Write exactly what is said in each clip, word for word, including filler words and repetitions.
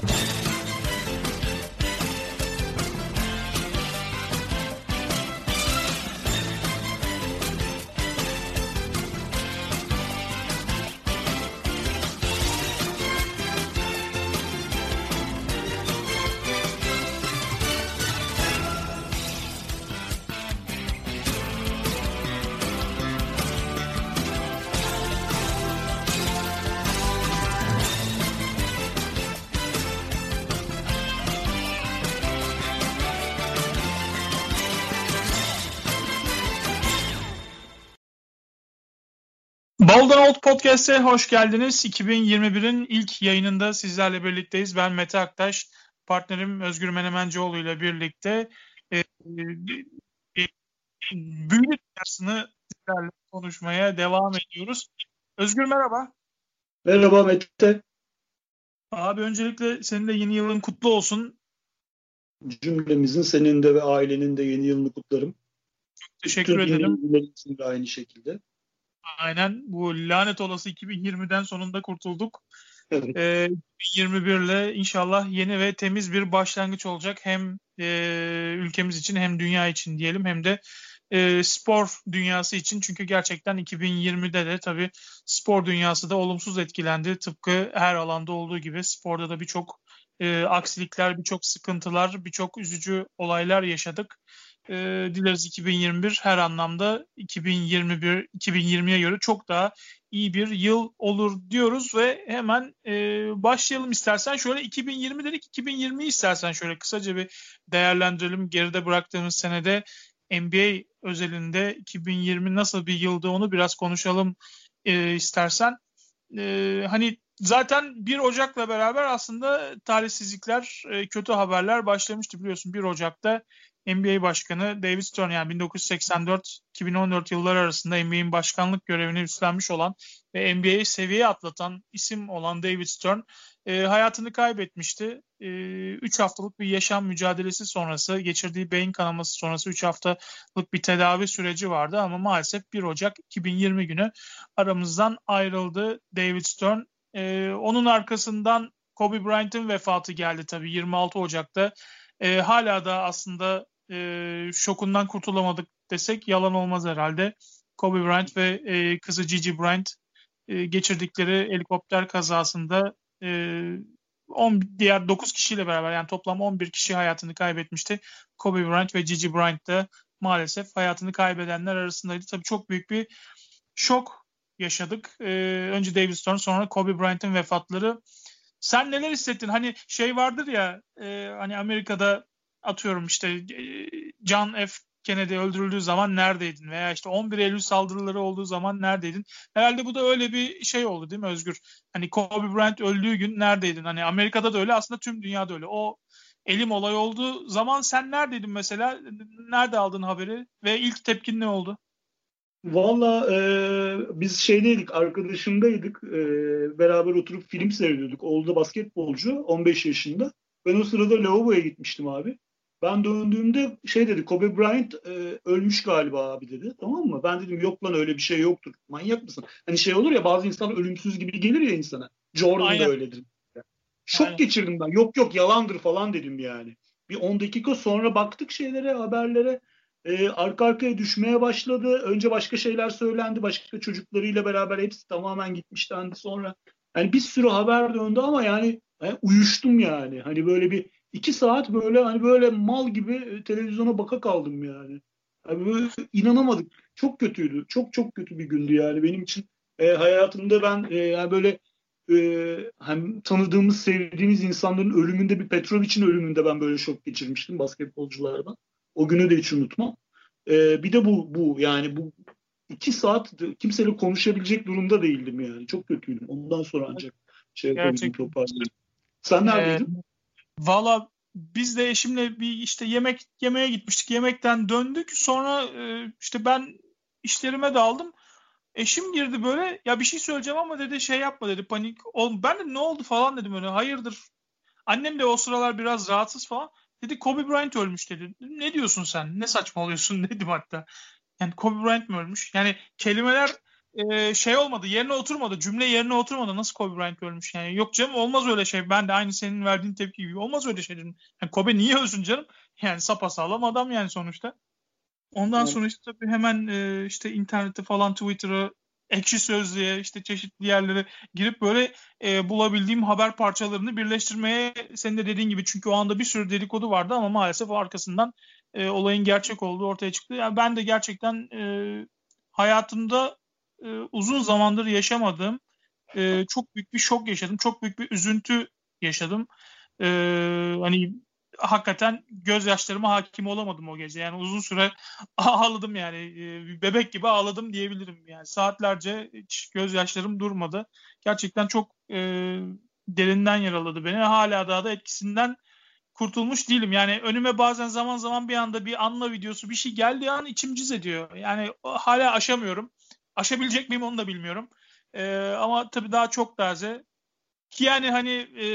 Bolden Old Podcast'e hoş geldiniz. iki bin yirmi birin ilk yayınında sizlerle birlikteyiz. Ben Mete Aktaş, partnerim Özgür Menemencioğlu ile birlikte e, e, büyülü dünyasını sizlerle konuşmaya devam ediyoruz. Özgür merhaba. Merhaba Mete. Abi öncelikle senin de yeni yılın kutlu olsun. Cümlemizin, senin de ve ailenin de yeni yılını kutlarım. Çok teşekkür Bütün ederim. Bütün yeni için de aynı şekilde. Aynen, bu lanet olası iki bin yirmiden sonunda kurtulduk. Evet. Ee, iki bin yirmi bir ile inşallah yeni ve temiz bir başlangıç olacak. Hem e, ülkemiz için hem dünya için diyelim, hem de e, spor dünyası için. Çünkü gerçekten iki bin yirmide de tabii spor dünyası da olumsuz etkilendi. Tıpkı her alanda olduğu gibi sporda da birçok e, aksilikler, birçok sıkıntılar, birçok üzücü olaylar yaşadık. E, dileriz iki bin yirmi bir her anlamda iki bin yirmi bir iki bin yirmiye göre çok daha iyi bir yıl olur diyoruz ve hemen e, başlayalım istersen. Şöyle iki bin yirmi dedik, iki bin yirmiyi istersen şöyle kısaca bir değerlendirelim. Geride bıraktığımız senede N B A özelinde iki bin yirmi nasıl bir yıldı onu biraz konuşalım e, istersen. E, hani zaten bir Ocak'la beraber aslında talihsizlikler, e, kötü haberler başlamıştı biliyorsun. bir Ocak'ta N B A Başkanı David Stern, yani bin dokuz yüz seksen dört iki bin on dört yılları arasında N B A'in başkanlık görevini üstlenmiş olan ve N B A'yi seviyeye atlatan isim olan David Stern e, hayatını kaybetmişti. üç haftalık bir yaşam mücadelesi sonrası, geçirdiği beyin kanaması sonrası üç haftalık bir tedavi süreci vardı ama maalesef bir Ocak iki bin yirmi günü aramızdan ayrıldı David Stern. E, onun arkasından Kobe Bryant'ın vefatı geldi tabii yirmi altı Ocak'ta. E, hala da aslında e, şokundan kurtulamadık desek yalan olmaz herhalde. Kobe Bryant ve e, kızı Gigi Bryant e, geçirdikleri helikopter kazasında e, on diğer dokuz kişiyle beraber, yani toplam on bir kişi hayatını kaybetmişti. Kobe Bryant ve Gigi Bryant da maalesef hayatını kaybedenler arasındaydı. Tabii çok büyük bir şok yaşadık. E, önce David Stern, sonra Kobe Bryant'ın vefatları. Sen neler hissettin? Hani şey vardır ya, e, hani Amerika'da atıyorum işte e, John F. Kennedy öldürüldüğü zaman neredeydin? Veya işte on bir Eylül saldırıları olduğu zaman neredeydin? Herhalde bu da öyle bir şey oldu değil mi Özgür? Hani Kobe Bryant öldüğü gün neredeydin? Hani Amerika'da da öyle, aslında tüm dünyada öyle. O elim olay olduğu zaman sen neredeydin mesela? Nerede aldın haberi? Ve ilk tepkin ne oldu? Valla e, biz şeydeydik, arkadaşımdaydık. E, beraber oturup film seyrediyorduk. Oğlu da basketbolcu, on beş yaşında. Ben o sırada lavaboya gitmiştim abi. Ben döndüğümde şey dedi, Kobe Bryant e, ölmüş galiba abi dedi. Tamam mı? Ben dedim yok lan, öyle bir şey yoktur. Manyak mısın? Hani şey olur ya, bazı insan ölümsüz gibi gelir ya insana. Jordan da Aynen. öyledir. Şok Aynen. geçirdim ben. Yok yok, yalandır falan dedim yani. Bir on dakika sonra baktık şeylere, haberlere. Ee, arka arkaya düşmeye başladı. Önce başka şeyler söylendi. Başka çocuklarıyla beraber hepsi tamamen gitmiş dendi sonra. Yani bir sürü haber döndü ama yani, yani uyuştum yani. Hani böyle bir iki saat böyle, hani böyle mal gibi e, televizyona baka kaldım yani. Yani böyle inanamadık. Çok kötüydü. Çok çok kötü bir gündü yani benim için. E, hayatımda ben e, yani böyle e, hem tanıdığımız, sevdiğimiz insanların ölümünde, bir Petrovic'in ölümünde ben böyle şok geçirmiştim, basketbolculardan. O günü de hiç unutmam. E, bir de bu, bu yani bu iki saat kimseyle konuşabilecek durumda değildim yani. Çok kötüydüm. Ondan sonra ancak şey yapabildim, Gerçekten. toparladım. Sen Ee, neredeydin? Valla biz de eşimle bir işte yemek yemeye gitmiştik. Yemekten döndük. Sonra e, işte ben işlerime daldım. Eşim girdi böyle. Ya bir şey söyleyeceğim ama dedi, şey yapma dedi, panik ol. Ben de ne oldu falan dedim öyle. Hayırdır? Annem de o sıralar biraz rahatsız falan. Dedi Kobe Bryant ölmüş dedi. Ne diyorsun sen? Ne saçmalıyorsun dedim hatta. Yani Kobe Bryant mi ölmüş? Yani kelimeler e, şey olmadı, yerine oturmadı. Cümle yerine oturmadı. Nasıl Kobe Bryant ölmüş yani? Yok canım, olmaz öyle şey. Ben de aynı senin verdiğin tepki gibi. Olmaz öyle şey dedim. Yani Kobe niye ölsün canım? Yani sapasağlam adam yani sonuçta. Ondan Yani sonra işte tabii hemen e, işte internette falan, Twitter'a, Ekşi Sözlüğe, işte çeşitli yerlere girip böyle e, bulabildiğim haber parçalarını birleştirmeye, senin de dediğin gibi, çünkü o anda bir sürü dedikodu vardı ama maalesef arkasından e, olayın gerçek olduğu ortaya çıktı. Yani ben de gerçekten e, hayatımda e, uzun zamandır yaşamadığım e, çok büyük bir şok yaşadım. Çok büyük bir üzüntü yaşadım. E, hani hakikaten gözyaşlarıma hakim olamadım o gece. Yani uzun süre ağladım yani. E, bir bebek gibi ağladım diyebilirim. Yani saatlerce hiç gözyaşlarım durmadı. Gerçekten çok e, derinden yaraladı beni. Hala daha da etkisinden kurtulmuş değilim. Yani önüme bazen zaman zaman bir anda bir anma videosu, bir şey geldiği an içim cız ediyor. Yani hala aşamıyorum. Aşabilecek miyim onu da bilmiyorum. E, ama tabii daha çok taze. Ki yani hani e,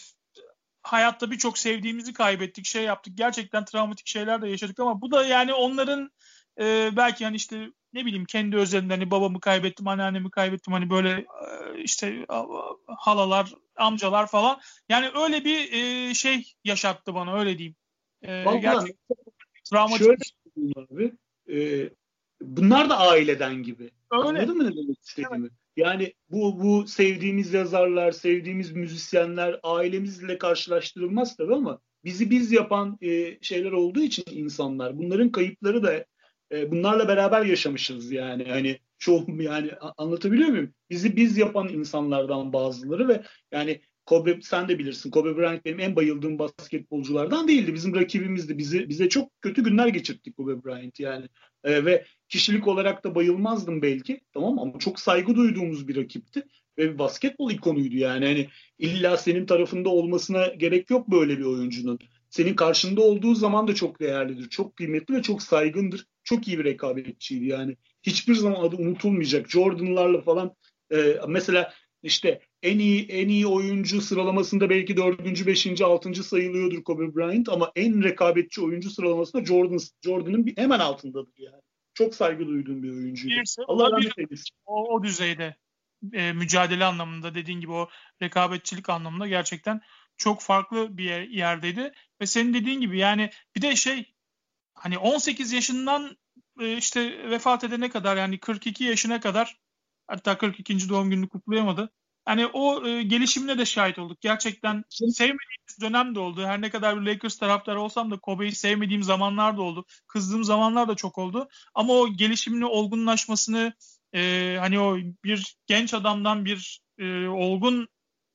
hayatta birçok sevdiğimizi kaybettik, şey yaptık. Gerçekten travmatik şeyler de yaşadık ama bu da yani onların e, belki hani işte ne bileyim kendi özelinden, hani babamı kaybettim, anneannemi kaybettim, hani böyle e, işte halalar, amcalar falan. Yani öyle bir e, şey yaşattı bana, öyle diyeyim. E, vallahi gerçekten travmatik şöyle bir şey. söyleyeyim abi. e, Bunlar da aileden gibi. Öyle. Anladın mı ne demek Evet. istediğimi? Yani bu bu sevdiğimiz yazarlar, sevdiğimiz müzisyenler ailemizle karşılaştırılmaz tabii ama bizi biz yapan e, şeyler olduğu için insanlar. Bunların kayıpları da e, bunlarla beraber yaşamışız yani. Hani çoğu yani a- anlatabiliyor muyum? Bizi biz yapan insanlardan bazıları ve yani Kobe, sen de bilirsin. Kobe Bryant benim en bayıldığım basketbolculardan değildi. Bizim rakibimizdi. Bizi, bize çok kötü günler geçirtti Kobe Bryant yani. Ee, ve kişilik olarak da bayılmazdım belki. Tamam, ama çok saygı duyduğumuz bir rakipti. Ve bir basketbol ikonuydu yani. Hani illa senin tarafında olmasına gerek yok böyle bir oyuncunun. Senin karşında olduğu zaman da çok değerlidir. Çok kıymetli ve çok saygındır. Çok iyi bir rekabetçiydi yani. Hiçbir zaman adı unutulmayacak. Jordan'larla falan e, mesela işte en iyi en iyi oyuncu sıralamasında belki dördüncü, beşinci, altıncı sayılıyordur Kobe Bryant ama en rekabetçi oyuncu sıralamasında Jordan Jordan'ın bir hemen altındadır yani. Çok saygı duyduğum bir oyuncuydu. Birisi o Allah da bir rahmet eylesin. o, o düzeyde e, mücadele anlamında, dediğin gibi o rekabetçilik anlamında gerçekten çok farklı bir yer- yerdeydi. Ve senin dediğin gibi yani bir de şey, hani on sekiz yaşından e, işte vefat edene kadar, yani kırk iki yaşına kadar, hatta kırk ikinci doğum gününü kutlayamadı. Hani o e, gelişimine de şahit olduk. Gerçekten sevmediğimiz dönem de oldu. Her ne kadar bir Lakers taraftarı olsam da Kobe'yi sevmediğim zamanlar da oldu. Kızdığım zamanlar da çok oldu. Ama o gelişimini, olgunlaşmasını, e, hani o bir genç adamdan bir e, olgun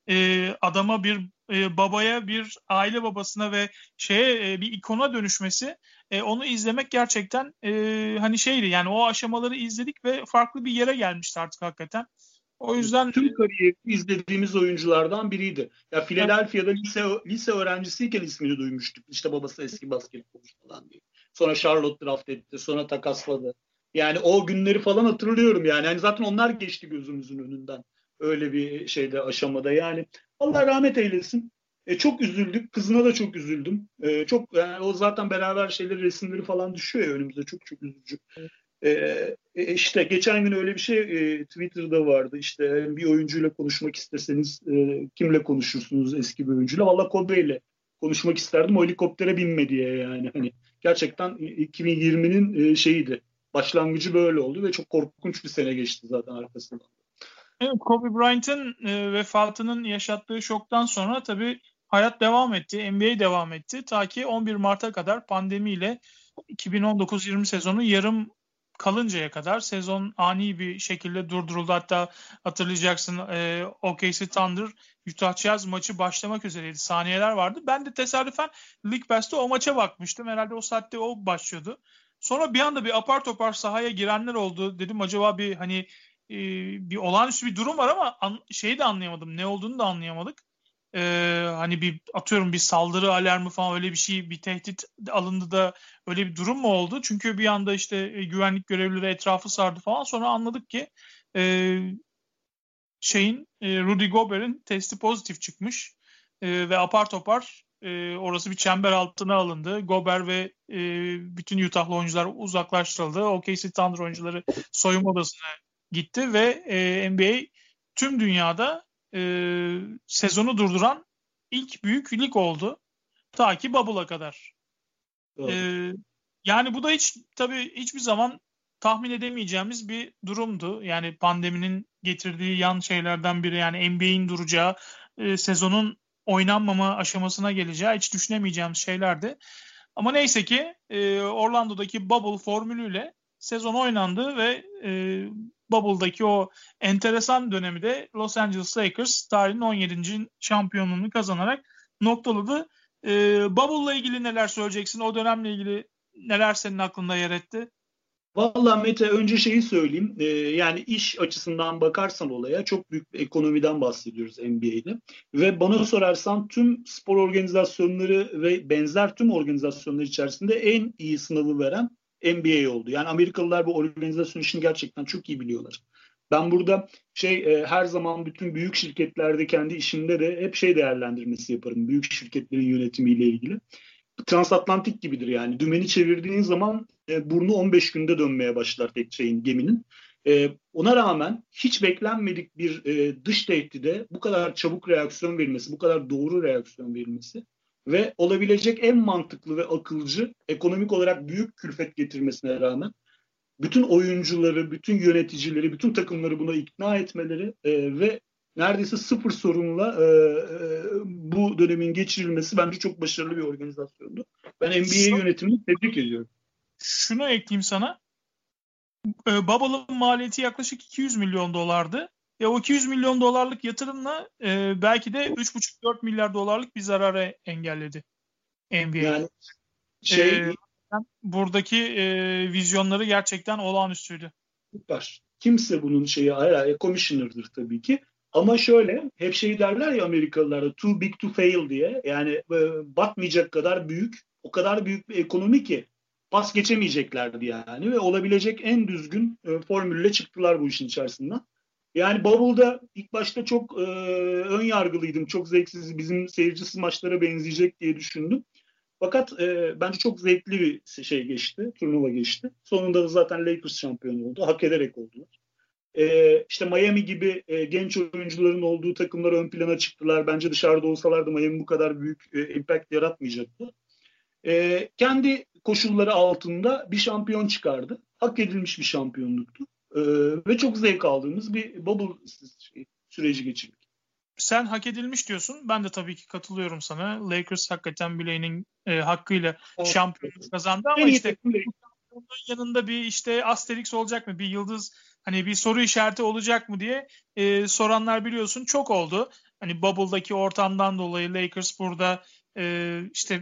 e, adama, bir e, babaya, bir aile babasına ve şeye, e, bir ikona dönüşmesi, e, onu izlemek gerçekten e, hani şeydi yani, o aşamaları izledik ve farklı bir yere gelmişti artık hakikaten. O yüzden Tüm kariyerini izlediğimiz oyunculardan biriydi. Ya e, Philadelphia'da lise lise öğrencisiyken ismini duymuştuk. İşte babası eski basketbolcu falan diye. Sonra Charlotte draft etti, sonra takasladı. Yani o günleri falan hatırlıyorum yani. Yani zaten onlar geçti gözümüzün önünden. Öyle bir şeyde, aşamada yani. Allah rahmet eylesin. E, çok üzüldük. Kızına da çok üzüldüm. E, çok yani o zaten beraber şeyleri, resimleri falan düşüyor ya önümüze. Çok çok üzücü. Ee, e, işte geçen gün öyle bir şey e, Twitter'da vardı. İşte bir oyuncuyla konuşmak isteseniz e, kimle konuşursunuz eski bir oyuncuyla? Valla Kobe ile konuşmak isterdim. O helikoptere binme diye yani. Hani gerçekten iki bin yirminin e, şeyiydi. Başlangıcı böyle oldu ve çok korkunç bir sene geçti zaten arkasından. evet, Kobe Bryant'ın e, vefatının yaşattığı şoktan sonra tabii hayat devam etti, N B A devam etti. Ta ki on bir Mart'a kadar, pandemiyle iki bin on dokuz yirmi sezonu yarım kalıncaya kadar sezon ani bir şekilde durduruldu. Hatta hatırlayacaksın, e, O K C Thunder Utah Jazz maçı başlamak üzereydi. Saniyeler vardı. Ben de tesadüfen League Pass'te o maça bakmıştım. Herhalde o saatte o başlıyordu. Sonra bir anda bir apar topar sahaya girenler oldu. Dedim acaba bir hani e, bir olağanüstü bir durum var ama an, şeyi de anlayamadım. Ne olduğunu da anlayamadık. E, hani bir atıyorum bir saldırı alarmı falan, öyle bir şey, bir tehdit alındı da öyle bir durum mu oldu? Çünkü bir anda işte e, güvenlik görevlileri etrafı sardı falan. Sonra anladık ki e, şeyin e, Rudy Gobert'in testi pozitif çıkmış. E, ve apar topar e, orası bir çember altına alındı. Gobert ve e, bütün Utah'lı oyuncular uzaklaştırıldı. O K C Thunder oyuncuları soyunma odasına gitti ve e, N B A tüm dünyada e, sezonu durduran ilk büyük lig oldu. Ta ki Bubble'a kadar. E, yani bu da hiç tabii hiçbir zaman tahmin edemeyeceğimiz bir durumdu. Yani pandeminin getirdiği yan şeylerden biri, yani N B A'in duracağı, e, sezonun oynanmama aşamasına geleceği hiç düşünemeyeceğimiz şeylerdi. Ama neyse ki e, Orlando'daki Bubble formülüyle sezon oynandı ve e, Bubble'daki o enteresan dönemi de Los Angeles Lakers tarihin on yedinci şampiyonluğunu kazanarak noktaladı. E, Bubble'la ilgili neler söyleyeceksin? O dönemle ilgili neler senin aklında yer etti? Vallahi Mete, önce şeyi söyleyeyim. Ee, yani iş açısından bakarsan olaya çok büyük bir ekonomiden bahsediyoruz N B A'de. Ve bana sorarsan tüm spor organizasyonları ve benzer tüm organizasyonlar içerisinde en iyi sınavı veren N B A oldu. Yani Amerikalılar bu organizasyon işini gerçekten çok iyi biliyorlar. Ben burada şey e, her zaman bütün büyük şirketlerde kendi işimde de hep şey değerlendirmesi yaparım. Büyük şirketlerin yönetimiyle ilgili. Transatlantik gibidir yani. Dümeni çevirdiğin zaman e, burnu on beş günde dönmeye başlar tek şeyin, geminin. E, ona rağmen hiç beklenmedik bir e, dış tehdide bu kadar çabuk reaksiyon verilmesi, bu kadar doğru reaksiyon verilmesi ve olabilecek en mantıklı ve akılcı, ekonomik olarak büyük külfet getirmesine rağmen bütün oyuncuları, bütün yöneticileri, bütün takımları buna ikna etmeleri e, ve neredeyse sıfır sorunla e, e, bu dönemin geçirilmesi bence çok başarılı bir organizasyondu. Ben N B A yönetimini tebrik ediyorum. Şunu ekleyeyim sana. E, Bubble'ın maliyeti yaklaşık iki yüz milyon dolardı. E, o iki yüz milyon dolarlık yatırımla e, belki de üç buçuk dört milyar dolarlık bir zararı engelledi N B A. Yani şey e, buradaki e, vizyonları gerçekten olağanüstüydü. Süper. Kimse bunun şeyi hala commissioner'dır tabii ki. Ama şöyle hep şey derler ya Amerikalılar, too big to fail diye. Yani e, batmayacak kadar büyük, o kadar büyük bir ekonomi ki pas geçemeyeceklerdi yani ve olabilecek en düzgün e, formülle çıktılar bu işin içerisinden. Yani Bubble'da ilk başta çok e, ön yargılıydım. Çok zevksiz, bizim seyircisiz maçlara benzeyecek diye düşündüm. Fakat e, bence çok zevkli bir şey geçti, turnuva geçti. Sonunda da zaten Lakers şampiyon oldu, hak ederek oldular. E, işte Miami gibi e, genç oyuncuların olduğu takımlar ön plana çıktılar. Bence dışarıda olsalardı Miami bu kadar büyük e, impact yaratmayacaktı. E, kendi koşulları altında bir şampiyon çıkardı. Hak edilmiş bir şampiyonluktu. E, ve çok zevk aldığımız bir bubble süreci geçirdik. Sen hak edilmiş diyorsun. Ben de tabii ki katılıyorum sana. Lakers hakikaten bileğinin e, hakkıyla şampiyonluk kazandı ama işte bunun yanında bir işte Asterix olacak mı? Bir yıldız, hani bir soru işareti olacak mı diye e, soranlar biliyorsun çok oldu. Hani Bubble'daki ortamdan dolayı Lakers burada e, işte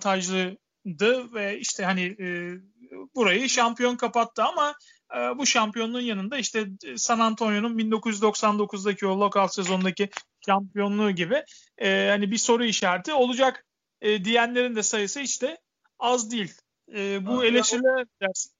avantajlıydı ve işte hani e, burayı şampiyon kapattı ama e, bu şampiyonluğun yanında işte San Antonio'nun bin dokuz yüz doksan dokuzdaki o lockout sezonundaki şampiyonluğu gibi e, hani bir soru işareti olacak e, diyenlerin de sayısı hiç de az değil. E, bu eleştiriler dersin.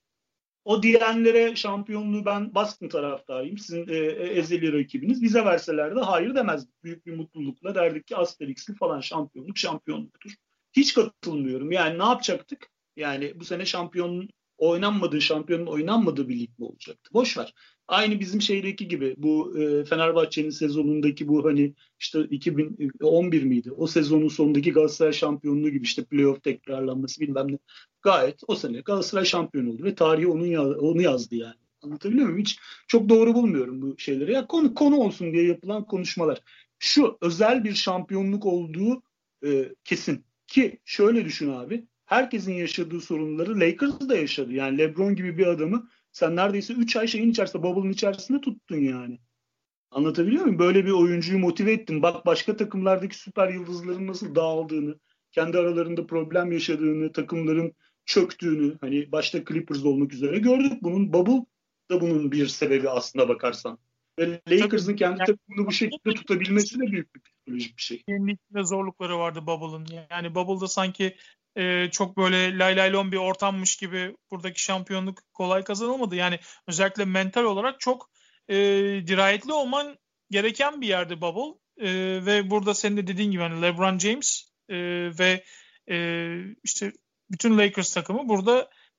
O diyenlere şampiyonluğu, ben Boston taraftarıyım. Sizin e, ezeli rakibiniz. Bize verseler de hayır demezdik. Büyük bir mutlulukla derdik ki Asterix'li falan şampiyonluk şampiyonluktur. Hiç katılmıyorum. Yani ne yapacaktık? Yani bu sene şampiyon oynanmadığı, şampiyonun oynanmadığı bir lig mi olacaktı? Boş ver. Aynı bizim şeydeki gibi, bu e, Fenerbahçe'nin sezonundaki bu hani işte iki bin on bir miydi? O sezonun sonundaki Galatasaray şampiyonluğu gibi, işte playoff tekrarlanması bilmem ne. Gayet o sene Galatasaray şampiyon oldu ve tarihi onun yaz, onu yazdı yani. Anlatabiliyor muyum? Hiç çok doğru bulmuyorum bu şeyleri. Ya konu konu olsun diye yapılan konuşmalar. Şu özel bir şampiyonluk olduğu e, kesin. Ki şöyle düşün abi. Herkesin yaşadığı sorunları Lakers da yaşadı. Yani LeBron gibi bir adamı sen neredeyse üç ay şeyin içerisinde, bubble'ın içerisinde tuttun yani. Anlatabiliyor muyum? Böyle bir oyuncuyu motive ettin. Bak başka takımlardaki süper yıldızların nasıl dağıldığını, kendi aralarında problem yaşadığını, takımların çöktüğünü, hani başta Clippers olmak üzere gördük. Bunun bubble da bunun bir sebebi aslında bakarsan. Ve Lakers'ın kendi yani, takımını bu şekilde tutabilmesi de büyük bir psikolojik bir şey. Kendi içinde zorlukları vardı Bubble'ın. Yani Bubble'da sanki e, çok böyle lay lay lon bir ortammış gibi buradaki şampiyonluk kolay kazanılmadı. Yani özellikle mental olarak çok e, dirayetli olman gereken bir yerdi Bubble. E, ve burada senin de dediğin gibi hani LeBron James e, ve e, işte bütün Lakers takımı burada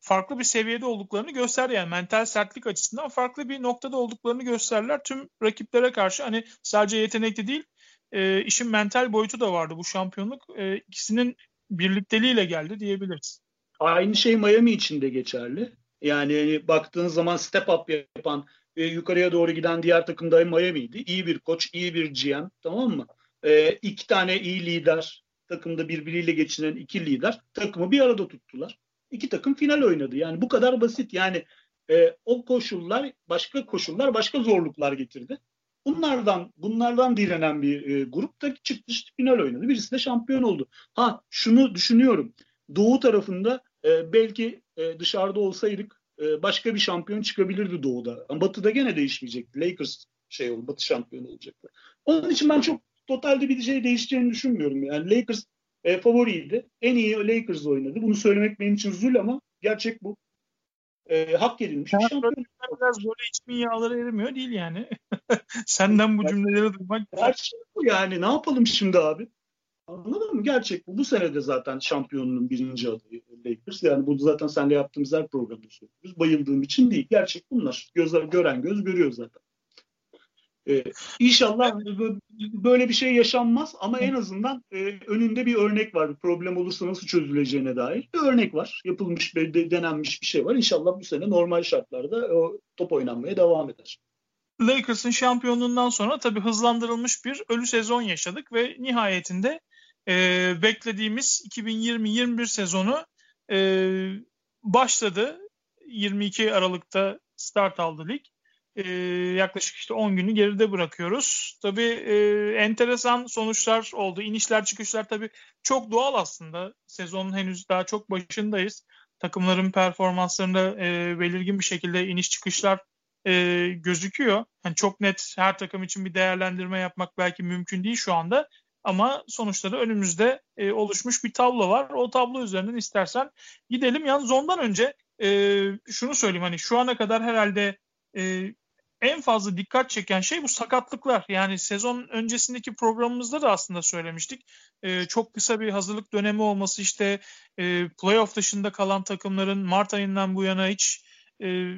farklı bir seviyede olduklarını gösterdi. Yani mental sertlik açısından farklı bir noktada olduklarını gösterdiler. Tüm rakiplere karşı hani sadece yetenekli değil, e, işin mental boyutu da vardı. Bu şampiyonluk e, ikisinin birlikteliğiyle geldi diyebiliriz. Aynı şey Miami için de geçerli. Yani hani baktığın zaman step up yapan ve yukarıya doğru giden diğer takım da Miami'ydi. İyi bir koç, iyi bir G M, tamam mı? Ee, iki tane iyi lider, takımda birbiriyle geçinen iki lider takımı bir arada tuttular. İki takım final oynadı. Yani bu kadar basit. Yani e, o koşullar, başka koşullar, başka zorluklar getirdi. Bunlardan bunlardan direnen bir e, grup da çıktı, final oynadı. Birisi de şampiyon oldu. Ha, şunu düşünüyorum. Doğu tarafında e, belki e, dışarıda olsaydık e, başka bir şampiyon çıkabilirdi Doğu'da. Ama Batı'da gene değişmeyecekti. Lakers şey oldu, Batı şampiyonu olacaktı. Onun için ben çok totalde bir şey değişeceğini düşünmüyorum. Yani Lakers e, favoriydi. En iyi Lakers oynadı. Bunu söylemek benim için zul ama gerçek bu. E, hak edilmiş bir şampiyon. Biraz böyle içmin yağları erimiyor değil yani. Senden bu cümleleri duymak. Gerçek bu yani. Ne yapalım şimdi abi? Anladın mı? Gerçek bu. Bu sene de zaten şampiyonluğun birinci adayı Lakers. Yani bunu zaten seninle yaptığımız her programda söylüyoruz. Bayıldığım için değil. Gerçek bunlar. Gözler, gören göz görüyor zaten. Ee, İnşallah böyle bir şey yaşanmaz ama en azından e, önünde bir örnek var. Bir problem olursa nasıl çözüleceğine dair bir örnek var. Yapılmış, bir, denenmiş bir şey var. İnşallah bu sene normal şartlarda o top oynanmaya devam eder. Lakers'ın şampiyonluğundan sonra tabii hızlandırılmış bir ölü sezon yaşadık ve nihayetinde e, beklediğimiz iki bin yirmi yirmi bir sezonu e, başladı. yirmi iki Aralık'ta start aldı lig. E, yaklaşık işte on günü geride bırakıyoruz. Tabii e, enteresan sonuçlar oldu. İnişler çıkışlar tabii çok doğal aslında. Sezonun henüz daha çok başındayız. Takımların performanslarında e, belirgin bir şekilde iniş çıkışlar e, gözüküyor. Yani çok net her takım için bir değerlendirme yapmak belki mümkün değil şu anda. Ama sonuçta da önümüzde e, oluşmuş bir tablo var. O tablo üzerinden istersen gidelim. Yalnız ondan önce e, şunu söyleyeyim. Hani şu ana kadar herhalde e, en fazla dikkat çeken şey bu sakatlıklar. Yani sezon öncesindeki programımızda da aslında söylemiştik. E, çok kısa bir hazırlık dönemi olması, işte e, playoff dışında kalan takımların Mart ayından bu yana hiç e,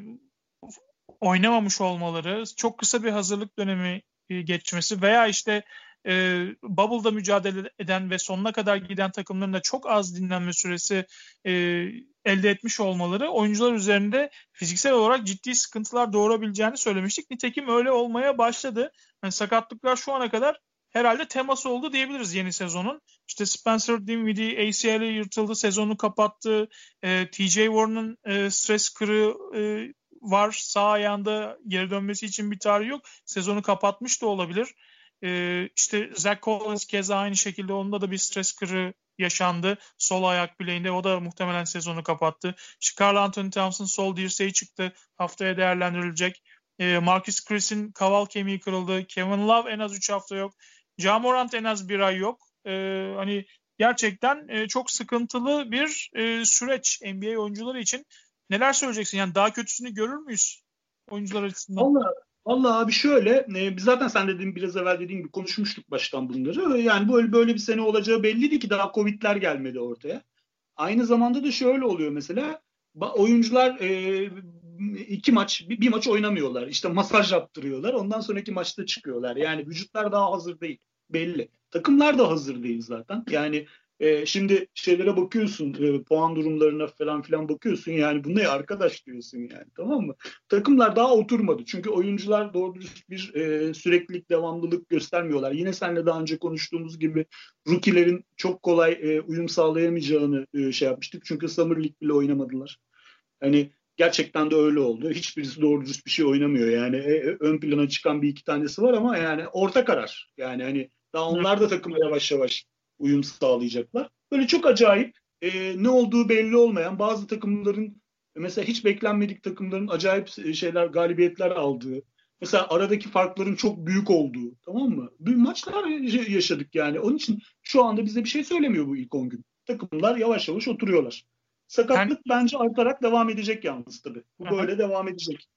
oynamamış olmaları, çok kısa bir hazırlık dönemi geçmesi veya işte e, Bubble'da mücadele eden ve sonuna kadar giden takımların da çok az dinlenme süresi e, elde etmiş olmaları oyuncular üzerinde fiziksel olarak ciddi sıkıntılar doğurabileceğini söylemiştik. Nitekim öyle olmaya başladı. Yani sakatlıklar şu ana kadar herhalde teması oldu diyebiliriz yeni sezonun. İşte Spencer Dinwiddie A C L'i yırtıldı, sezonu kapattı. E, T J Warren'ın e, stres kırığı e, var. Sağ ayağında geri dönmesi için bir tarih yok. Sezonu kapatmış da olabilir. Ee, işte Zach Collins keza aynı şekilde, onda da bir stres kırığı yaşandı. Sol ayak bileğinde, o da muhtemelen sezonu kapattı. İşte Karl Anthony Towns'ın sol dirseği çıktı. Haftaya değerlendirilecek. Ee, Marcus Chris'in kaval kemiği kırıldı. Kevin Love en az üç hafta yok. Ja Morant en az bir ay yok. Ee, hani gerçekten e, çok sıkıntılı bir e, süreç N B A oyuncuları için. Neler söyleyeceksin? Yani daha kötüsünü görür müyüz oyuncular açısından? Vallahi, vallahi abi şöyle, e, biz zaten sen dediğin biraz evvel dediğin gibi konuşmuştuk baştan bunları. Yani böyle böyle bir sene olacağı belliydi ki daha Covid'ler gelmedi ortaya. Aynı zamanda da şöyle oluyor mesela, oyuncular e, iki maç, bir, bir maç oynamıyorlar. İşte masaj yaptırıyorlar. Ondan sonraki maçta çıkıyorlar. Yani vücutlar daha hazır değil. Belli. Takımlar da hazır değil zaten. Yani e, şimdi şeylere bakıyorsun, e, puan durumlarına falan filan bakıyorsun. Yani bu ne arkadaş diyorsun yani, tamam mı? Takımlar daha oturmadı. Çünkü oyuncular doğru dürüst bir e, süreklilik, devamlılık göstermiyorlar. Yine seninle daha önce konuştuğumuz gibi rookie'lerin çok kolay e, uyum sağlayamayacağını e, şey yapmıştık. Çünkü Summer League bile oynamadılar. Hani gerçekten de öyle oldu. Hiçbirisi doğru dürüst bir şey oynamıyor. Yani e, ön plana çıkan bir iki tanesi var ama yani orta karar. Yani hani daha onlar da takıma yavaş yavaş uyum sağlayacaklar. Böyle çok acayip, e, ne olduğu belli olmayan bazı takımların, mesela hiç beklenmedik takımların acayip şeyler, galibiyetler aldığı, mesela aradaki farkların çok büyük olduğu, tamam mı? Büyük maçlar yaşadık yani. Onun için şu anda bize bir şey söylemiyor bu ilk on gün. Takımlar yavaş yavaş oturuyorlar. Sakatlık Yani, bence artarak devam edecek yalnız tabii. Bu aha. böyle devam edecek.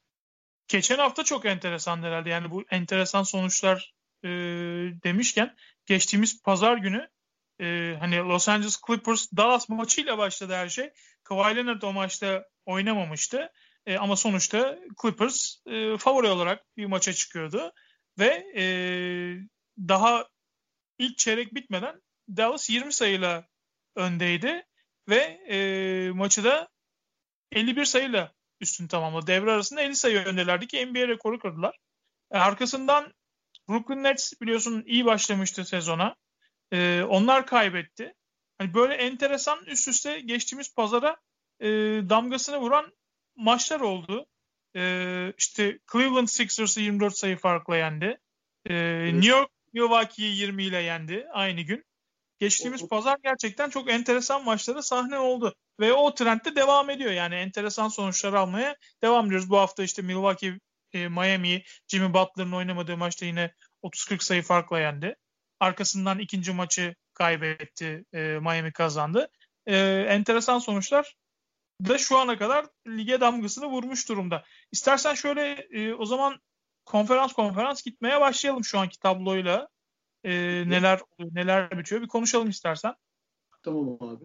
Geçen hafta çok enteresan herhalde. Yani bu enteresan sonuçlar e, demişken geçtiğimiz pazar günü e, hani Los Angeles Clippers Dallas maçıyla başladı her şey. Kawhi Leonard o maçta oynamamıştı. E, ama sonuçta Clippers e, favori olarak bir maça çıkıyordu. Ve e, daha ilk çeyrek bitmeden Dallas yirmi sayıyla öndeydi. Ve e, maçı da elli bir sayıyla üstün tamamladı. Devre arasında elli sayı öndelerdi ki N B A rekoru kırdılar. E, arkasından Brooklyn Nets biliyorsun iyi başlamıştı sezona. E, onlar kaybetti. Hani böyle enteresan üst üste geçtiğimiz pazara e, damgasını vuran maçlar oldu. E, işte Cleveland Sixers'ı yirmi dört sayı farkla yendi. E, New York Milwaukee'yi yirmi ile yendi aynı gün. Geçtiğimiz pazar gerçekten çok enteresan maçlara sahne oldu. Ve o trend de devam ediyor. Yani enteresan sonuçlar almaya devam ediyoruz. Bu hafta işte Milwaukee, e, Miami, Jimmy Butler'ın oynamadığı maçta yine otuz kırk sayı farkla yendi. Arkasından ikinci maçı kaybetti. E, Miami kazandı. E, enteresan sonuçlar da şu ana kadar lige damgasını vurmuş durumda. İstersen şöyle e, o zaman konferans konferans gitmeye başlayalım şu anki tabloyla. E, neler oluyor, neler bitiyor bir konuşalım istersen. Tamam abi.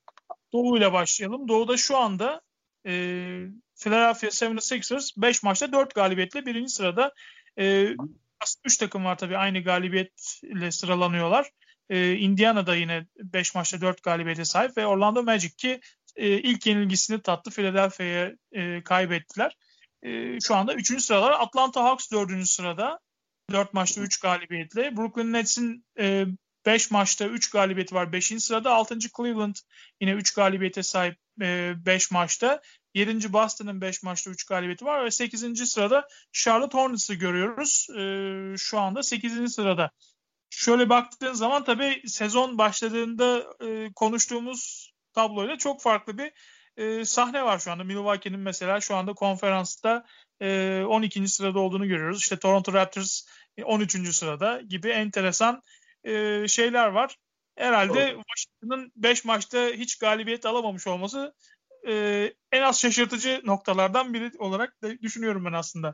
Doğu ile başlayalım. Doğu'da şu anda e, Philadelphia yetmiş altı ers beş maçta dört galibiyetle birinci sırada. E, aslında üç takım var tabii aynı galibiyetle sıralanıyorlar. E, Indiana'da yine beş maçta dört galibiyete sahip ve Orlando Magic ki e, ilk yenilgisini tattı. Philadelphia'ya e, kaybettiler. E, şu anda üçüncü sıralar. Atlanta Hawks dördüncü sırada. dört maçta üç galibiyetle. Brooklyn Nets'in e, beş maçta üç galibiyeti var beşinci sırada. altıncı Cleveland yine üç galibiyete sahip beş maçta. yedinci Boston'ın beş maçta üç galibiyeti var ve sekizinci sırada Charlotte Hornets'ı görüyoruz. E, şu anda sekizinci sırada. Şöyle baktığın zaman tabii sezon başladığında e, konuştuğumuz tabloyla çok farklı bir e, sahne var şu anda. Milwaukee'nin mesela şu anda konferansta e, on ikinci sırada olduğunu görüyoruz. İşte Toronto Raptors on üçüncü sırada gibi enteresan e, şeyler var. Herhalde oh. Washington'ın beş maçta hiç galibiyet alamamış olması e, en az şaşırtıcı noktalardan biri olarak da düşünüyorum ben aslında.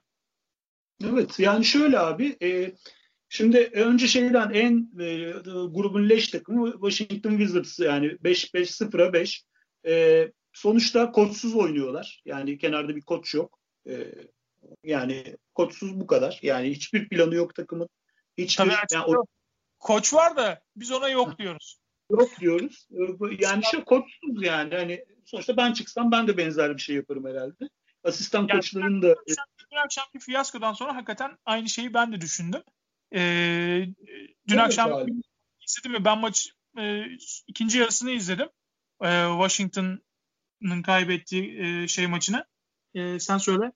Evet yani şöyle abi e, şimdi önce şeyden en e, grubun leş takımı Washington Wizards yani beş beş sıfıra beş e, sonuçta koçsuz oynuyorlar. Yani kenarda bir koç yok. E, yani koçsuz bu kadar. Yani hiçbir planı yok takımın. Hiçbir Tabii yani o, koç var da biz ona yok diyoruz. Yok diyoruz. Yani şey koçsuz yani. Hani sonuçta ben çıksam ben de benzer bir şey yaparım herhalde. Asistan yani, koçların da dün akşamki fiyaskodan sonra hakikaten aynı şeyi ben de düşündüm. Ee, dün evet, akşam abi. izledim mi? Ben maç e, ikinci yarısını izledim. E, Washington'ın kaybettiği e, şey maçını. E, sen söyle.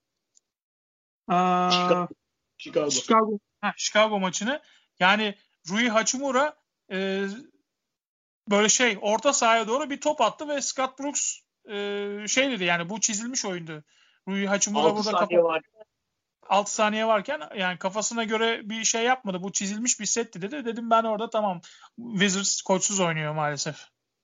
Aa, Chicago. Chicago. Chicago. Ha, Chicago maçını. Yani Rui Hachimura e, böyle şey orta sahaya doğru bir top attı ve Scott Brooks e, şey dedi yani bu çizilmiş oyundu. Rui Hachimura burada kafa var. altı saniye varken yani kafasına göre bir şey yapmadı. Bu çizilmiş bir setti dedi. Dedim ben orada tamam. Wizards koçsuz oynuyor maalesef.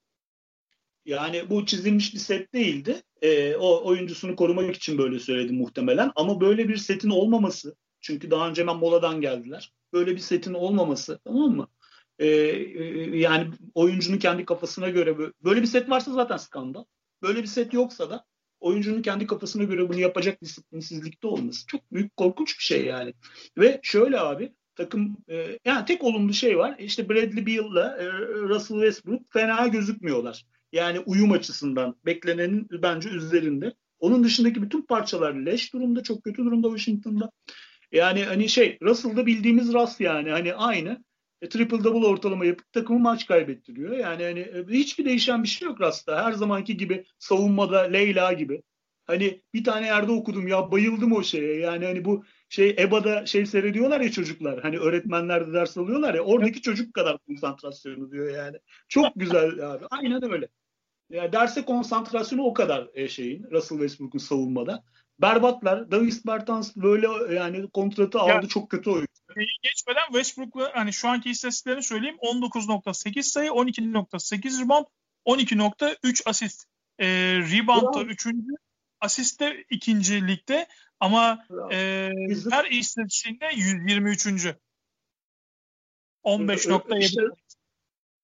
Yani bu çizilmiş bir set değildi. E, o oyuncusunu korumak için böyle söyledi muhtemelen. Ama böyle bir setin olmaması, çünkü daha önce hemen moladan geldiler. Böyle bir setin olmaması, tamam mı? E, e, yani oyuncunun kendi kafasına göre böyle, böyle bir set varsa zaten skandal. Böyle bir set yoksa da oyuncunun kendi kafasına göre bunu yapacak disiplinsizlikte olması çok büyük korkunç bir şey yani. Ve şöyle abi takım e, yani tek olumlu şey var. İşte Bradley Beal'la e, Russell Westbrook fena gözükmüyorlar. Yani uyum açısından beklenenin bence üzerinde. Onun dışındaki bütün parçalar leş durumda, çok kötü durumda Washington'da. Yani hani şey Russell'da bildiğimiz Russ yani hani aynı e, triple double ortalama yapıp takımı maç kaybettiriyor. Yani hani e, hiçbir değişen bir şey yok Russ'ta. Her zamanki gibi savunmada Leyla gibi. Hani bir tane yerde okudum ya bayıldım o şeye. Yani hani bu şey E B A'da şey seyrediyorlar ya çocuklar. Hani öğretmenler de ders alıyorlar ya. Oradaki çocuk kadar konsantrasyonu diyor yani. Çok güzel abi. Aynen öyle. Yani derse konsantrasyonu o kadar e, şeyin Russell Westbrook'un savunmada. Berbatlar. Davis Bertans böyle yani kontratı aldı ya, çok kötü oyun. Geçmeden Westbrook'la hani şu anki istatistiklerini söyleyeyim. on dokuz nokta sekiz sayı, on iki nokta sekiz rebound, on iki nokta üç asist. E, rebound'da üçüncü, asiste ikinci ligde ama e, her istatistiğinde yüz yirmi üçüncü on beş nokta yedi. İşte,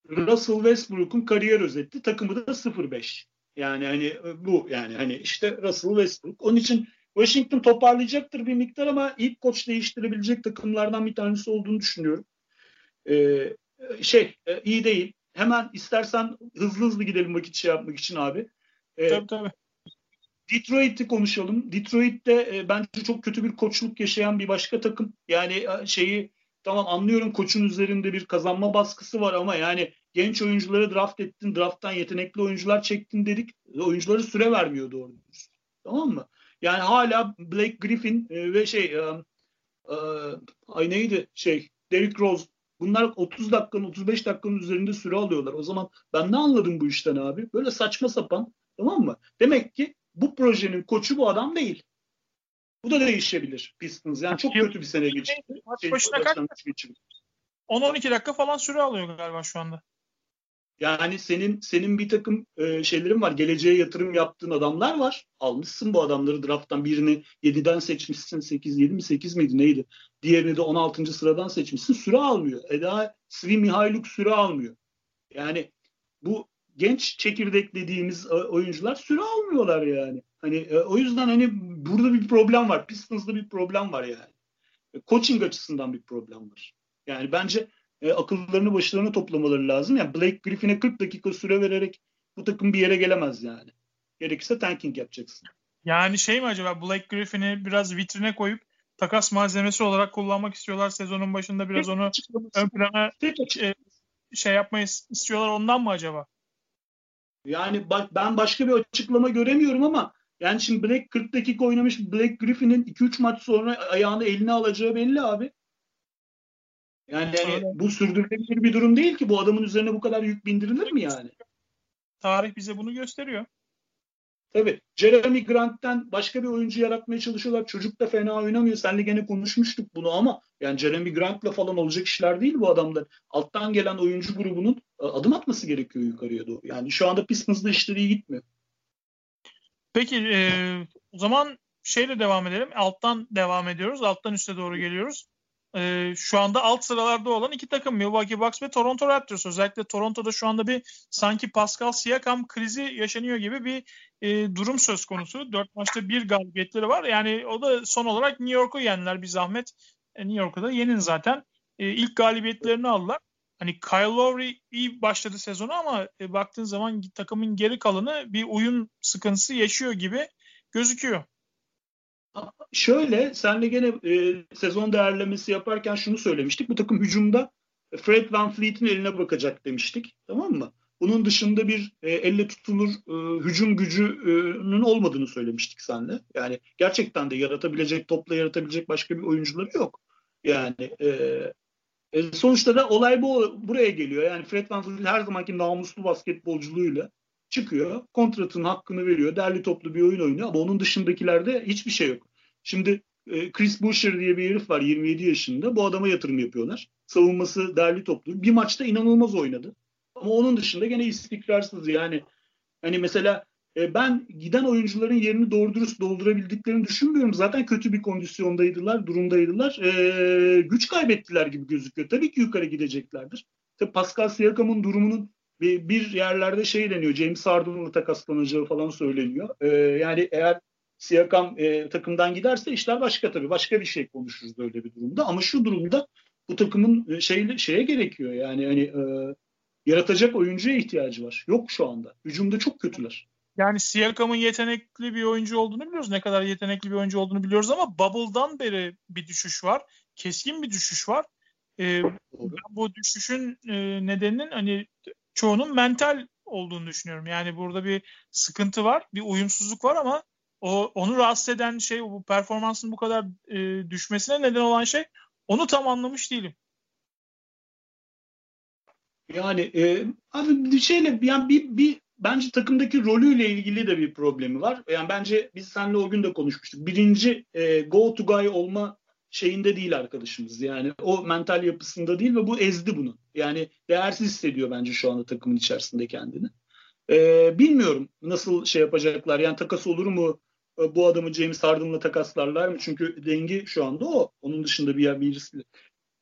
Russell Westbrook'un kariyer özeti, takımı da sıfır beş. Yani hani bu yani hani işte Russell Westbrook. Onun için Washington toparlayacaktır bir miktar ama ilk koç değiştirebilecek takımlardan bir tanesi olduğunu düşünüyorum. Ee, şey e, iyi değil. Hemen istersen hızlı hızlı gidelim vakit şey yapmak için abi. Ee, Tabii tabii. Detroit'i konuşalım. Detroit'te e, bence çok kötü bir koçluk yaşayan bir başka takım. Yani e, şeyi tamam anlıyorum, koçun üzerinde bir kazanma baskısı var ama yani genç oyuncuları draft ettin, drafttan yetenekli oyuncular çektin dedik. Oyuncuları süre vermiyor doğru dürüst. Tamam mı? Yani hala Blake Griffin e, ve şey e, e, ay neydi şey Derrick Rose, bunlar otuz dakikanın otuz beş dakikanın üzerinde süre alıyorlar. O zaman ben ne anladım bu işten abi? Böyle saçma sapan, tamam mı? Demek ki bu projenin koçu bu adam değil. Bu da değişebilir Pistons. Yani çok Yıl kötü bir sene geçti. maç Şey, başına kaç? başlangıç geçirdi. on on iki dakika falan süre alıyor galiba şu anda. Yani senin senin bir takım e, şeylerin var. Geleceğe yatırım yaptığın adamlar var. Almışsın bu adamları drafttan, birini yediden seçmişsin. sekiz yedi mi sekiz miydi neydi? Diğerini de on altıncı sıradan seçmişsin. Süre almıyor. Eda Svi Mihailuk süre almıyor. Yani bu genç çekirdek dediğimiz e, oyuncular süre almıyorlar yani. Hani e, o yüzden hani burada bir problem var. Pistons'da bir problem var yani. E, coaching açısından bir problem var. Yani bence e, akıllarını başlarına toplamaları lazım. Yani Blake Griffin'e kırk dakika süre vererek bu takım bir yere gelemez yani. Gerekirse tanking yapacaksın. Yani şey mi acaba, Blake Griffin'i biraz vitrine koyup takas malzemesi olarak kullanmak istiyorlar. Sezonun başında biraz Tek onu açıklaması, ön plana tek açık. e, şey yapmayı istiyorlar, ondan mı acaba? Yani ben başka bir açıklama göremiyorum ama yani şimdi Blake kırk dakika oynamış, Blake Griffin'in iki üç maç sonra ayağını eline alacağı belli abi. Yani hani Öyle. bu sürdürülebilir bir durum değil ki. Bu adamın üzerine bu kadar yük bindirilir mi yani? Tarih bize bunu gösteriyor. Tabii. Jeremy Grant'ten başka bir oyuncu yaratmaya çalışıyorlar. Çocuk da fena oynamıyor. Seninle gene konuşmuştuk bunu ama yani Jeremy Grant'la falan olacak işler değil bu adamlar. Alttan gelen oyuncu grubunun e, adım atması gerekiyor yukarıya doğru. Yani şu anda Pistons'da işleri iyi gitmiyor. Peki e, o zaman şeyle devam edelim. Alttan devam ediyoruz. Alttan üste doğru geliyoruz. E, şu anda alt sıralarda olan iki takım, Milwaukee Bucks ve Toronto Raptors. Özellikle Toronto'da şu anda bir sanki Pascal Siakam krizi yaşanıyor gibi bir e, durum söz konusu. Dört maçta bir galibiyetleri var. Yani o da son olarak New York'u yendiler bir zahmet. E, New York'u da yenin zaten. E, ilk galibiyetlerini aldılar. Hani Kyle Lowry iyi başladı sezonu ama e, baktığın zaman takımın geri kalanı bir uyum sıkıntısı yaşıyor gibi gözüküyor. Şöyle, senle gene e, sezon değerlemesi yaparken şunu söylemiştik. Bu takım hücumda Fred VanVleet'in eline bakacak demiştik. Tamam mı? Bunun dışında bir e, elle tutulur e, hücum gücünün olmadığını söylemiştik seninle. Yani gerçekten de yaratabilecek, topla yaratabilecek başka bir oyuncuları yok. Yani e, e, sonuçta da olay bu buraya geliyor. Yani Fred VanVleet her zamanki namuslu basketbolculuğuyla çıkıyor. Kontratın hakkını veriyor. Derli toplu bir oyun oynuyor ama onun dışındakilerde hiçbir şey yok. Şimdi e, Chris Boucher diye bir herif var, yirmi yedi yaşında. Bu adama yatırım yapıyorlar. Savunması derli toplu. Bir maçta inanılmaz oynadı. Ama onun dışında gene istikrarsız. Yani hani mesela e, ben giden oyuncuların yerini doğru dürüst doldurabildiklerini düşünmüyorum. Zaten kötü bir kondisyondaydılar, durumdaydılar. E, güç kaybettiler gibi gözüküyor. Tabii ki yukarı gideceklerdir. Tabii Pascal Siakam'ın durumunun bir, bir yerlerde şey deniyor. James Harden'la takaslanacağı falan söyleniyor. E, yani eğer Siakam e, takımdan giderse işler başka tabii. Başka bir şey konuşuruz böyle bir durumda. Ama şu durumda bu takımın e, şey, şeye gerekiyor. Yani hani e, yaratacak oyuncuya ihtiyacı var. Yok şu anda. Hücumda çok kötüler. Yani Siakam'ın yetenekli bir oyuncu olduğunu biliyoruz. Ne kadar yetenekli bir oyuncu olduğunu biliyoruz ama Bubble'dan beri bir düşüş var. Keskin bir düşüş var. Ee, Doğru. ben bu düşüşün e, nedeninin hani çoğunun mental olduğunu düşünüyorum. Yani burada bir sıkıntı var, bir uyumsuzluk var ama o onu rahatsız eden şey, bu performansın bu kadar e, düşmesine neden olan şey, onu tam anlamış değilim. Yani e, abi bir şeyle yani bir, bir bence takımdaki rolüyle ilgili de bir problemi var. Yani bence biz seninle o gün de konuşmuştuk. Birinci e, go to guy olma şeyinde değil arkadaşımız. Yani o mental yapısında değil ve bu ezdi bunu. Yani değersiz hissediyor bence şu anda takımın içerisinde kendini. E, bilmiyorum nasıl şey yapacaklar. Yani takas olur mu? E, bu adamı James Harden'la takaslarlar mı? Çünkü dengi şu anda o. Onun dışında bir yer birisi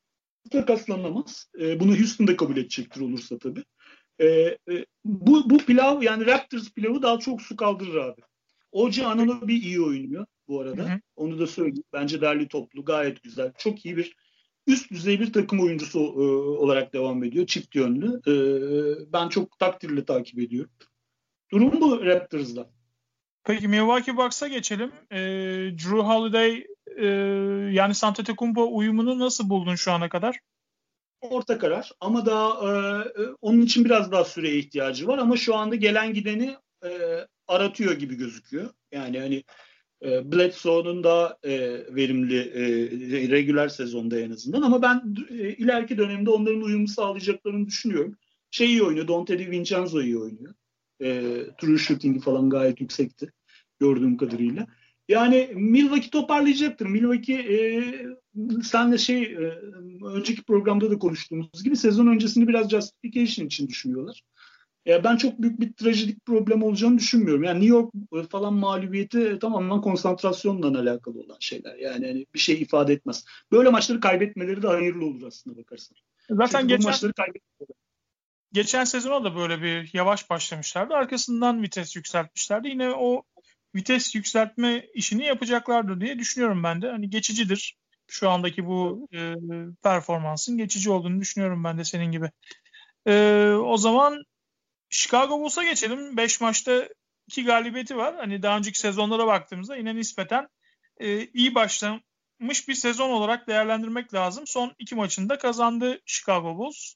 takaslanamaz. E, bunu Houston'da kabul edecektir olursa tabii. E, e, bu, bu pilav yani Raptors pilavı daha çok su kaldırır abi. O G Anunoby iyi oynuyor bu Hı arada. hı. Onu da söyleyeyim. Bence derli toplu gayet güzel. Çok iyi bir üst düzey bir takım oyuncusu e, olarak devam ediyor. Çift yönlü. E, ben çok takdirle takip ediyorum. Durum bu Raptors'da. Peki Milwaukee Bucks'a geçelim. Ee, Drew Holiday e, yani Antetokounmpo uyumunu nasıl buldun şu ana kadar? Orta karar ama daha e, onun için biraz daha süreye ihtiyacı var ama şu anda gelen gideni e, aratıyor gibi gözüküyor. Yani hani e, Bledsoe'nun daha e, verimli e, regüler sezonda en azından ama ben e, ileriki dönemde onların uyumu sağlayacaklarını düşünüyorum. Şey iyi oynuyor, Dante DiVincenzo iyi oynuyor. E, true shooting'i falan gayet yüksekti gördüğüm kadarıyla. Yani Milwaukee toparlayacaktır. Milwaukee e, senle şey e, önceki programda da konuştuğumuz gibi sezon öncesini biraz justification için düşünüyorlar. Ya ben çok büyük bir trajedik problem olacağını düşünmüyorum. Yani New York falan mağlubiyeti tamamen konsantrasyonla alakalı olan şeyler. Yani hani bir şey ifade etmez. Böyle maçları kaybetmeleri de hayırlı olur aslında bakarsan. Zaten Çünkü bu geçen maçları kaybetmiyorlar. geçen sezona da böyle bir yavaş başlamışlardı. Arkasından vites yükseltmişlerdi. Yine o vites yükseltme işini yapacaklardır diye düşünüyorum ben de. Hani geçicidir. Şu andaki bu e, performansın geçici olduğunu düşünüyorum ben de senin gibi. E, o zaman Chicago Bulls'a geçelim. beş maçta iki galibiyeti var. Hani daha önceki sezonlara baktığımızda yine nispeten e, iyi başlamış bir sezon olarak değerlendirmek lazım. Son iki maçında kazandı Chicago Bulls.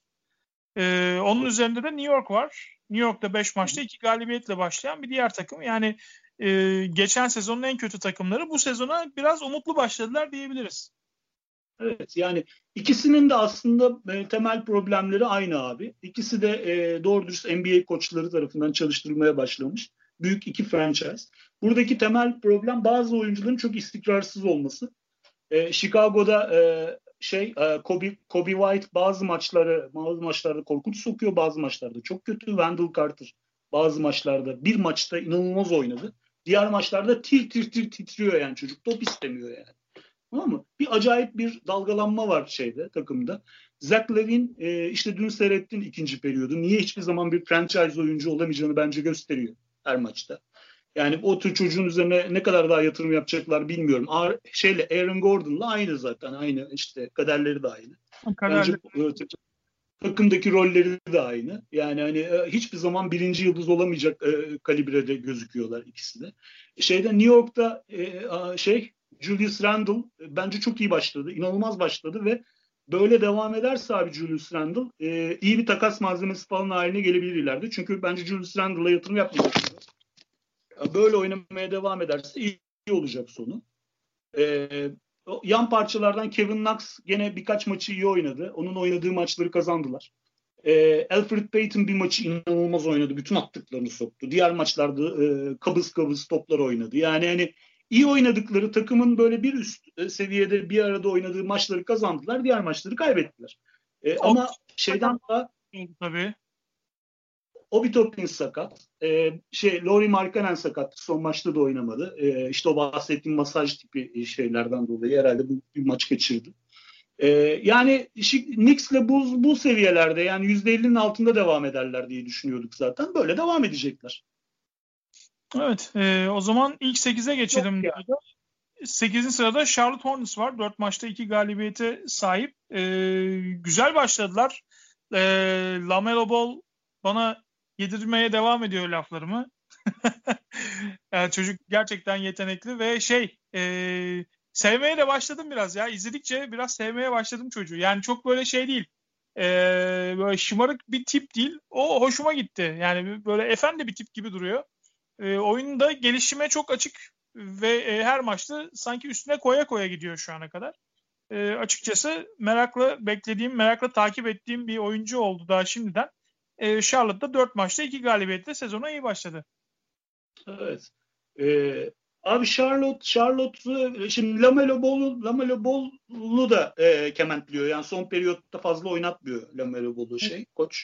E, onun üzerinde de New York var. New York'ta beş maçta iki galibiyetle başlayan bir diğer takım. Yani e, geçen sezonun en kötü takımları bu sezona biraz umutlu başladılar diyebiliriz. Evet yani ikisinin de aslında e, temel problemleri aynı abi. İkisi de e, doğru dürüst N B A koçları tarafından çalıştırılmaya başlamış. Büyük iki franchise. Buradaki temel problem bazı oyuncuların çok istikrarsız olması. E, Chicago'da e, şey e, Kobe, Kobe White bazı maçları bazı maçlarda korkunç sokuyor, bazı maçlarda çok kötü. Wendell Carter bazı maçlarda bir maçta inanılmaz oynadı. Diğer maçlarda tir tir tir titriyor yani çocuk top istemiyor yani. Tamam mı? Bir acayip bir dalgalanma var şeyde takımda. Zach Lavin e, işte dün seyrettin ikinci periyodu. Niye hiçbir zaman bir franchise oyuncu olamayacağını bence gösteriyor her maçta. Yani o tür çocuğun üzerine ne kadar daha yatırım yapacaklar bilmiyorum. Ar- şeyle Aaron Gordon'la aynı zaten. Aynı işte kaderleri de aynı. Bence Kaderli. e, takımdaki rolleri de aynı. Yani hani e, hiçbir zaman birinci yıldız olamayacak e, kalibrede gözüküyorlar ikisi de. Şeyde New York'ta e, şey Julius Randle e, bence çok iyi başladı. İnanılmaz başladı ve böyle devam ederse abi Julius Randle e, iyi bir takas malzemesi falan haline gelebilir ileride. Çünkü bence Julius Randle'a yatırım yapmayacaklar. Böyle oynamaya devam ederse iyi olacak sonu. Ee, yan parçalardan Kevin Knox gene birkaç maçı iyi oynadı. Onun oynadığı maçları kazandılar. Ee, Elfrid Payton bir maçı inanılmaz oynadı. Bütün attıklarını soktu. Diğer maçlarda e, kabız kabız toplar oynadı. Yani hani iyi oynadıkları takımın böyle bir üst seviyede bir arada oynadığı maçları kazandılar. Diğer maçları kaybettiler. E, O ama şeyden daha tabii. Obi Toppin sakat. Ee, şey Lauri Markkanen sakat. Son maçta da oynamadı. Ee, işte o bahsettiğim masaj tipi şeylerden dolayı herhalde bir, bir maç kaçırdı. Ee, yani Knicks'le bu, bu seviyelerde yani yüzde ellinin altında devam ederler diye düşünüyorduk zaten. Böyle devam edecekler. Evet. E, o zaman ilk sekize Yok geçelim. ya. sekizinci sırada Charlotte Hornets var. dört maçta iki galibiyete sahip. Ee, güzel başladılar. Ee, LaMelo Ball bana yedirmeye devam ediyor laflarımı. Yani çocuk gerçekten yetenekli ve şey e, sevmeye de başladım biraz ya. İzledikçe biraz sevmeye başladım çocuğu. Yani çok böyle şey değil. Ee, böyle şımarık bir tip değil. O hoşuma gitti. Yani böyle efendi bir tip gibi duruyor. E, oyunda gelişime çok açık ve e, her maçta sanki üstüne koya koya gidiyor şu ana kadar. E, açıkçası merakla beklediğim, merakla takip ettiğim bir oyuncu oldu daha şimdiden. E, Charlotte'da dört maçta iki galibiyetle sezona iyi başladı. Evet. Ee, abi Charlotte, Charlotte şimdi Lamelo Ball'u Lamelo Ball'u da e, kementliyor. Yani son periyotta fazla oynatmıyor Lamelo Ball'u şey koç.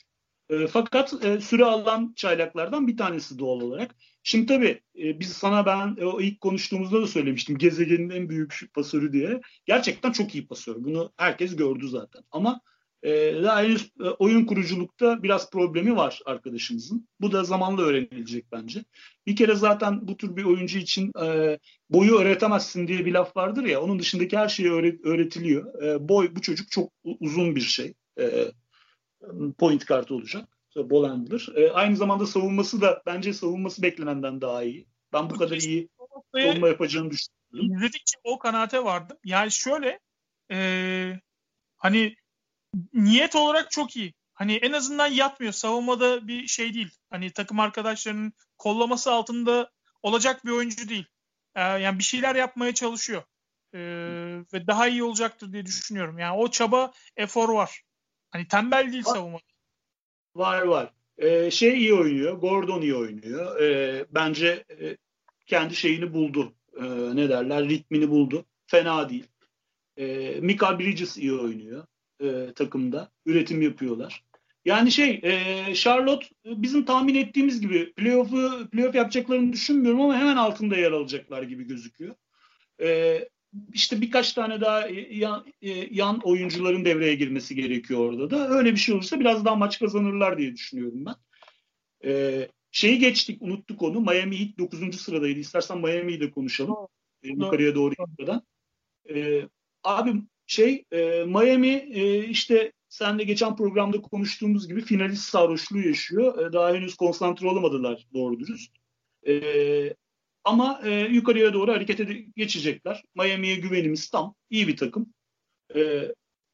E, fakat e, süre alan çaylaklardan bir tanesi doğal olarak. Şimdi tabii e, biz sana ben e, o ilk konuştuğumuzda da söylemiştim gezegenin en büyük pasörü diye. Gerçekten çok iyi pasör. Bunu herkes gördü zaten. Ama e, daha henüz e, oyun kuruculukta biraz problemi var arkadaşımızın. Bu da zamanla öğrenilecek bence. Bir kere zaten bu tür bir oyuncu için e, boyu öğretemezsin diye bir laf vardır ya. Onun dışındaki her şey öğret- öğretiliyor. E, boy bu çocuk çok uzun bir şey. E, point kartı olacak. Ball handler. E, aynı zamanda savunması da bence savunması beklenenden daha iyi. Ben bu kadar iyi savunma yapacağını düşünüyorum. İzledikçe o kanaate vardım. Yani şöyle e, hani niyet olarak çok iyi. Hani en azından yatmıyor. Savunmada bir şey değil. Hani takım arkadaşlarının kollaması altında olacak bir oyuncu değil. Ee, yani bir şeyler yapmaya çalışıyor. Ee, ve daha iyi olacaktır diye düşünüyorum. Yani o çaba, efor var. Hani tembel değil savunma. Var var. Ee, şey iyi oynuyor. Gordon iyi oynuyor. Ee, bence e, kendi şeyini buldu. Ee, ne derler? Ritmini buldu. Fena değil. Ee, Mika Bridges iyi oynuyor e, takımda. Üretim yapıyorlar. Yani şey, e, Charlotte bizim tahmin ettiğimiz gibi playoff'u playoff yapacaklarını düşünmüyorum ama hemen altında yer alacaklar gibi gözüküyor. E, işte birkaç tane daha yan, yan oyuncuların devreye girmesi gerekiyor orada da. Öyle bir şey olursa biraz daha maç kazanırlar diye düşünüyorum ben. E, şeyi geçtik, unuttuk onu. Miami Heat dokuzuncu sıradaydı. İstersen Miami'yi de konuşalım. E, yukarıya doğru gitmeden. E, abi şey e, Miami e, işte sen de geçen programda konuştuğumuz gibi finalist sarhoşluğu yaşıyor. E, daha henüz konsantre olamadılar doğru dürüst. E, ama e, yukarıya doğru harekete geçecekler. Miami'ye güvenimiz tam. İyi bir takım. E,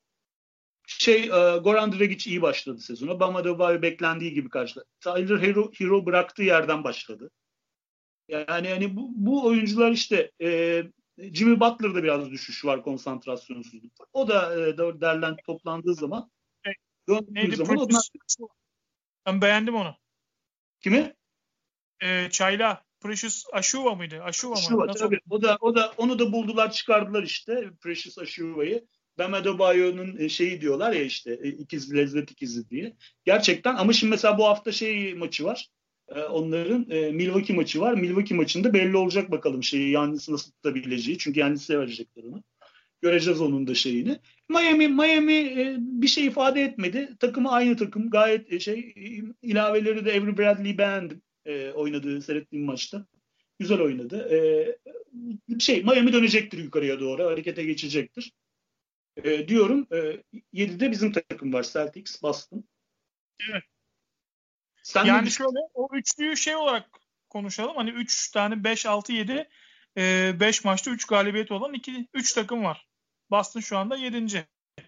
şey e, Goran Dragic iyi başladı sezona. Bam Adebayo beklendiği gibi karşıladı. Tyler Hero, Hero bıraktığı yerden başladı. Yani hani bu, bu oyuncular işte e, Jimmy Butler'da biraz düşüş var, konsantrasyonsuzluk. O da e, derlen toplandığı zaman Şey, döndüğü neydi? zaman onlar Ben beğendim onu. kimi? Ee, Çayla. Precious Aşuva mıydı? Aşuva mı? Aşuva Nasıl tabii. O da o da onu da buldular, çıkardılar işte Precious Aşuva'yı. Bam Adebayo'nun şeyi diyorlar ya işte ikiz lezzet ikizi diye. Gerçekten ama şimdi mesela bu hafta şey maçı var. Onların Milwaukee maçı var. Milwaukee maçında belli olacak bakalım şeyi Yannis'i nasıl tutabileceği. Çünkü Yannis'e verecekler onu. Göreceğiz onun da şeyini. Miami Miami e, bir şey ifade etmedi. Takımı aynı takım. Gayet e, şey ilaveleri de Avery Bradley'i beğendim. E, oynadığı seyrettiğim maçta. Güzel oynadı. E, şey Miami dönecektir yukarıya doğru. Harekete geçecektir. E, diyorum. E, yedide bizim takım var. Celtics, Boston. Evet. Sen ne Yani düşünüyorsun? şöyle o üçlüyü şey olarak konuşalım. Hani üç tane beş altı yedi beş maçta üç galibiyet olan iki üç takım var. Boston şu anda yedinci.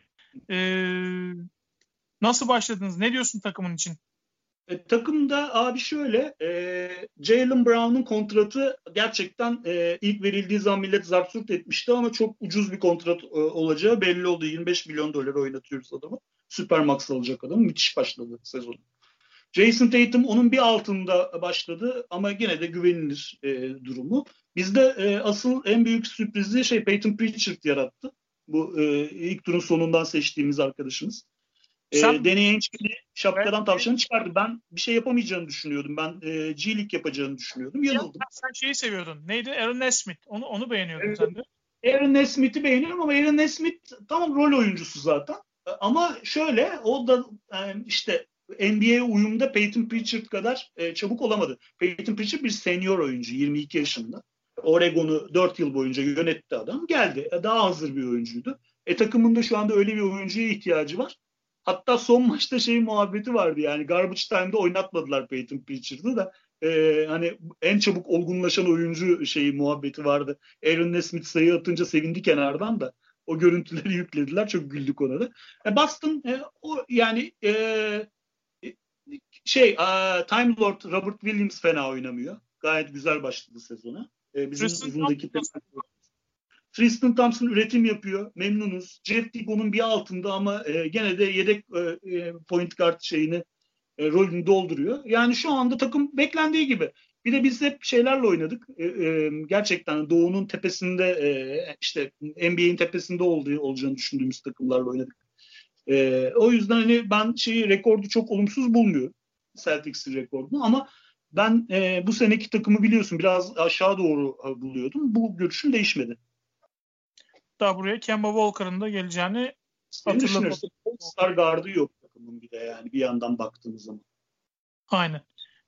Ee, nasıl başladınız? Ne diyorsun takımın için? E, takımda abi şöyle e, Jaylen Brown'un kontratı gerçekten e, ilk verildiği zaman millet zart zurt etmişti ama çok ucuz bir kontrat e, olacağı belli oldu. yirmi beş milyon dolar oynatıyoruz adamı. Supermax alacak adam. Müthiş başladı sezonu. Jason Tatum onun bir altında başladı ama gene de güvenilir e, durumu. Bizde e, asıl en büyük sürprizi şey Peyton Pritchard yarattı. Bu e, ilk turun sonundan seçtiğimiz arkadaşımız. E, Sen Danny Ainge'li şapkadan belki tavşanı çıkardı. Ben bir şey yapamayacağını düşünüyordum. Ben e, G League yapacağını düşünüyordum. ya, Yanıldım. sen şeyi seviyordun. Neydi? Aaron Nesmith. Onu onu beğeniyordun Evet. sen de. Aaron Nesmith'i beğeniyorum ama Aaron Nesmith tamam rol oyuncusu zaten. E, Ama şöyle o da e, işte N B A'ye uyumda Peyton Pritchard kadar e, çabuk olamadı. Peyton Pritchard bir senior oyuncu yirmi iki yaşında. Oregon'u dört yıl boyunca yönetti adam. Geldi. E, daha hazır bir oyuncuydu. E takımında şu anda öyle bir oyuncuya ihtiyacı var. Hatta son maçta şey muhabbeti vardı yani garbage time'da oynatmadılar Peyton Pritchard'ı da e, hani en çabuk olgunlaşan oyuncu şeyi muhabbeti vardı. Aaron Nesmith sayı atınca sevindi kenardan da. O görüntüleri yüklediler. Çok güldük ona da. E, Boston e, o yani e, şey e, Time Lord Robert Williams fena oynamıyor. Gayet güzel başladı sezona. E, bizim Tristan hücumdaki Thompson Tristan Thompson üretim yapıyor. Memnunuz. Jeff Teague bir altında ama e, gene de yedek e, e, point guard şeyini e, rolünü dolduruyor. Yani şu anda takım beklendiği gibi. Bir de biz hep şeylerle oynadık. E, e, gerçekten Doğu'nun tepesinde e, işte N B A'in tepesinde olduğu olacağını düşündüğümüz takımlarla oynadık. E, o yüzden hani ben şeyi rekordu çok olumsuz bulmuyorum. Celtics'in rekordunu ama ben e, bu seneki takımı biliyorsun biraz aşağı doğru e, buluyordum. Bu görüşüm değişmedi. Daha buraya Kemba Walker'ın da geleceğini Ne hatırladım. düşünürsün? Star Guard'ı yok takımın bir de yani bir yandan baktığımız zaman. Aynen.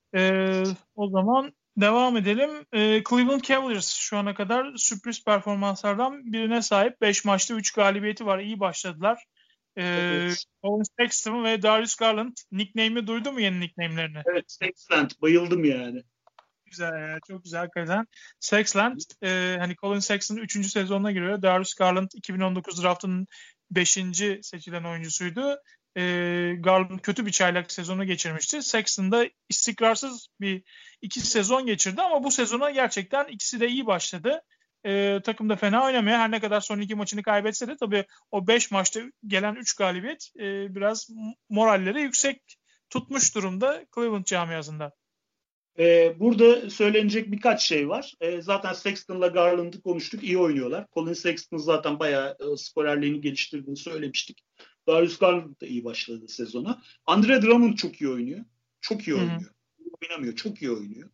Ee, o zaman devam edelim. Ee, Cleveland Cavaliers şu ana kadar sürpriz performanslardan birine sahip. beş maçta üç galibiyeti var. İyi başladılar. Ee, Evet. Colin Sexton ve Darius Garland nickname'i duydu mu, yeni nickname'lerini? Evet, Sexland. Bayıldım yani. Güzel ya, çok güzel hakikaten. Sexland, e, hani Colin Sexton'ın üçüncü sezonuna giriyor. Darius Garland iki bin on dokuz draftının beşinci seçilen oyuncusuydu. E, Garland kötü bir çaylak sezonu geçirmişti. Sexton da istikrarsız bir iki sezon geçirdi ama bu sezona gerçekten ikisi de iyi başladı. E, takım da fena oynamıyor. Her ne kadar son iki maçını kaybetse de tabii o beş maçta gelen üç galibiyet e, biraz moralleri yüksek tutmuş durumda Cleveland camiasında. Ee, burada söylenecek birkaç şey var. Ee, zaten Sexton'la Garland'ı konuştuk. İyi oynuyorlar. Colin Sexton zaten bayağı e, skorerliğini geliştirdiğini söylemiştik. Darius Garland da iyi başladı sezona. Andre Drummond çok iyi oynuyor. Çok iyi Hı hı. oynuyor. Oynamıyor. Çok iyi oynuyor.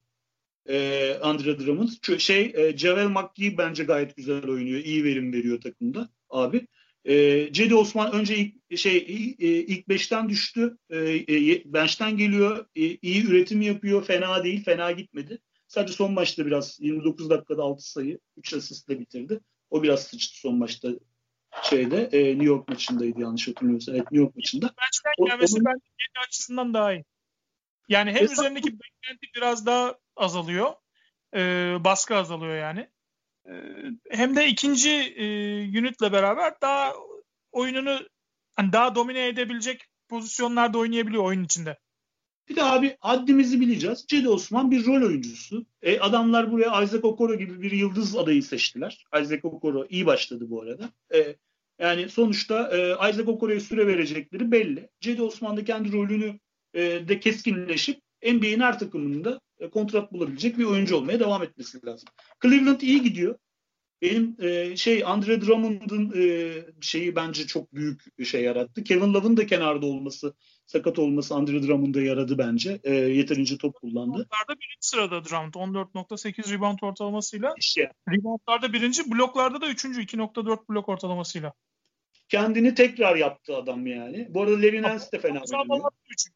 Ee, Andre Drummond. Ç- şey, e, Javel McGee bence gayet güzel oynuyor. İyi verim veriyor takımda abi. Ee, Cedi Osman önce ilk şey e, ilk beşten düştü. Ee, e, bench'ten geliyor. E, iyi üretim yapıyor. Fena değil. Fena gitmedi. Sadece son maçta biraz yirmi dokuz dakikada altı sayı, üç asistle bitirdi. O biraz sıçtı son maçta şeyde. E, New York maçındaydı yanlış hatırlamıyorsam. Evet, New York maçında. Bench'ten O, gelmesi onun bence kendi açısından daha iyi. Yani hem esas üzerindeki beklenti biraz daha azalıyor. E, baskı azalıyor yani. E, hem de ikinci e, unitle beraber daha oyununu hani daha domine edebilecek pozisyonlarda oynayabiliyor oyun içinde. bir de abi haddimizi bileceğiz. Cedi Osman bir rol oyuncusu. E, adamlar buraya Isaac Okoro gibi bir yıldız adayı seçtiler. Isaac Okoro iyi başladı bu arada. E, yani sonuçta e, Isaac Okoro'ya süre verecekleri belli. Cedi Osman da kendi rolünü e, de keskinleşip N B A'in her takımında e, kontrat bulabilecek bir oyuncu olmaya devam etmesi lazım. Cleveland iyi gidiyor. Benim e, şey Andre Drummond'un e, şeyi bence çok büyük bir şey yarattı. Kevin Love'ın da kenarda olması, sakat olması Andre Drummond'a yaradı bence. E, yeterince top kullandı. Reboundlarda birinci sırada Drummond. on dört nokta sekiz rebound ortalamasıyla. İşte Reboundlarda birinci, bloklarda da üçüncü. iki nokta dört blok ortalamasıyla. kendini tekrar yaptı adam yani. Bu arada Larry Nance de fena Top oynamıyor. çalma,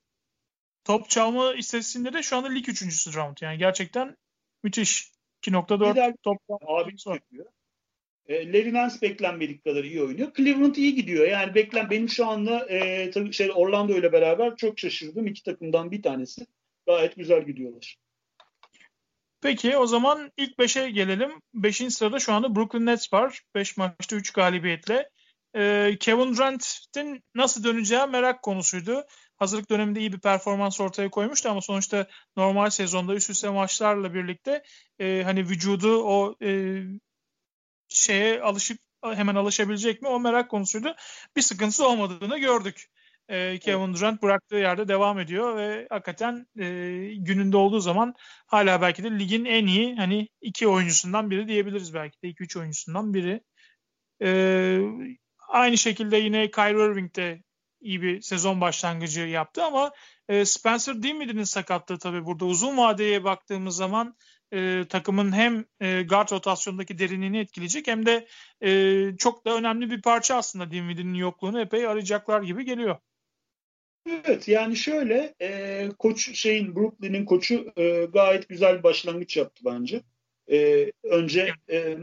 top çalma istatistiğinde de şu anda lig üçüncüsü Drummond. Yani gerçekten müthiş. iki nokta dört Lider top abi var. yapıyor. E, Larry Nance beklenmedik kadar iyi oynuyor. Cleveland iyi gidiyor. Yani beklen benim şu anda e, tabii şey Orlando ile beraber çok şaşırdım. İki takımdan bir tanesi. Gayet güzel gidiyorlar. Peki o zaman ilk beşe gelelim. beşinci sırada şu anda Brooklyn Nets var. beş maçta üç galibiyetle. Ee, Kevin Durant'in nasıl döneceği merak konusuydu. Hazırlık döneminde iyi bir performans ortaya koymuştu ama sonuçta normal sezonda üst üste maçlarla birlikte e, hani vücudu o e, şeye alışıp hemen alışabilecek mi, o merak konusuydu. Bir sıkıntısı olmadığını gördük. E, Kevin Durant bıraktığı yerde devam ediyor ve hakikaten e, gününde olduğu zaman hala belki de ligin en iyi hani iki oyuncusundan biri diyebiliriz, belki de iki üç oyuncusundan biri. E, aynı şekilde yine Kyrie Irving de iyi bir sezon başlangıcı yaptı ama e, Spencer Dinwiddie'nin sakatlığı tabii burada uzun vadeye baktığımız zaman e, takımın hem e, guard rotasyondaki derinliğini etkileyecek hem de e, çok da önemli bir parça aslında. Dinwiddie'nin yokluğunu epey arayacaklar gibi geliyor. Evet yani şöyle e, koç şeyin Brooklyn'in koçu e, gayet güzel bir başlangıç yaptı bence. E, önce e,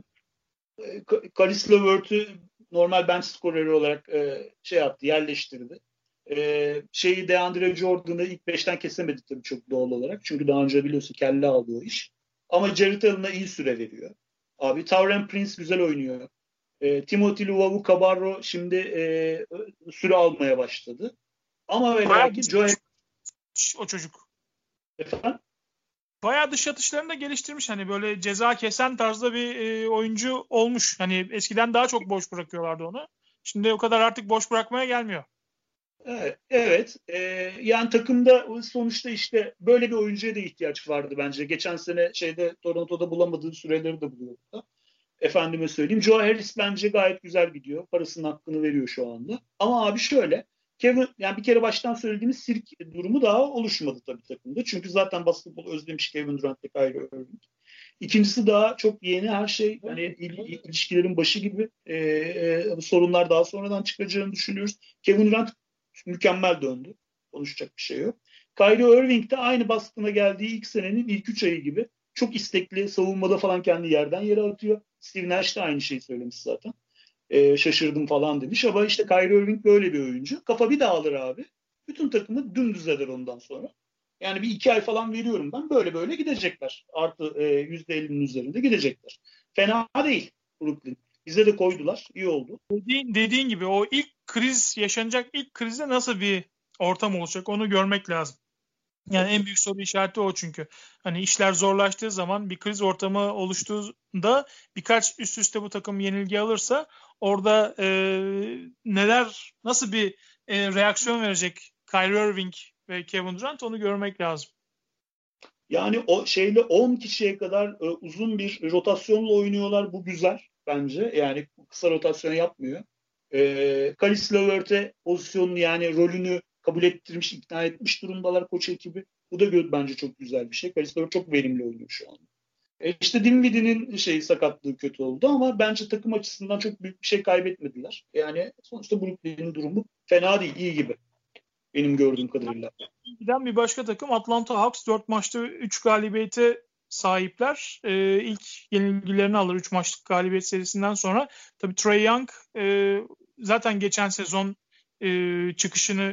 Caris LeVert'ü normal bench skoreri olarak e, şey yaptı, yerleştirdi. E, şeyi DeAndre Jordan'ı ilk beşten kesemedi tabii çok doğal olarak. Çünkü daha önce biliyorsun kelle aldı o iş. Ama Jared Allen'a iyi süre veriyor. Abi Taurean Prince güzel oynuyor. E, Timothy Luwawu Cabarro şimdi e, süre almaya başladı. Ama ve Bayağı lakin Joe dış o çocuk. efendim, Bayağı dış atışlarını da geliştirmiş. Hani böyle ceza kesen tarzda bir e, oyuncu olmuş. Hani eskiden daha çok boş bırakıyorlardı onu. Şimdi o kadar artık boş bırakmaya gelmiyor. evet, evet. Ee, yani takımda sonuçta işte böyle bir oyuncuya da ihtiyaç vardı bence. Geçen sene şeyde Toronto'da bulamadığı süreleri de buluyordu. Efendime söyleyeyim. Joe Harris bence gayet güzel gidiyor. Parasının hakkını veriyor şu anda. Ama abi şöyle, Kevin, yani bir kere baştan söylediğimiz sirk durumu daha oluşmadı tabii takımda. Çünkü zaten basketbol özlemiş Kevin Durant ve Kyrie Irving. İkincisi daha çok yeni, her şey yani il, ilişkilerin başı gibi e, e, sorunlar daha sonradan çıkacağını düşünüyoruz. Kevin Durant mükemmel döndü. Konuşacak bir şey yok. Kyrie Irving de aynı baskına geldiği ilk senenin ilk üç ayı gibi çok istekli, savunmada falan kendi yerden yere atıyor. Steve Nash de aynı şeyi söylemiş zaten. E, şaşırdım falan demiş ama işte Kyrie Irving böyle bir oyuncu. Kafa bir dağılır abi. Bütün takımı dümdüz eder ondan sonra. Yani bir iki ay falan veriyorum ben. Böyle böyle gidecekler. Artı e, yüzde ellinin üzerinde gidecekler. Fena değil Brooklyn. Bize de koydular. İyi oldu. Dediğin, dediğin gibi o ilk kriz yaşanacak ilk krizde nasıl bir ortam olacak onu görmek lazım. Yani en büyük soru işareti o çünkü. Hani işler zorlaştığı zaman bir kriz ortamı oluştuğunda birkaç üst üste bu takım yenilgi alırsa orada e, neler nasıl bir e, reaksiyon verecek Kyrie Irving ve Kevin Durant onu görmek lazım. Yani o şeyle on kişiye kadar e, uzun bir rotasyonla oynuyorlar. Bu güzel bence. Yani kısa rotasyon yapmıyor. E, Karis Levert'e pozisyonunu yani rolünü kabul ettirmiş, ikna etmiş durumdalar koç ekibi. Bu da gö- bence çok güzel bir şey. Karis Levert çok verimli oynuyor şu anda. E işte Dinwiddie'nin şey sakatlığı kötü oldu ama bence takım açısından çok büyük bir şey kaybetmediler. Yani sonuçta Brooklyn'in durumu fena değil, iyi gibi benim gördüğüm kadarıyla. Giden bir başka takım Atlanta Hawks dört maçta üç galibiyete sahipler. Ee, ilk yenilgilerini alır üç maçlık galibiyet serisinden sonra. Tabii Trae Young e, zaten geçen sezon e, çıkışını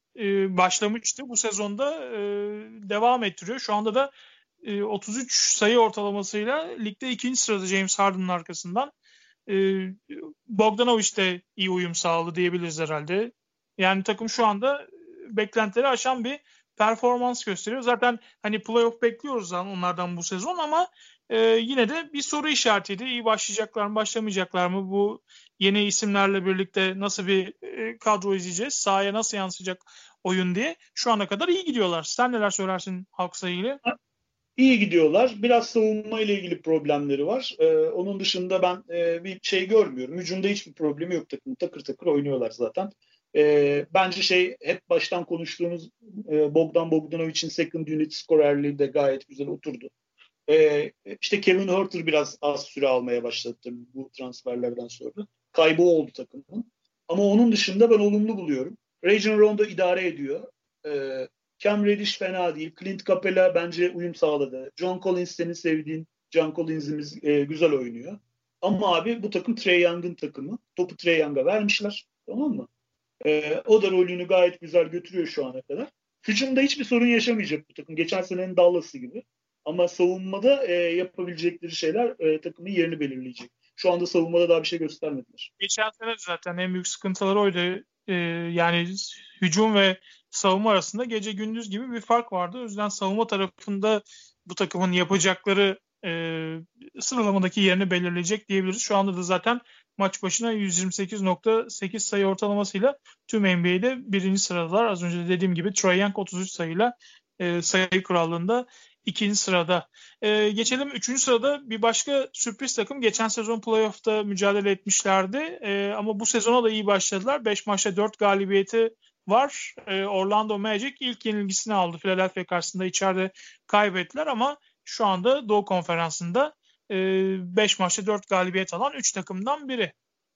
e, başlamıştı. Bu sezonda e, devam ettiriyor. Şu anda da e, otuz üç sayı ortalamasıyla ligde ikinci sırada James Harden'ın arkasından. E, Bogdanovic de iyi uyum sağladı diyebiliriz herhalde. Yani takım şu anda beklentileri aşan bir performans gösteriyor. Zaten hani playoff bekliyoruz onlardan bu sezon ama e, yine de bir soru işaretiydi. İyi başlayacaklar mı, başlamayacaklar mı? Bu yeni isimlerle birlikte nasıl bir e, kadro izleyeceğiz? Sahaya nasıl yansıyacak oyun diye. Şu ana kadar iyi gidiyorlar. Sen neler söylersin Hawks'la ilgili? İyi gidiyorlar. Biraz savunma ile ilgili problemleri var. Ee, onun dışında ben e, bir şey görmüyorum. Hücumda hiçbir problemi yok takımın. Takır takır oynuyorlar zaten. Ee, bence şey hep baştan konuştuğumuz e, Bogdan Bogdanovic'in second unit skorerliği de gayet güzel oturdu. Ee, işte Kevin Huerter biraz az süre almaya başladı tabii bu transferlerden sonra. Kaybı oldu takımın. Ama onun dışında ben olumlu buluyorum. Rajon Rondo idare ediyor. Ee, Cam Reddish fena değil. Clint Capela bence uyum sağladı. John Collins senin sevdiğin John Collins'imiz e, güzel oynuyor. Ama abi bu takım Trae Young'ın takımı. Topu Trae Young'a vermişler. Tamam mı? Ee, o da rolünü gayet güzel götürüyor şu ana kadar. Hücumda hiçbir sorun yaşamayacak bu takım. Geçen senenin Dallas'ı gibi. Ama savunmada e, yapabilecekleri şeyler e, takımın yerini belirleyecek. Şu anda savunmada daha bir şey göstermediler. Geçen sene de zaten en büyük sıkıntıları oydu. Ee, yani hücum ve savunma arasında gece gündüz gibi bir fark vardı. O yüzden savunma tarafında bu takımın yapacakları e, sıralamadaki yerini belirleyecek diyebiliriz. Şu anda da zaten maç başına yüz yirmi sekiz nokta sekiz sayı ortalamasıyla tüm N B A'de birinci sıradalar. Az önce de dediğim gibi Trae Young otuz üç sayıyla e, sayı krallığında ikinci sırada. Ee, geçelim üçüncü sırada bir başka sürpriz takım. Geçen sezon playoff'ta mücadele etmişlerdi. Ee, ama bu sezona da iyi başladılar. beş maçta dört galibiyeti var. Ee, Orlando Magic ilk yenilgisini aldı. Philadelphia karşısında içeride kaybettiler ama şu anda Doğu Konferansı'nda beş maçta dört galibiyet alan üç takımdan biri.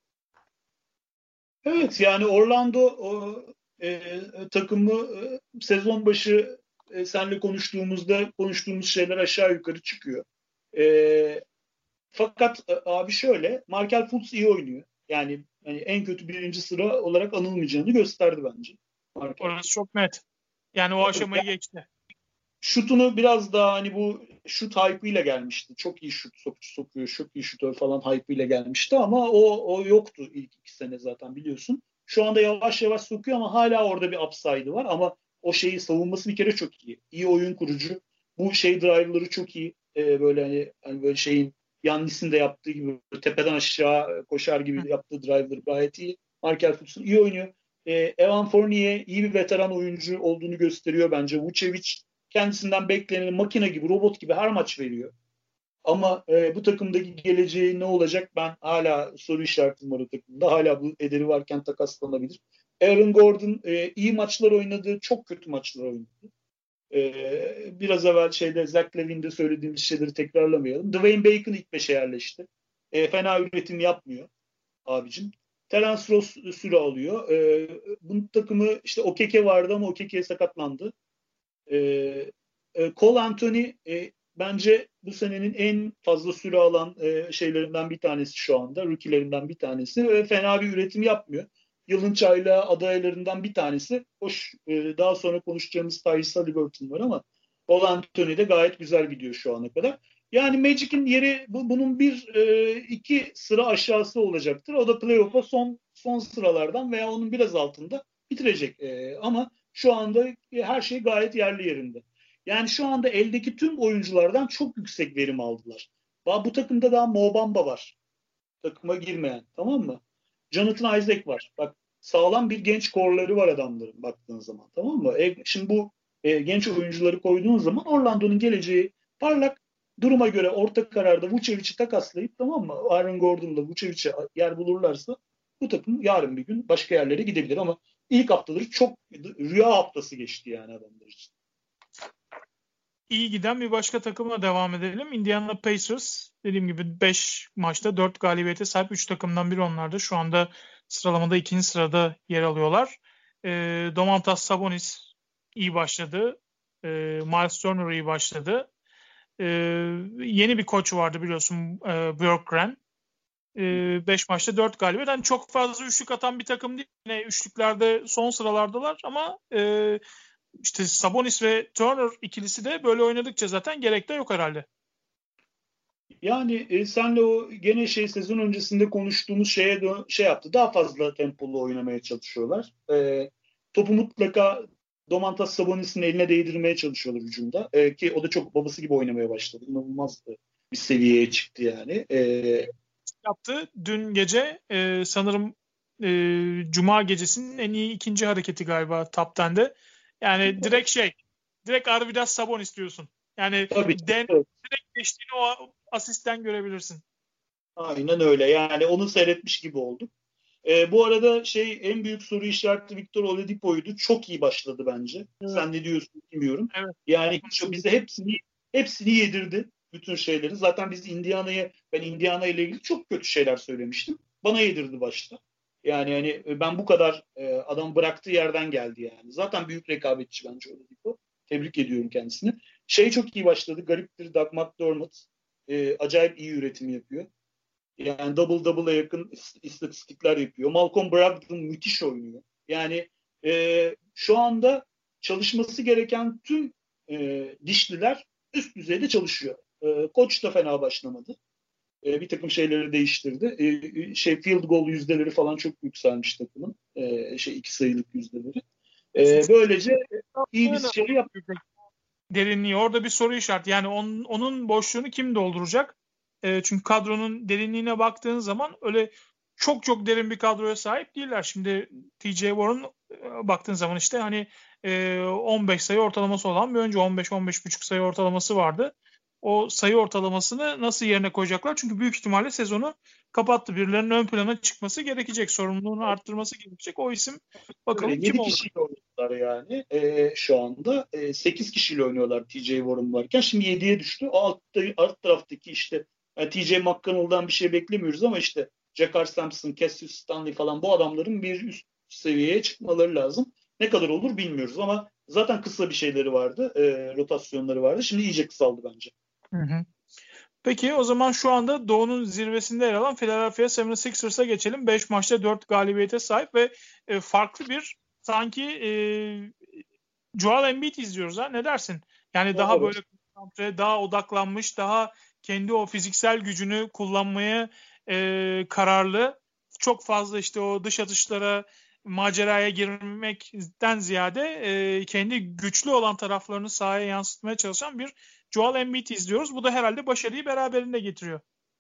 Evet yani Orlando o, e, takımı e, sezon başı e, senle konuştuğumuzda konuştuğumuz şeyler aşağı yukarı çıkıyor. E, Fakat e, abi şöyle, Markel Fultz iyi oynuyor. Yani hani en kötü birinci sıra olarak anılmayacağını gösterdi bence. Markel Orası Fultz. çok net. Yani o aşamayı geçti. Şutunu biraz daha hani bu şut hype'ıyla gelmişti. Çok iyi şut sok sokuyor, çok iyi şutör falan hype'ıyla gelmişti ama o o yoktu ilk iki sene zaten biliyorsun. Şu anda yavaş yavaş sokuyor ama hala orada bir upside'ı var ama o şeyi savunması bir kere çok iyi. İyi oyun kurucu. Bu şey drive'ları çok iyi. Ee, böyle hani, hani böyle şeyin Yannis'in de yaptığı gibi tepeden aşağı koşar gibi yaptığı drive'ları gayet iyi. Markel Fultz'un iyi oynuyor. Ee, Evan Fournier iyi bir veteran oyuncu olduğunu gösteriyor bence. Vucevic kendisinden bekleneni makine gibi, robot gibi her maç veriyor. Ama e, bu takımdaki geleceği ne olacak? Ben hala soru işaretim var o takımda. Hala bu ederi varken takaslanabilir. Aaron Gordon e, iyi maçlar oynadı, çok kötü maçlar oynadı. E, biraz evvel şeyde Zach Levine'de söylediğimiz şeyleri tekrarlamayalım. Dwayne Bacon ilk beşe yerleşti. E, fena üretim yapmıyor abicim. Terence Ross süre alıyor. E, bunun takımı işte Okeke vardı ama Okeke'ye sakatlandı. E, e, Cole Anthony e, bence bu senenin en fazla süre alan e, şeylerinden bir tanesi şu anda. Rookie'lerinden bir tanesi. Ve fena bir üretim yapmıyor. Yılın çaylağı adaylarından bir tanesi. Hoş e, daha sonra konuşacağımız Tyrese Haliburton var ama Cole Anthony de gayet güzel gidiyor şu ana kadar. Yani Magic'in yeri bu, bunun bir e, iki sıra aşağısı olacaktır. O da playoff'a son son sıralardan veya onun biraz altında bitirecek. E, ama şu anda her şey gayet yerli yerinde. Yani şu anda eldeki tüm oyunculardan çok yüksek verim aldılar. Daha bu takımda daha Mo Bamba var. Takıma girmeyen. Tamam mı? Jonathan Isaac var. Bak sağlam bir genç korları var adamların baktığın zaman. Tamam mı? E, şimdi bu e, genç oyuncuları koyduğun zaman Orlando'nun geleceği parlak. Duruma göre orta kararda Vucevic'i takaslayıp tamam mı? Aaron Gordon'la Vucevic'e yer bulurlarsa bu takım yarın bir gün başka yerlere gidebilir ama ilk haftaları çok rüya haftası geçti yani adamlar için. İyi giden bir başka takımla devam edelim. Indiana Pacers dediğim gibi beş maçta dört galibiyete sahip üç takımdan biri onlar da. Şu anda sıralamada ikinci sırada yer alıyorlar. E, Domantas Sabonis iyi başladı. E, Miles Turner iyi başladı. E, Yeni bir koç vardı biliyorsun, e, Bjorkgren. beş maçta dört galibiyet. Yani çok fazla üçlük atan bir takım değil. Yine üçlüklerde son sıralardalar ama e, işte Sabonis ve Turner ikilisi de böyle oynadıkça zaten gerek de yok herhalde. Yani e, senle o gene şey sezon öncesinde konuştuğumuz şeye dö- şey yaptı. Daha fazla tempolu oynamaya çalışıyorlar. E, topu mutlaka Domantas Sabonis'in eline değdirmeye çalışıyorlar hücumda. E, ki o da çok babası gibi oynamaya başladı. İnanılmaz bir seviyeye çıktı yani. E, Yaptı. Dün gece e, sanırım e, Cuma gecesinin en iyi ikinci hareketi galiba Top on'de. Yani direkt şey, direkt Arvidas Sabonis diyorsun. Yani tabii. den, Evet. direkt geçtiğini o asistten görebilirsin. Aynen öyle. Yani onu seyretmiş gibi olduk. E, bu arada şey en büyük soru işareti Victor Oladipo'ydu. Çok iyi başladı bence. Evet. Sen ne diyorsun bilmiyorum. Evet. Yani hiç bize hepsini hepsini yedirdi bütün şeyleri. Zaten biz Indiana'ya ben Indiana ile ilgili çok kötü şeyler söylemiştim. Bana yedirdi başta. Yani hani ben bu kadar e, adam bıraktığı yerden geldi yani. Zaten büyük rekabetçi bence Oladipo. Tebrik ediyorum kendisini. Şey çok iyi başladı. Gariptir Doug McDermott. E, acayip iyi üretim yapıyor. Yani double double'a yakın istatistikler yapıyor. Malcolm Brogdon müthiş oynuyor. Yani e, şu anda çalışması gereken tüm e, dişliler üst düzeyde çalışıyor. E, koç da fena başlamadı. E, bir takım şeyleri değiştirdi. E, şey field goal yüzdeleri falan çok yükselmiş takımın. E, şey iki sayılık yüzdeleri. E, böylece iyi bir şey yap. Derinliği. Orada bir soru işareti. Yani onun, onun boşluğunu kim dolduracak? E, çünkü kadronun derinliğine baktığın zaman öyle çok çok derin bir kadroya sahip değiller. Şimdi T J Warren e, baktığın zaman işte hani e, on beş sayı ortalaması olan bir oyuncu. on beş on beş buçuk sayı ortalaması vardı. O sayı ortalamasını nasıl yerine koyacaklar? Çünkü büyük ihtimalle sezonu kapattı. Birilerinin ön plana çıkması gerekecek. Sorumluluğunu arttırması gerekecek. O isim Öyle bakalım kim yedi olacak? kişiyle oynuyorlar yani e, şu anda. E, sekiz kişiyle oynuyorlar T J Warren varken. Şimdi yediye düştü. Altta, alt taraftaki işte yani T J McConnell'dan bir şey beklemiyoruz ama işte Jakar Sampson, Cassius Stanley falan bu adamların bir üst seviyeye çıkmaları lazım. Ne kadar olur bilmiyoruz ama zaten kısa bir şeyleri vardı. E, rotasyonları vardı. Şimdi iyice kısaldı bence. Hı hı. Peki o zaman şu anda Doğu'nun zirvesinde yer alan Philadelphia seven ers ers'a geçelim. beş maçta dört galibiyete sahip ve e, farklı bir sanki e, Joel Embiid izliyoruz ha. Ne dersin? Yani daha Doğru. böyle konsantre, daha odaklanmış, daha kendi o fiziksel gücünü kullanmaya e, kararlı. Çok fazla işte o dış atışlara, maceraya girmekten ziyade e, kendi güçlü olan taraflarını sahaya yansıtmaya çalışan bir Joel Embiid izliyoruz. Bu da herhalde başarıyı beraberinde getiriyor.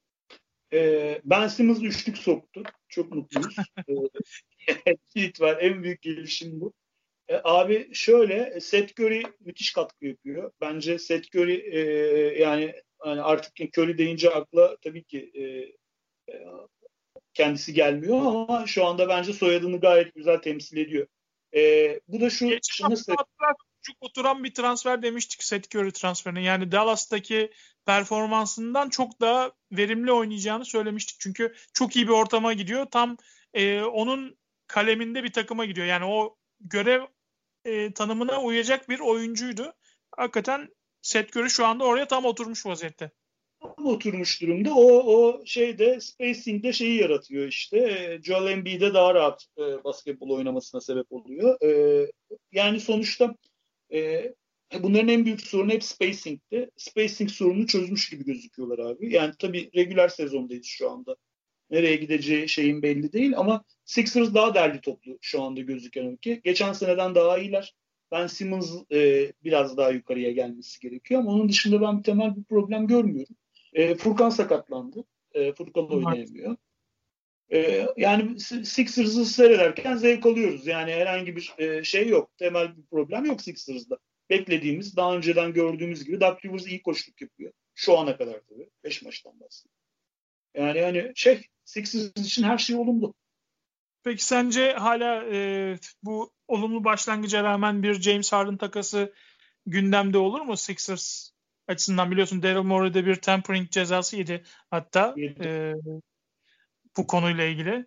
E, Ben Simmons üçlük soktu. Çok mutluyuz. E, Heat var. En büyük gelişim bu. E, abi şöyle Seth Curry müthiş katkı yapıyor. Bence Seth Curry e, yani hani artık Curry deyince akla tabii ki e, e, kendisi gelmiyor ama şu anda bence soyadını gayet güzel temsil ediyor. E, bu da şu, Geçen şu nasıl hafta çok oturan bir transfer demiştik Seth Curry transferine. Yani Dallas'taki performansından çok daha verimli oynayacağını söylemiştik. Çünkü çok iyi bir ortama gidiyor. Tam e, onun kaleminde bir takıma gidiyor. Yani o görev e, tanımına uyacak bir oyuncuydu. Hakikaten Seth Curry şu anda oraya tam oturmuş vaziyette. oturmuş durumda. O o şeyde spacing'de şeyi yaratıyor işte. E, Joel Embiid'e daha rahat e, basketbol oynamasına sebep oluyor. E, yani sonuçta e, bunların en büyük sorunu hep spacing'ti. Spacing sorununu çözmüş gibi gözüküyorlar abi. Yani tabii regular sezondayız şu anda. Nereye gideceği şeyin belli değil ama Sixers daha derli toplu şu anda gözüken ülke. Geçen seneden daha iyiler. Ben Simmons e, biraz daha yukarıya gelmesi gerekiyor ama onun dışında ben bir temel bir problem görmüyorum. E, Furkan sakatlandı. E, Furkan oynayamıyor. E, yani Sixers'ı seyrederken zevk alıyoruz. Yani herhangi bir e, şey yok. Temel bir problem yok Sixers'da. Beklediğimiz, daha önceden gördüğümüz gibi Doug Rivers iyi koçluk yapıyor. Şu ana kadar tabii. Beş maçtan bahsediyorum. Yani hani şey Sixers için her şey olumlu. Peki sence hala e, bu olumlu başlangıca rağmen bir James Harden takası gündemde olur mu Sixers açısından? Biliyorsun Daryl Morey'de bir tampering cezası yedi hatta e, bu konuyla ilgili.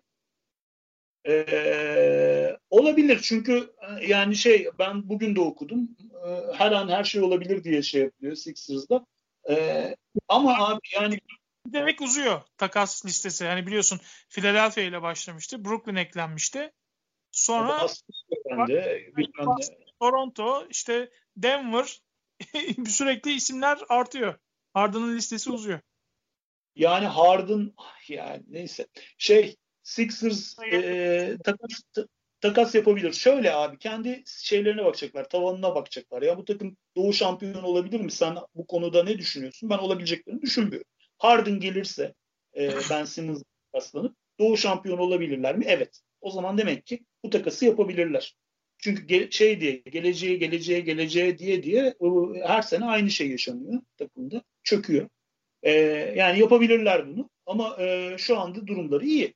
Ee, olabilir çünkü yani şey ben bugün de okudum. Ee, her an her şey olabilir diye şey yapıyor Sixers'da. Ee, ama abi yani Demek uzuyor takas listesi. Hani biliyorsun Philadelphia ile başlamıştı. Brooklyn eklenmişti. Sonra Boston de bilmem ne. Toronto, işte Denver sürekli isimler artıyor. Harden'ın listesi uzuyor. Yani Harden yani neyse. Şey Sixers e, takas, ta- takas yapabilir. Şöyle abi kendi şeylerine bakacaklar. Tavanına bakacaklar. Ya bu takım Doğu şampiyonu olabilir mi? Sen bu konuda ne düşünüyorsun? Ben olabileceklerini düşünmüyorum. Harden gelirse e, Ben Simmons takaslanıp Doğu şampiyonu olabilirler mi? Evet. O zaman demek ki bu takası yapabilirler. Çünkü ge- şey diye geleceğe geleceğe geleceğe diye diye o, her sene aynı şey yaşanıyor takımda. Çöküyor. E, yani yapabilirler bunu ama e, şu anda durumları iyi.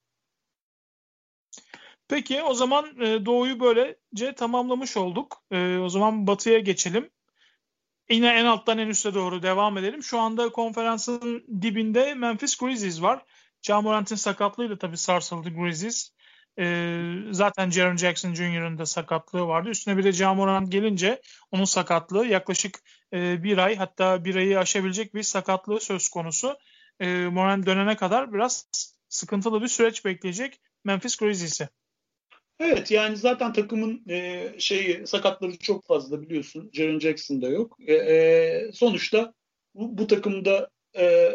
Peki o zaman e, Doğu'yu böylece tamamlamış olduk. E, o zaman Batı'ya geçelim. Yine en alttan en üste doğru devam edelim. Şu anda konferansın dibinde Memphis Grizzlies var. Ja Morant'in sakatlığıyla tabii sarsıldı Grizzlies. Ee, zaten Jaren Jackson Junior'ın da sakatlığı vardı. Üstüne bir de Ja Morant gelince onun sakatlığı yaklaşık e, bir ay hatta bir ayı aşabilecek bir sakatlığı söz konusu. E, Morant dönene kadar biraz sıkıntılı bir süreç bekleyecek Memphis Grizzlies'i. Evet yani zaten takımın e, şeyi sakatları çok fazla biliyorsun. Jaren Jackson da yok. E, e, sonuçta bu, bu takımda e, e,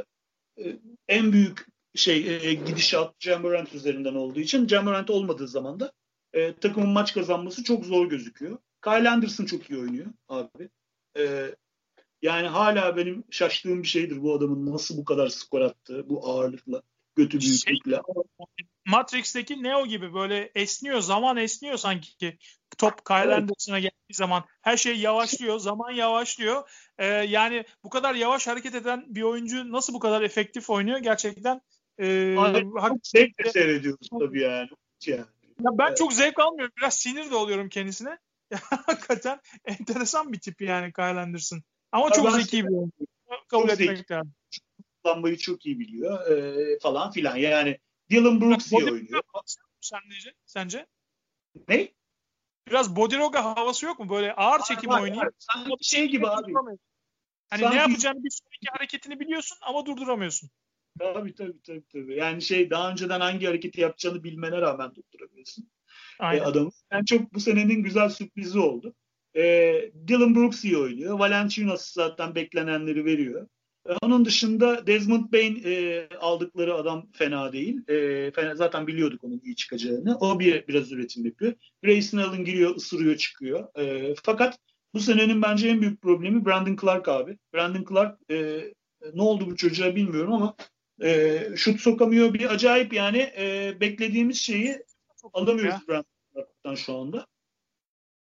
en büyük şey e, gidişat Ja Morant üzerinden olduğu için Ja Morant olmadığı zaman da e, takımın maç kazanması çok zor gözüküyor. Kyle Anderson çok iyi oynuyor abi. E, yani hala benim şaştığım bir şeydir bu adamın nasıl bu kadar skor attığı bu ağırlıkla, götü Şey, büyüklükle. Matrix'teki Neo gibi böyle esniyor, zaman esniyor sanki ki top Kyle Evet. Anderson'a geldiği zaman her şey yavaşlıyor, zaman yavaşlıyor. Ee, yani bu kadar yavaş hareket eden bir oyuncu nasıl bu kadar efektif oynuyor gerçekten e, Aynen. Çok zevkle hakikaten seyrediyoruz tabii yani. yani. ya ben Evet. çok zevk almıyorum. Biraz sinir de oluyorum kendisine. Hakikaten enteresan bir tip yani Kyle Anderson. Ama Ama çok ben zeki bir oyuncu. Kabul çok zeki. etmek lazım. Kullanmayı çok iyi biliyor e, falan filan. Yani Dylan Biraz Brooks iyi Bodiroga oynuyor. havası yok mu sence? Sence? Ne? Biraz Bodiroga havası yok mu? Böyle ağır Var, çekim var, oynuyor. var. Sanki Ama bir şey şekilde gibi abi. durduramıyorsun. Hani ne Sanki yapacağını bir sonraki hareketini biliyorsun ama durduramıyorsun. tabii tabii tabii tabii. Yani şey daha önceden hangi hareketi yapacağını bilmene rağmen tutturamıyorsun. E, Aynen. adamı. Yani çok bu senenin güzel sürprizi oldu. E, Dylan Brooks iyi oynuyor. Valanciunas zaten beklenenleri veriyor. E, onun dışında Desmond Bain e, aldıkları adam fena değil. E, fena, zaten biliyorduk onun iyi çıkacağını. O bir biraz üretim yapıyor. Grayson Allen giriyor, ısırıyor, çıkıyor. E, fakat bu senenin bence en büyük problemi Brandon Clark abi. Brandon Clark e, ne oldu bu çocuğa bilmiyorum ama e, şut sokamıyor. Bir acayip yani e, beklediğimiz şeyi Çok ya. alamıyoruz Brandon Clark'tan şu anda.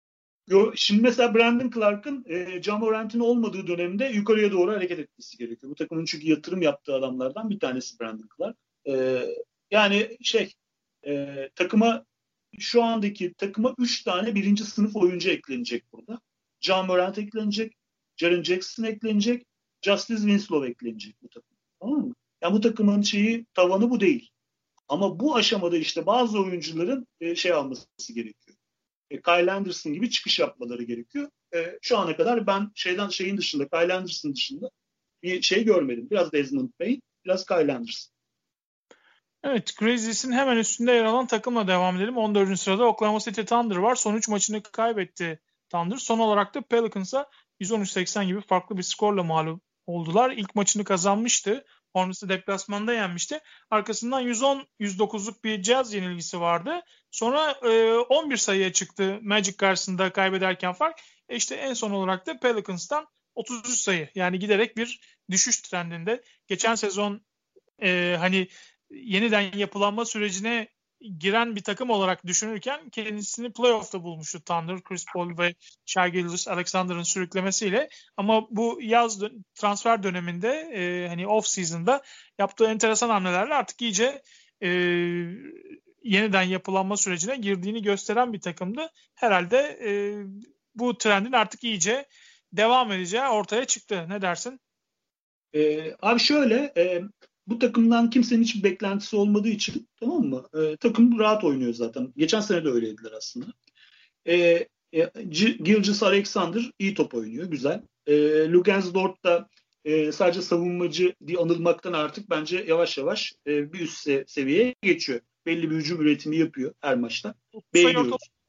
Şimdi mesela Brandon Clark'ın e, Ja Morant'in olmadığı dönemde yukarıya doğru hareket etmesi gerekiyor. Bu takımın çünkü yatırım yaptığı adamlardan bir tanesi Brandon Clark. E, yani şey e, takıma şu andaki takıma üç tane birinci sınıf oyuncu eklenecek burada. Ja Morant eklenecek, Jaren Jackson eklenecek, Justice Winslow eklenecek bu takım. Tamam mı? Yani bu takımın şeyi tavanı bu değil. Ama bu aşamada işte bazı oyuncuların e, şey alması gerekiyor. E, Kyle Anderson gibi çıkış yapmaları gerekiyor. E, şu ana kadar ben şeyden şeyin dışında, Kyle Anderson dışında bir şey görmedim. Biraz Desmond Bane, biraz Kyle Anderson. Evet, Grizzlies'in hemen üstünde yer alan takımla devam edelim. on dördüncü sırada Oklahoma City Thunder var. Son üç maçını kaybetti Thunder. Son olarak da Pelicans'a yüz on üç seksen gibi farklı bir skorla mağlup oldular. İlk maçını kazanmıştı. Hornets'ı deplasmanda yenmişti. Arkasından yüz on yüz dokuzluk bir Jazz yenilgisi vardı. Sonra e, on bir sayıya çıktı Magic karşısında kaybederken fark. E işte en son olarak da Pelicans'tan otuz üç sayı. Yani giderek bir düşüş trendinde. Geçen sezon e, hani yeniden yapılanma sürecine giren bir takım olarak düşünürken kendisini playoff'ta bulmuştu Thunder, Chris Paul ve Shai Gilgeous-Alexander'ın sürüklemesiyle. Ama bu yaz dön- transfer döneminde e, hani off season'da yaptığı enteresan hamlelerle artık iyice e, yeniden yapılanma sürecine girdiğini gösteren bir takımdı. Herhalde e, bu trendin artık iyice devam edeceği ortaya çıktı. Ne dersin? E, abi şöyle e, bu takımdan kimsenin hiçbir beklentisi olmadığı için tamam mı? E, takım rahat oynuyor zaten. Geçen sene de öyleydiler aslında. E, e, Gilgeous Alexander iyi top oynuyor. Güzel. E, Lugens Dort da e, sadece savunmacı diye anılmaktan artık bence yavaş yavaş e, bir üst se- seviyeye geçiyor. Belli bir hücum üretimi yapıyor her maçta. Sayı orta Beğeniyoruz.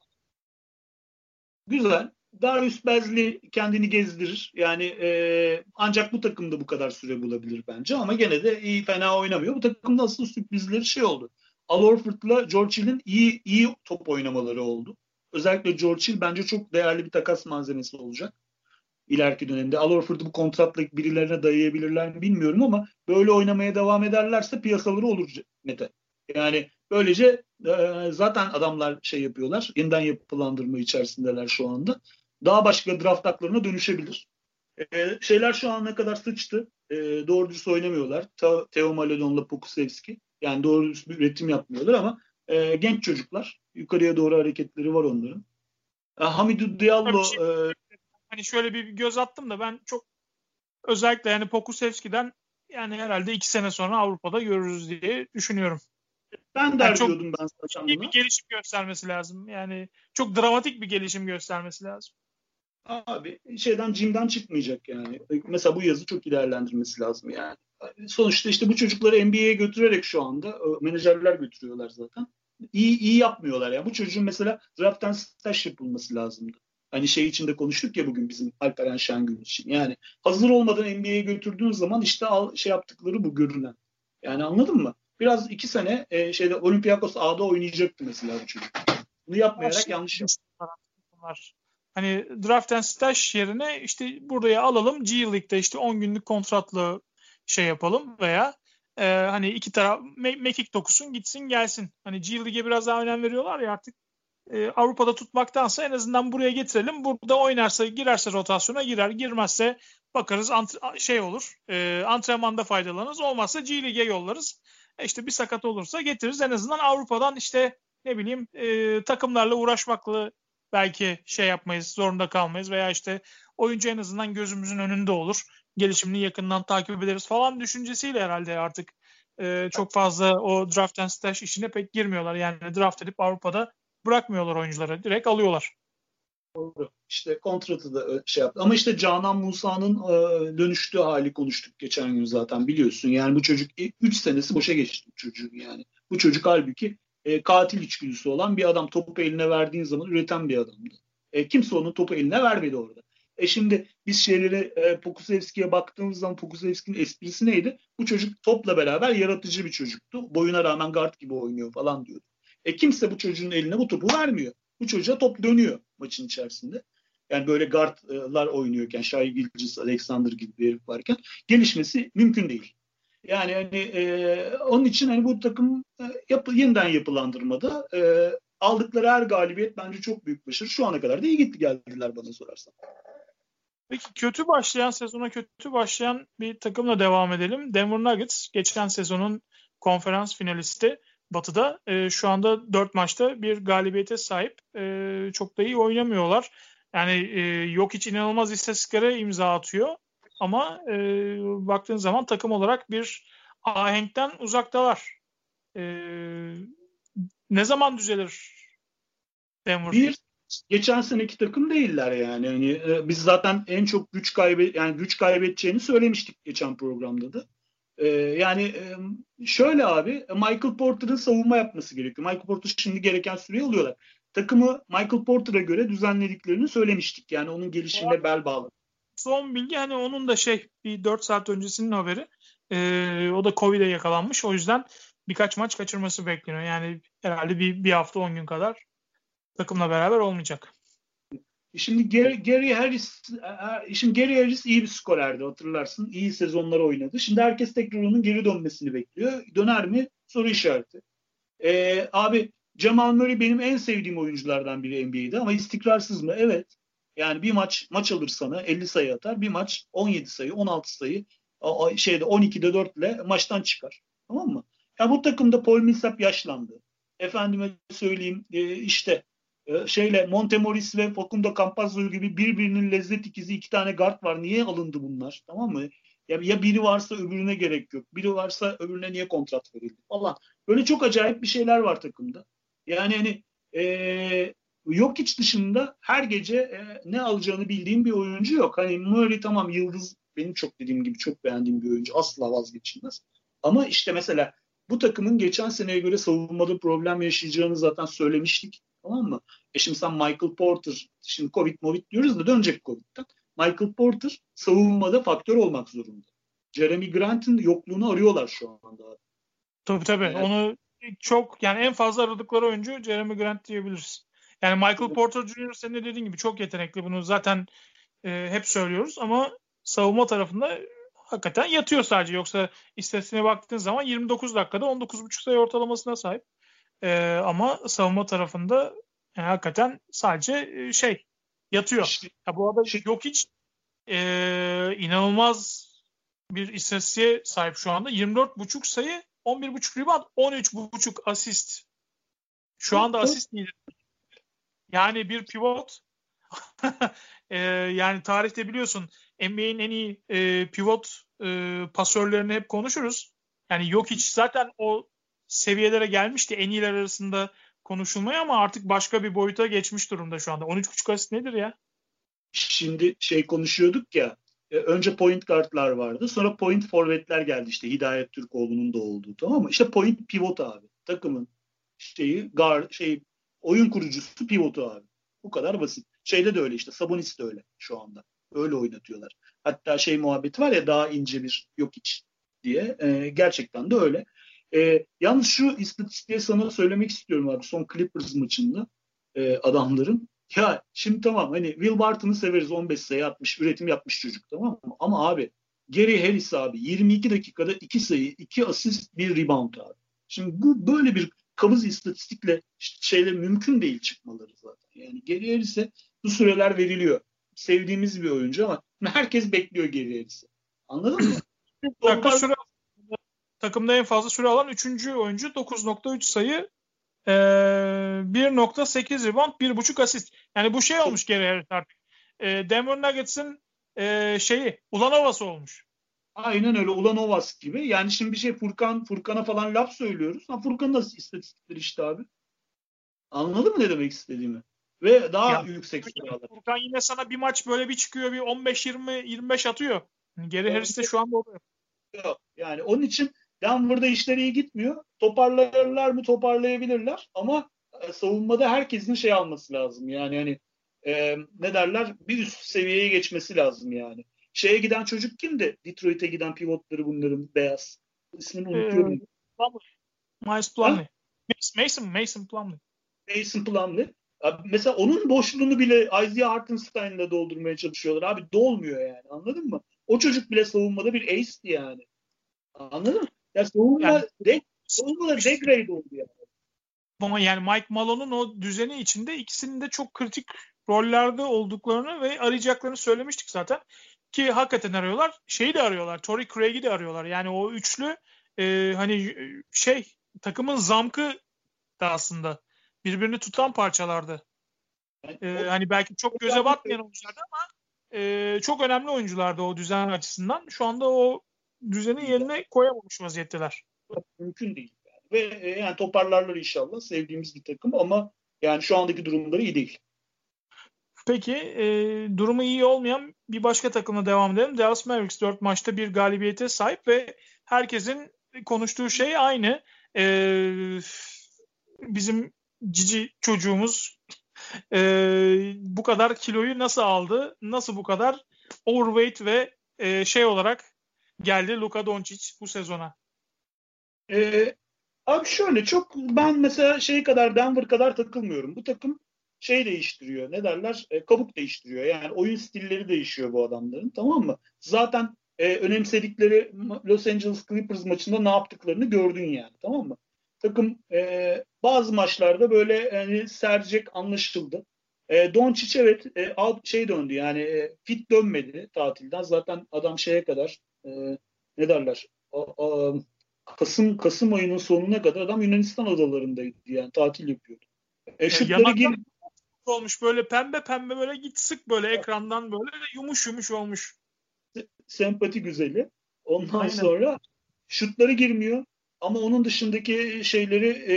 Güzel. Darius Bazley kendini gezdirir. Yani e, ancak bu takımda bu kadar süre bulabilir bence. Ama gene de iyi fena oynamıyor. Bu takımda asıl sürprizleri şey oldu. Al Horford'la George Hill'in iyi iyi top oynamaları oldu. Özellikle George Hill bence çok değerli bir takas malzemesi olacak ileriki dönemde. Al Horford'u bu kontratla birilerine dayayabilirler mi bilmiyorum ama böyle oynamaya devam ederlerse piyasaları olur Mete. Yani böylece e, zaten adamlar şey yapıyorlar. Yeniden yapılandırma içerisindeler şu anda. Daha başka draft haklarına dönüşebilir. E, şeyler şu ana kadar sıçtı. E, doğru dürüst oynamıyorlar. Ta, Theo Maledon'la Pokusevski. Yani doğru dürüst bir üretim yapmıyorlar ama e, genç çocuklar. Yukarıya doğru hareketleri var onların. E, Hamidou bir Diallo şey. e, Hani şöyle bir göz attım da ben çok özellikle yani Pokusevski'den yani herhalde iki sene sonra Avrupa'da görürüz diye düşünüyorum. ben Yani der çok diyordum ben zaten ciddi bir buna. gelişim göstermesi lazım. Yani çok dramatik bir gelişim göstermesi lazım. Abi şeyden Jim'den çıkmayacak yani. Mesela bu yazı çok iyi değerlendirmesi lazım yani. Sonuçta işte bu çocukları N B A'ye götürerek şu anda menajerler götürüyorlar zaten. İyi iyi yapmıyorlar yani. Bu çocuğun mesela draft'tan staj yapılması lazımdı. Hani şey içinde konuştuk ya bugün bizim Alperen Şengün için. Yani hazır olmadan N B A'ye götürdüğün zaman işte al, şey yaptıkları bu görünen. Yani anladın mı? Biraz iki sene e, şeyde Olympiakos A'da oynayacaktı mesela bu çocuk. Bunu Her yapmayarak şey yanlış yaptı. var. Hani draft and stash yerine işte buraya alalım G League'de işte on günlük kontratla şey yapalım veya e, hani iki taraf me- mekik dokusun gitsin gelsin. Hani G League'e biraz daha önem veriyorlar ya artık. E, Avrupa'da tutmaktansa en azından buraya getirelim. Burada oynarsa girerse rotasyona girer. Girmezse bakarız ant- şey olur. E, antrenmanda faydalanırız. Olmazsa G League'e yollarız. E işte bir sakat olursa getiririz. En azından Avrupa'dan işte ne bileyim e, takımlarla uğraşmakla belki şey yapmayız, zorunda kalmayız veya işte oyuncu en azından gözümüzün önünde olur. Gelişimini yakından takip ederiz falan düşüncesiyle herhalde artık e, çok fazla o draft and stash işine pek girmiyorlar. Yani draft edip Avrupa'da bırakmıyorlar oyuncuları. Direkt alıyorlar. Doğru. İşte kontratı da şey yaptı. Ama işte Canan Musa'nın e, dönüştüğü hali konuştuk geçen gün zaten biliyorsun. Yani bu çocuk üç senesi boşa geçti bu çocuğun yani. Bu çocuk halbuki e, katil içgüdüsü olan bir adam. Topu eline verdiğin zaman üreten bir adamdı. E, kimse onun topu eline vermedi orada. E şimdi biz şeyleri e, Pokusevski'ye baktığımız zaman Pokusevski'nin esprisi neydi? Bu çocuk topla beraber yaratıcı bir çocuktu. Boyuna rağmen guard gibi oynuyor falan diyordu. E kimse bu çocuğun eline bu topu vermiyor. Bu çocuğa top dönüyor maçın içerisinde. Yani böyle guardlar oynuyorken, Shai Gilgeous, Alexander gibi bir herif varken gelişmesi mümkün değil. Yani hani e, onun için hani bu takım e, yapı, yeniden yapılandırmada e, aldıkları her galibiyet bence çok büyük başarı. Şu ana kadar da iyi gitti geldiler bana sorarsan. Peki kötü başlayan, sezona kötü başlayan bir takımla devam edelim. Denver Nuggets geçen sezonun konferans finalisti Batı'da. E, şu anda dört maçta bir galibiyete sahip. E, çok da iyi oynamıyorlar. Yani e, yok hiç inanılmaz istatistiklere imza atıyor. Ama e, baktığın zaman takım olarak bir ahenkten uzaktalar. E, ne zaman düzelir Denver? Bir, geçen seneki takım değiller yani. Hani e, biz zaten en çok güç kaybet yani güç kaybedeceğini söylemiştik geçen programda da. E, yani e, şöyle abi, Michael Porter'ın savunma yapması gerekiyor. Michael Porter şimdi gereken süreyi alıyorlar. Takımı Michael Porter'a göre düzenlediklerini söylemiştik. Yani onun gelişimine bel bağlı. Son bilgi hani onun da şey bir dört saat öncesinin haberi. Ee, o da Covid'e yakalanmış. O yüzden birkaç maç kaçırması bekleniyor. Yani herhalde bir, bir hafta on gün kadar takımla beraber olmayacak. Şimdi Gary, Gary Harris şimdi Gary Harris iyi bir skorerdi, hatırlarsın. İyi sezonlar oynadı. Şimdi herkes tekrar onun geri dönmesini bekliyor. Döner mi? Soru işareti. Ee, abi Jamal Murray benim en sevdiğim oyunculardan biri N B A'de ama istikrarsız mı? Evet. Yani bir maç maç alır sana elli sayı atar. Bir maç on yedi sayı, on altı sayı, şeyde on ikide dört ile maçtan çıkar. Tamam mı? Ya bu takımda Paul Millsap yaşlandı. Efendime söyleyeyim e, işte e, şeyle Montemoris ve Facundo Campazzo gibi birbirinin lezzet ikizi iki tane guard var. Niye alındı bunlar? Tamam mı? Ya, ya biri varsa öbürüne gerek yok. Biri varsa öbürüne niye kontrat verildi falan. Böyle çok acayip bir şeyler var takımda. Yani hani e, yok hiç dışında her gece e, ne alacağını bildiğim bir oyuncu yok. Hani Murray tamam yıldız, benim çok dediğim gibi çok beğendiğim bir oyuncu. Asla vazgeçilmez. Ama işte mesela bu takımın geçen seneye göre savunmada problem yaşayacağını zaten söylemiştik. Tamam mı? E şimdi sen Michael Porter, şimdi Covid Covid diyoruz da dönecek Covid'den. Michael Porter savunmada faktör olmak zorunda. Jeremy Grant'ın yokluğunu arıyorlar şu anda. Tabii tabii. Yani, Onu çok yani en fazla aradıkları oyuncu Jeremy Grant diyebiliriz. Yani Michael Porter Junior senin de dediğin gibi çok yetenekli. Bunu zaten e, hep söylüyoruz ama savunma tarafında hakikaten yatıyor sadece. Yoksa istatistiğine baktığın zaman yirmi dokuz dakikada on dokuz buçuk sayı ortalamasına sahip. E, ama savunma tarafında yani hakikaten sadece e, şey yatıyor. işte, Ya bu arada şey, yok hiç e, inanılmaz bir istatistiğe sahip şu anda. yirmi dört buçuk sayı, on bir buçuk rebound, on üç buçuk asist. Şu anda asist değil. Yani bir pivot e, yani tarihte biliyorsun N B A'in en iyi e, pivot e, pasörlerini hep konuşuruz. Yani yok hiç zaten o seviyelere gelmişti en iyiler arasında konuşulmaya ama artık başka bir boyuta geçmiş durumda şu anda. on üç buçuk asist nedir ya? Şimdi şey konuşuyorduk ya, e, önce point guardlar vardı, sonra point forvetler geldi, işte Hidayet Türkoğlu'nun da olduğu, tamam mı? İşte point pivot abi. Takımın şeyi guard, şey oyun kurucusu pivotu abi. Bu kadar basit. Şeyde de öyle, işte Sabonis de öyle şu anda. Öyle oynatıyorlar. Hatta şey muhabbeti var ya, daha ince bir yok iç diye. E, gerçekten de öyle. E, yalnız şu istatistiği sana söylemek istiyorum abi. Son Clippers maçında e, adamların. Ya şimdi tamam, hani Will Barton'ı severiz, on beş sayı atmış, üretim yapmış çocuk, tamam mı? Ama abi Gary Harris abi yirmi iki dakikada iki sayı, iki asist, bir rebound abi. Şimdi bu böyle bir kabız istatistikle şeyler mümkün değil çıkmaları zaten. Yani Gary Harris'e bu süreler veriliyor. Sevdiğimiz bir oyuncu ama herkes bekliyor Gary Harris'i. Anladın mı? Bir dakika Topar süre takımda en fazla süre alan üçüncü oyuncu dokuz nokta üç sayı e, bir nokta sekiz rebound bir buçuk asist. Yani bu şey olmuş Gary Harris artık. E, Denver Nuggets'ın e, şeyi Ulanova'sı olmuş. aynen öyle, Ulan Ovas gibi. Yani şimdi bir şey Furkan Furkan'a falan laf söylüyoruz. Ha, Furkan'ın da istatistikleri işte abi. Anladın mı ne demek istediğimi? Ve daha Ya yüksek sıralar. Furkan yine sana bir maç böyle bir çıkıyor bir on beş yirmi yirmi beş atıyor. Gary Harris de şu anda oluyor. Yani onun için Denver'da işler iyi gitmiyor. Toparlarlar mı? Toparlayabilirler. Ama e, savunmada herkesin şey alması lazım. Yani hani e, ne derler? Bir üst seviyeye geçmesi lazım yani. Şeye giden çocuk kimdi? Detroit'e giden pivotları bunların, beyaz. İsmini Ee, unutuyorum. Plumlee. Miles Ha? Plumlee. Mason, Mason Plumlee. Mason Plumlee. Abi mesela onun boşluğunu bile Isaiah Hartenstein'la doldurmaya çalışıyorlar. Abi dolmuyor yani. Anladın mı? O çocuk bile savunmada bir ace'ti yani. Anladın mı? Ya savunma Yani de, savunma da degrade oldu yani. Ama yani Mike Malone'un o düzeni içinde ikisinin de çok kritik rollerde olduklarını ve arayacaklarını söylemiştik zaten. Ki hakikaten arıyorlar. Şeyi de arıyorlar. Torrey Craig'i de arıyorlar. Yani o üçlü e, hani şey takımın zamkı da aslında birbirini tutan parçalardı. Yani E, o, hani belki çok o göze batmayan oyunculardı ama e, çok önemli oyunculardı o düzen açısından. Şu anda o düzeni yerine koyamamış vaziyetteler. mümkün değil. Yani. Ve e, yani toparlarlar inşallah. Sevdiğimiz bir takım ama yani şu andaki durumları iyi değil. Peki e, durumu iyi olmayan bir başka takımla devam edelim. Dallas Mavericks dört maçta bir galibiyete sahip ve herkesin konuştuğu şey aynı. E, bizim cici çocuğumuz e, bu kadar kiloyu nasıl aldı? Nasıl bu kadar overweight ve e, şey olarak geldi Luka Doncic bu sezona? Ee, Abi şöyle çok ben mesela şey kadar Denver kadar takılmıyorum. Bu takım şey değiştiriyor. Ne derler? E, kabuk değiştiriyor. Yani oyun stilleri değişiyor bu adamların. Tamam mı? Zaten e, önemsedikleri Los Angeles Clippers maçında ne yaptıklarını gördün yani. Tamam mı? Takım e, bazı maçlarda böyle yani serecek anlaşıldı. E, Doncic evet e, alt şey döndü yani e, fit dönmedi tatilden. Zaten adam şeye kadar e, ne derler? A, a, Kasım Kasım ayının sonuna kadar adam Yunanistan adalarındaydı yani tatil yapıyordu. E, Ya şutları yanaklar gir olmuş böyle pembe pembe böyle git sık böyle ekrandan böyle yumuş yumuş olmuş. sempati güzeli. Ondan Aynen. sonra şutları girmiyor ama onun dışındaki şeyleri e,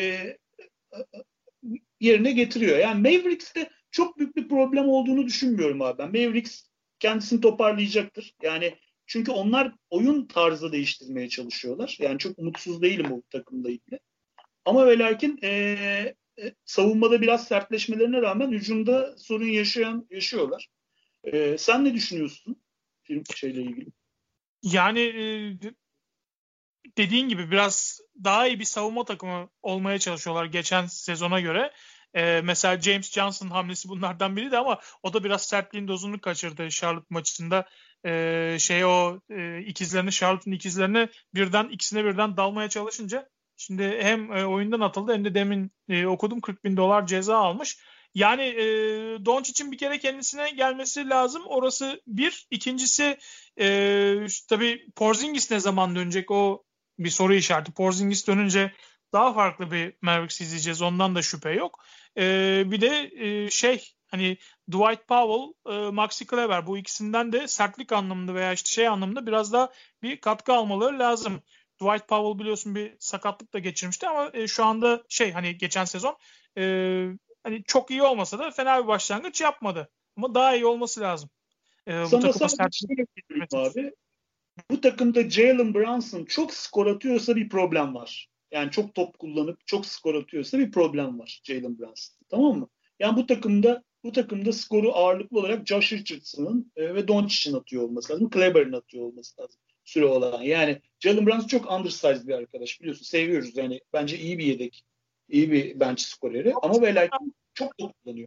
yerine getiriyor. Yani Mavericks'te çok büyük bir problem olduğunu düşünmüyorum abi ben. Mavericks kendisini toparlayacaktır. Yani çünkü onlar oyun tarzı değiştirmeye çalışıyorlar. Yani çok umutsuz değilim bu takımla ilgili. Ama ve lakin e, e, savunmada biraz sertleşmelerine rağmen hücumda sorun yaşayan yaşıyorlar. E, sen ne düşünüyorsun film şeyle ilgili? Yani e, dediğin gibi biraz daha iyi bir savunma takımı olmaya çalışıyorlar geçen sezona göre. Ee, mesela James Johnson hamlesi bunlardan biriydi ama o da biraz sertliğin dozunu kaçırdı Charlotte maçında. Ee, şey o e, ikizlerini Charlotte'un ikizlerini birden ikisine birden dalmaya çalışınca şimdi hem e, oyundan atıldı hem de demin e, okudum kırk bin dolar ceza almış. Yani e, Doncic'in bir kere kendisine gelmesi lazım. Orası bir. İkincisi e, tabii Porzingis ne zaman dönecek o bir soru işareti. Porzingis dönünce daha farklı bir Mavericks izleyeceğiz. Ondan da şüphe yok. Ee, bir de e, şey hani Dwight Powell, e, Maxi Kleber bu ikisinden de sertlik anlamında veya işte şey anlamında biraz daha bir katkı almaları lazım. Dwight Powell biliyorsun bir sakatlık da geçirmişti ama e, şu anda şey hani geçen sezon e, hani çok iyi olmasa da fena bir başlangıç yapmadı. Ama daha iyi olması lazım. E, bu Sana takıma sadece sertlik şöyle söyleyeyim etmesi için. abi. Bu takımda Jalen Brunson çok skor atıyorsa bir problem var. Yani çok top kullanıp çok skor atıyorsa bir problem var Jalen Brunson. Tamam mı? Yani bu takımda bu takımda skoru ağırlıklı olarak Josh Richardson'ın e, ve Doncic'in atıyor olması lazım. Kleber'in atıyor olması lazım. Süre olan. Yani Jalen Brunson çok undersized bir arkadaş biliyorsun. Seviyoruz yani. Bence iyi bir yedek. İyi bir bench skoreri. Ama ve lakin çok top kullanıyor.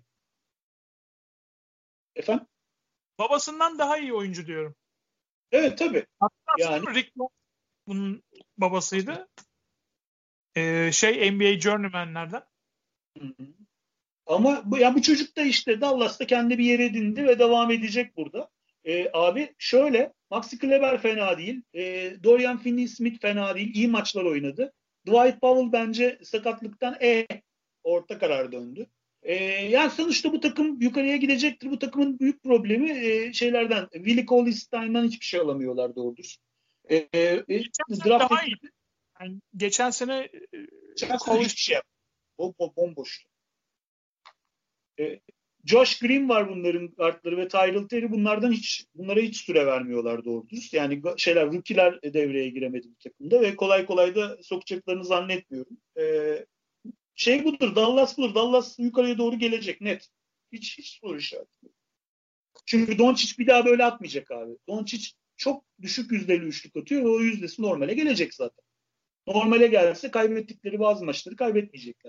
Efendim? Babasından daha iyi oyuncu diyorum. Evet tabii. Hatırlarsın Yani değil mi? Rick Ball bunun babasıydı. Ee, şey N B A journeymanlerden. hı hı. Ama bu, ya bu çocuk da işte Dallas'ta kendi bir yer edindi ve devam edecek burada. Ee, abi şöyle Maxi Kleber fena değil. Ee, Dorian Finney-Smith fena değil. İyi maçlar oynadı. Dwight Powell bence sakatlıktan e orta karar döndü. Ee, yani sonuçta bu takım yukarıya gidecektir. Bu takımın büyük problemi e, şeylerden. Willie Cauley-Stein'dan hiçbir şey alamıyorlar doğru düz. Ee, e, Geçen sene draft daha iyiydi. Yani geçen sene e, geçen sene college hiçbir şey yapmadı. O, o bomboş. E, Josh Green var bunların kartları ve Tyrell Terry bunlardan hiç bunlara hiç süre vermiyorlar doğru dürüst. Yani şeyler rookie'ler devreye giremedi bu takımda ve kolay kolay da sokacaklarını zannetmiyorum. E, şey budur, Dallas budur. Dallas yukarıya doğru gelecek net. Hiç hiç soru işareti. Çünkü Doncic bir daha böyle atmayacak abi. Doncic çok düşük yüzdeli üçlük atıyor ve o yüzdesi normale gelecek zaten. Normale gelse kaybettikleri bazı maçları kaybetmeyecekler.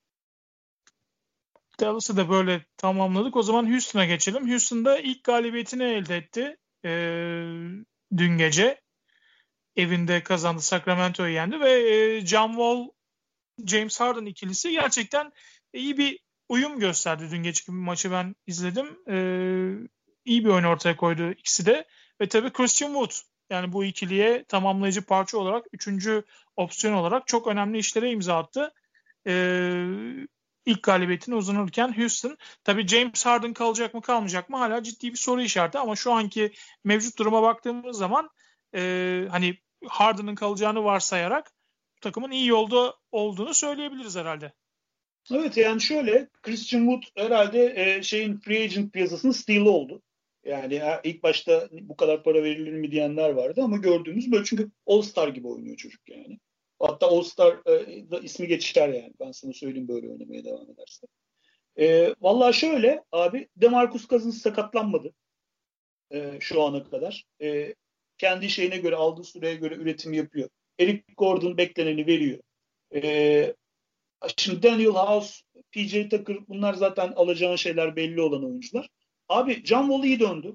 Dallas'ı da böyle tamamladık. O zaman Houston'a geçelim. Houston'da ilk galibiyetini elde etti. Ee, dün gece evinde kazandı. Sacramento'yu yendi ve e, John Wall James Harden ikilisi gerçekten iyi bir uyum gösterdi. Dün geceki maçı ben izledim. Ee, iyi bir oyun ortaya koydu ikisi de. Ve tabii Christian Wood, yani bu ikiliye tamamlayıcı parça olarak, üçüncü opsiyon olarak çok önemli işlere imza attı. Ee, ilk galibiyetini uzanırken Houston. Tabii James Harden kalacak mı kalmayacak mı hala ciddi bir soru işareti, ama şu anki mevcut duruma baktığımız zaman e, hani Harden'ın kalacağını varsayarak takımın iyi yolda olduğunu söyleyebiliriz herhalde. Evet, yani şöyle, Christian Wood herhalde e, şeyin free agent piyasasının steal'i oldu. Yani ha, ilk başta bu kadar para verilir mi diyenler vardı ama gördüğümüz böyle, çünkü All-Star gibi oynuyor çocuk yani. Hatta All-Star e, da ismi geçer yani. Ben sana söyleyeyim, böyle oynamaya devam ederse. E, vallahi şöyle abi, DeMarcus Cousins sakatlanmadı e, şu ana kadar. E, kendi şeyine göre, aldığı süreye göre üretim yapıyor. Eric Gordon bekleneni veriyor. E, Şimdi Daniel House, P J Tucker, bunlar zaten alacağın şeyler belli olan oyuncular. Abi John Wall iyi döndü.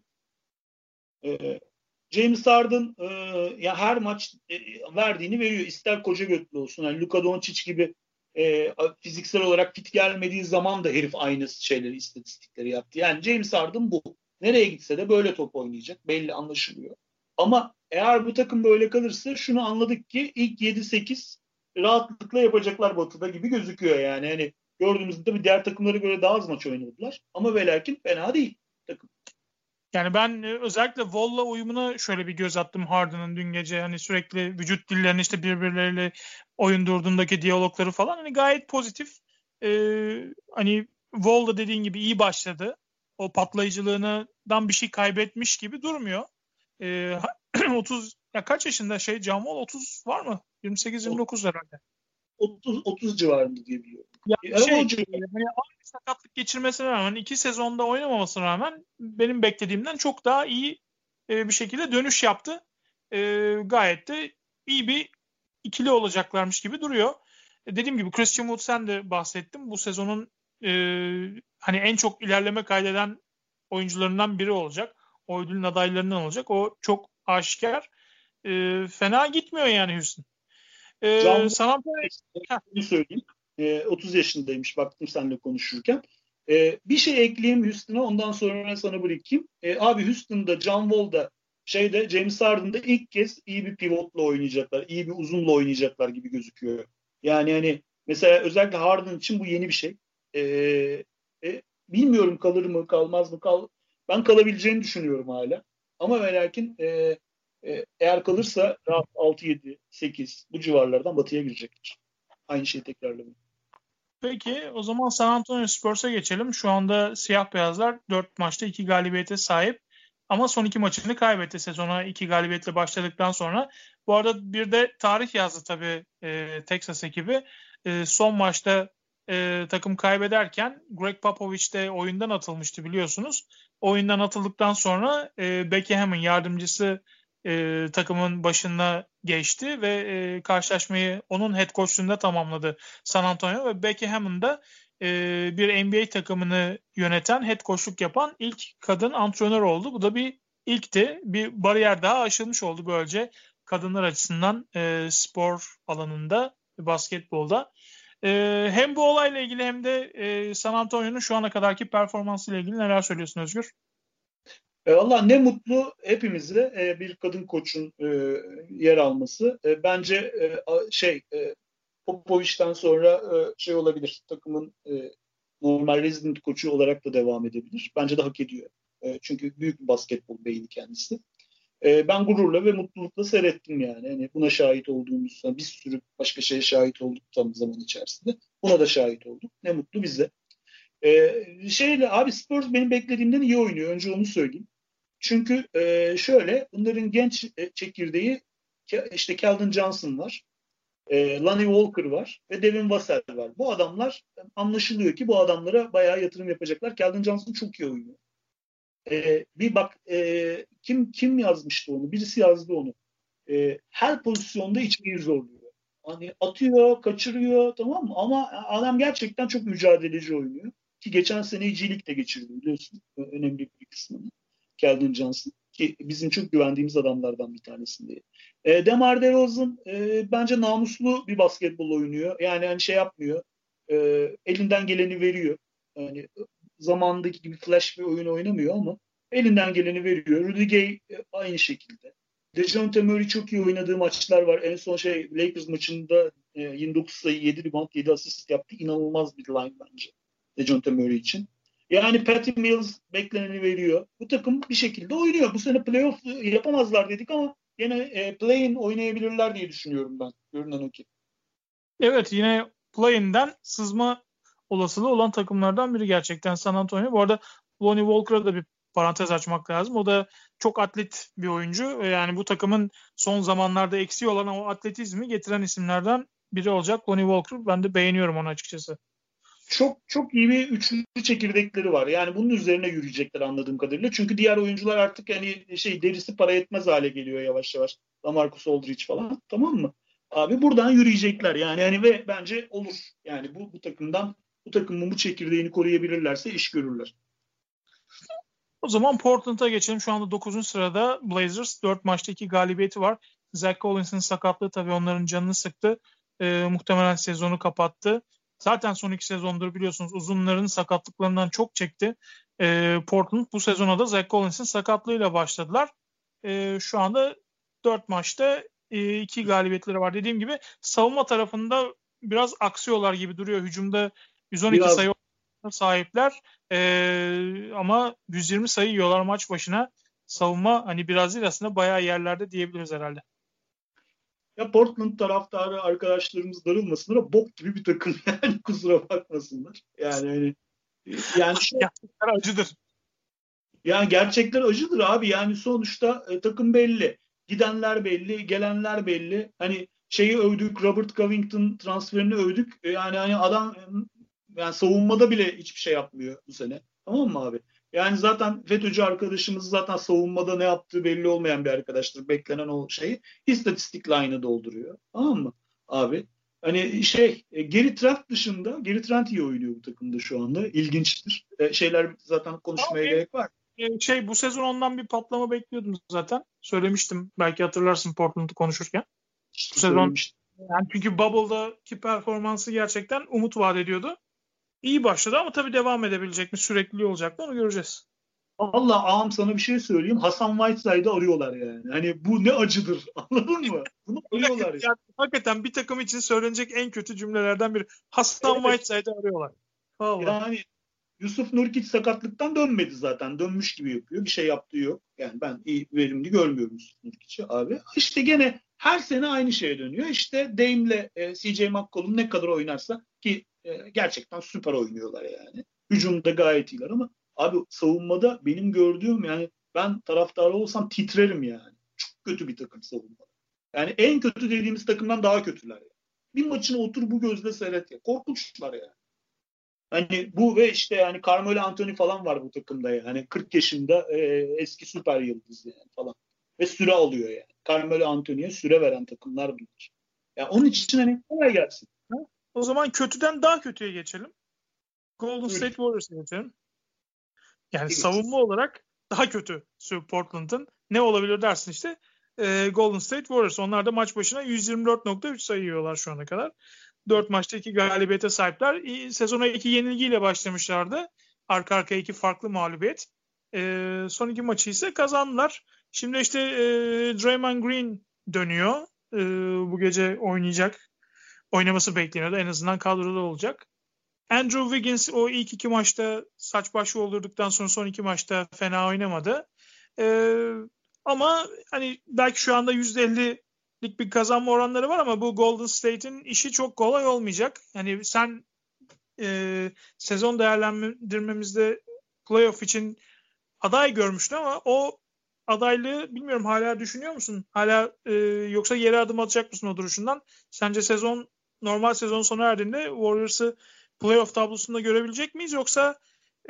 Ee, James Harden e, ya her maç e, verdiğini veriyor. İster koca götlü olsun. Yani Luka Doncic gibi e, fiziksel olarak fit gelmediği zaman da herif aynı şeyleri, istatistikleri yaptı. Yani James Harden bu. Nereye gitse de böyle top oynayacak. Belli, anlaşılıyor. Ama eğer bu takım böyle kalırsa şunu anladık ki ilk yedi sekiz rahatlıkla yapacaklar Batı'da gibi gözüküyor yani. Hani gördüğümüzde tabii diğer takımlara göre daha az maç oynadılar. Ama ve lakin fena değil takım. Yani ben e, özellikle Wall'la uyumuna şöyle bir göz attım Harden'ın dün gece. Hani sürekli vücut dillerini, işte birbirleriyle oyun durduğundaki diyalogları falan, hani gayet pozitif. Ee, hani Wall da dediğin gibi iyi başladı. O patlayıcılığından bir şey kaybetmiş gibi durmuyor. Ee, otuz ya kaç yaşında şey John Wall, otuz var mı? yirmi sekiz yirmi dokuz herhalde. otuz otuz civarında diye biliyorum. Yani E, ama şey, o e, hani aynı sakatlık geçirmesine rağmen, iki sezonda oynamamasına rağmen benim beklediğimden çok daha iyi e, bir şekilde dönüş yaptı. E, gayet de iyi bir ikili olacaklarmış gibi duruyor. E, dediğim gibi Christian Wood, sen de bahsettin. Bu sezonun e, hani en çok ilerleme kaydeden oyuncularından biri olacak. O ödülün adaylarından olacak. O çok aşikar. E, fena gitmiyor yani Houston. E, Can sana Wall'u söyleyeyim. E, otuz yaşındaymış, baktım seninle konuşurken. E, bir şey ekleyeyim Houston'a, ondan sonra sana bırakayım. E, abi Houston'da, John Wall'da, şeyde, James Harden'da ilk kez iyi bir pivotla oynayacaklar. İyi bir uzunla oynayacaklar gibi gözüküyor. Yani hani mesela özellikle Harden için bu yeni bir şey. E, e, bilmiyorum kalır mı kalmaz mı, kal ben kalabileceğini düşünüyorum hala. Ama ve lakin e, e, eğer kalırsa rahat altı yedi sekiz bu civarlardan Batı'ya girecektir. Aynı şeyi tekrarlamayın. Peki o zaman San Antonio Spurs'a geçelim. Şu anda siyah beyazlar dört maçta iki galibiyete sahip. Ama son iki maçını kaybetti sezona iki galibiyetle başladıktan sonra. Bu arada bir de tarih yazdı tabii e, Texas ekibi. E, son maçta e, takım kaybederken Greg Popovich de oyundan atılmıştı, biliyorsunuz. Oyundan atıldıktan sonra e, Becky Hammon, yardımcısı, e, takımın başına geçti ve e, karşılaşmayı onun head coachluğunda tamamladı San Antonio, ve Becky Hammon da e, bir N B A takımını yöneten, head coachluk yapan ilk kadın antrenör oldu. Bu da bir ilkti. Bir bariyer daha aşılmış oldu böylece kadınlar açısından e, spor alanında, basketbolda. E, hem bu olayla ilgili hem de e, San Antonio'nun şu ana kadarki performansıyla ilgili neler söylüyorsun Özgür? E, Valla ne mutlu hepimize e, bir kadın koçun e, yer alması. E, bence e, a- şey e, Popovic'ten sonra e, şey olabilir. Takımın e, normal resident koçu olarak da devam edebilir. Bence de hak ediyor. E, çünkü büyük bir basketbol beyni kendisi. E, ben gururla ve mutlulukla seyrettim yani. Hani buna şahit olduğumuz, bir sürü başka şeye şahit olduk tam zaman içerisinde. Buna da şahit olduk. Ne mutlu bize. E, şeyle abi, Spurs benim beklediğimden iyi oynuyor. Önce onu söyleyeyim. Çünkü e, şöyle, bunların genç e, çekirdeği, işte Keldon Johnson var, e, Lonnie Walker var ve Devin Vassell var. Bu adamlar, anlaşılıyor ki bu adamlara bayağı yatırım yapacaklar. Keldon Johnson çok iyi oynuyor. E, bir bak, e, kim kim yazmıştı onu? Birisi yazdı onu. E, her pozisyonda içeriği zorluyor. Hani atıyor, kaçırıyor, tamam mı? Ama adam gerçekten çok mücadeleci oynuyor. Ki geçen seneyi G League'de geçirdi biliyorsun. Önemli bir kısmını. Keldon Johnson ki bizim çok güvendiğimiz adamlardan bir tanesinde. E, DeMar DeRozan e, bence namuslu bir basketbol oynuyor. Yani hani şey yapmıyor. E, elinden geleni veriyor. Yani zamandaki gibi flash bir oyun oynamıyor ama elinden geleni veriyor. Rudy Gay e, aynı şekilde. DeJounte Murray çok iyi oynadığı maçlar var. En son şey Lakers maçında e, yirmi dokuz sayı, yedi rebound, yedi asist yaptı. İnanılmaz bir line bence DeJounte Murray için. Yani Patty Mills bekleneni veriyor. Bu takım bir şekilde oynuyor. Bu sene playoff yapamazlar dedik ama yine e, play-in oynayabilirler diye düşünüyorum ben. Görünen o ki. Evet, yine play-in'den sızma olasılığı olan takımlardan biri gerçekten San Antonio. Bu arada Lonnie Walker'a da bir parantez açmak lazım. O da çok atlet bir oyuncu. Yani bu takımın son zamanlarda eksiği olan o atletizmi getiren isimlerden biri olacak Lonnie Walker. Ben de beğeniyorum onu açıkçası. Çok çok iyi bir üçlü çekirdekleri var. Yani bunun üzerine yürüyecekler anladığım kadarıyla. Çünkü diğer oyuncular artık yani şey derisi para etmez hale geliyor yavaş yavaş. LaMarcus Aldridge falan. Tamam mı? Abi buradan yürüyecekler. Yani hani ve bence olur. Yani bu bu takımdan bu takımın bu çekirdeğini koruyabilirlerse iş görürler. O zaman Portland'a geçelim. Şu anda dokuzuncu sırada Blazers. dört maçta iki galibiyeti var. Zach Collins'in sakatlığı tabii onların canını sıktı. Ee, muhtemelen sezonu kapattı. Zaten son iki sezondur biliyorsunuz uzunların sakatlıklarından çok çekti. Ee, Portland bu sezona da Zach Collins'in sakatlığıyla başladılar. Ee, şu anda dört maçta e, iki galibiyetleri var. Dediğim gibi savunma tarafında biraz aksıyorlar gibi duruyor. Hücumda yüz on iki Biraz sayı sahipler. Ee, ama yüz yirmi sayı yiyorlar maç başına. Savunma hani biraz değil aslında bayağı yerlerde diyebiliriz herhalde. ya Portland taraftarı arkadaşlarımız darılmasınlar ama bok gibi bir takım yani kusura bakmasınlar. Yani hani yani şey, Gerçekten acıdır. yani gerçekler acıdır abi. Yani sonuçta e, takım belli. Gidenler belli, gelenler belli. Hani şeyi övdük, Robert Covington transferini övdük. E, yani hani adam e, yani savunmada bile hiçbir şey yapmıyor bu sene. Tamam mı abi? Yani zaten FETÖ'cü arkadaşımız zaten savunmada ne yaptığı belli olmayan bir arkadaştır. Beklenen o şeyi istatistik line'ı dolduruyor. Tamam mı abi? Hani şey e, Gary Trent dışında Gary Trent iyi oynuyor bu takımda şu anda. İlginçtir. E, şeyler zaten konuşmaya Abi, gerek var. e, şey bu sezon ondan bir patlama bekliyordum zaten. Söylemiştim belki hatırlarsın Portland'ı konuşurken. Bu İşte sezon söylemiştim. yani çünkü Bubble'daki performansı gerçekten umut vaat ediyordu. İyi başladı ama tabii devam edebilecek mi, sürekli olacak mı onu göreceğiz. Allah ağam sana bir şey söyleyeyim. Hasan Whiteside'ı arıyorlar yani. Hani bu ne acıdır. Anladın mı? Bunu Evet, arıyorlar yani. yani hakikaten bir takım için söylenecek en kötü cümlelerden biri. Hasan Evet. Whiteside'ı arıyorlar. Valla. Yani Yusuf Nurkic sakatlıktan dönmedi zaten. Dönmüş gibi yapıyor. Bir şey yaptığı yok. Yani ben iyi verimli görmüyorum Yusuf Nurkic'i abi. İşte gene her sene aynı şeye dönüyor. İşte Dame'le e, C J McCollum ne kadar oynarsa ki e, gerçekten süper oynuyorlar yani. Hücumda gayet iyiler ama abi savunmada benim gördüğüm yani ben taraftarı olsam titrerim yani. Çok kötü bir takım savunmada. Yani en kötü dediğimiz takımdan daha kötüler yani. Bir maçını otur bu gözle seyret ya. Korkunçlar yani. Hani bu ve işte yani Carmelo Anthony falan var bu takımda yani. kırk yaşında e, eski süper yıldız yani falan. Ve süre alıyor yani. Carmelo Anthony'ye süre veren takımlar bunlar. Yani onun için hani kolay gelsin. Ha? O zaman kötüden daha kötüye geçelim. Golden Buyurun. State Warriors'a geçelim. Yani Evet. savunma olarak daha kötü Portland'ın. Ne olabilir dersin işte. E, Golden State Warriors. Onlar da maç başına yüz yirmi dört nokta üç sayı yiyorlar şu ana kadar. dört maçta iki galibiyete sahipler. Sezona iki yenilgiyle başlamışlardı. Arka arkaya iki farklı mağlubiyet. E, son iki maçı ise kazandılar. Şimdi işte e, Draymond Green dönüyor. E, bu gece oynayacak. Oynaması bekleniyordu. En azından kadroda olacak. Andrew Wiggins o ilk iki maçta saç baş yoldurduktan sonra son iki maçta fena oynamadı. Ee, ama hani belki şu anda yüzde ellilik bir kazanma oranları var ama bu Golden State'in işi çok kolay olmayacak. Yani sen e, sezon değerlendirmemizde playoff için aday görmüştün ama o adaylığı bilmiyorum hala düşünüyor musun? Hala e, yoksa geri adım atacak mısın o duruşundan? Sence sezon normal sezon sona erdiğinde Warriors'ı playoff tablosunda görebilecek miyiz yoksa e,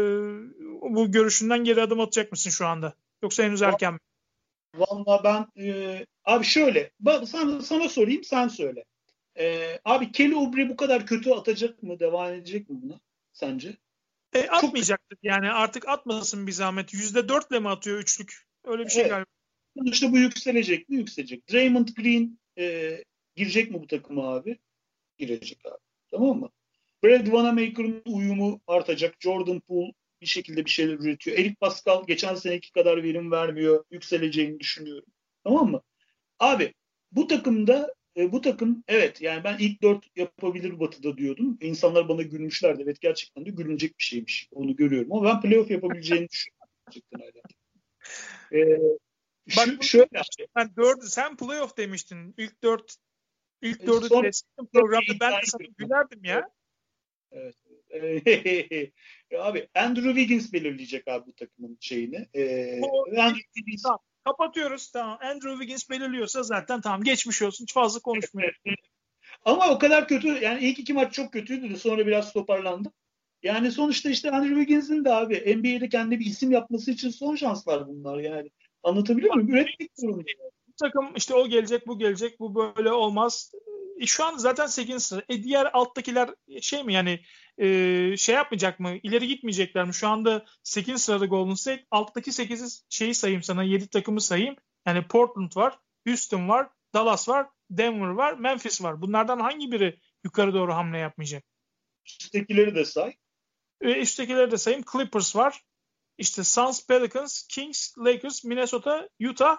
bu görüşünden geri adım atacak mısın şu anda? Yoksa henüz erken mi? Vallahi ben e, abi şöyle sana, sana sorayım sen söyle. E, abi Kelly Oubre bu kadar kötü atacak mı? Devam edecek mi buna sence? E, Çok atmayacaktır yani artık atmasın bir zahmet. yüzde dörtle mi atıyor üçlük? Öyle bir şey evet. galiba. Sonuçta bu yükselecek mi? Yükselecek. Draymond Green e, girecek mi bu takıma abi? Girecek abi. Tamam mı? Brad Wanamaker'ın uyumu artacak. Jordan Poole bir şekilde bir şeyler üretiyor. Eric Pascal geçen seneki kadar verim vermiyor. Yükseleceğini düşünüyorum. Tamam mı? Abi bu takımda e, bu takım evet yani ben ilk dört yapabilir Batı'da diyordum. İnsanlar bana gülmüşlerdi. Evet gerçekten de gülünecek bir şeymiş. Onu görüyorum. Ama ben playoff yapabileceğini düşünüyorum. Gerçekten hala. E, Bak şu, bunu şöyle demiştim. Ben dördü, sen playoff demiştin. İlk dört ilk abi, dördü sonra kestim programda. Ben de iddiayı sana kırdım. gülerdim Evet, ya. evet. E, abi Andrew Wiggins belirleyecek abi bu takımın şeyini. E, Bu Andrew Wiggins tamam. Kapatıyoruz. Tamam. Andrew Wiggins belirliyorsa zaten tamam geçmiş olsun. Hiç fazla konuşmuyorum. ama o kadar kötü yani ilk iki maç çok kötüydü de sonra biraz toparlandı. Yani sonuçta işte Andrew Wiggins'in de abi N B A'de kendi bir isim yapması için son şanslar bunlar yani. Anlatabiliyor Bak, muyum? Üretmek zorunda. bu takım işte o gelecek, bu gelecek, bu böyle olmaz. E, şu an zaten sekizinci sıra. E, diğer alttakiler şey mi yani e, şey yapmayacak mı? İleri gitmeyecekler mi? Şu anda sekizinci sırada Golden State. Alttaki sekiz şeyi sayayım sana. yedi takımı sayayım. Yani Portland var, Houston var, Dallas var, Denver var, Memphis var. Bunlardan hangi biri yukarı doğru hamle yapmayacak? Üsttekileri de say. E, üsttekileri de sayayım. Clippers var. İşte Suns, Pelicans, Kings, Lakers, Minnesota, Utah.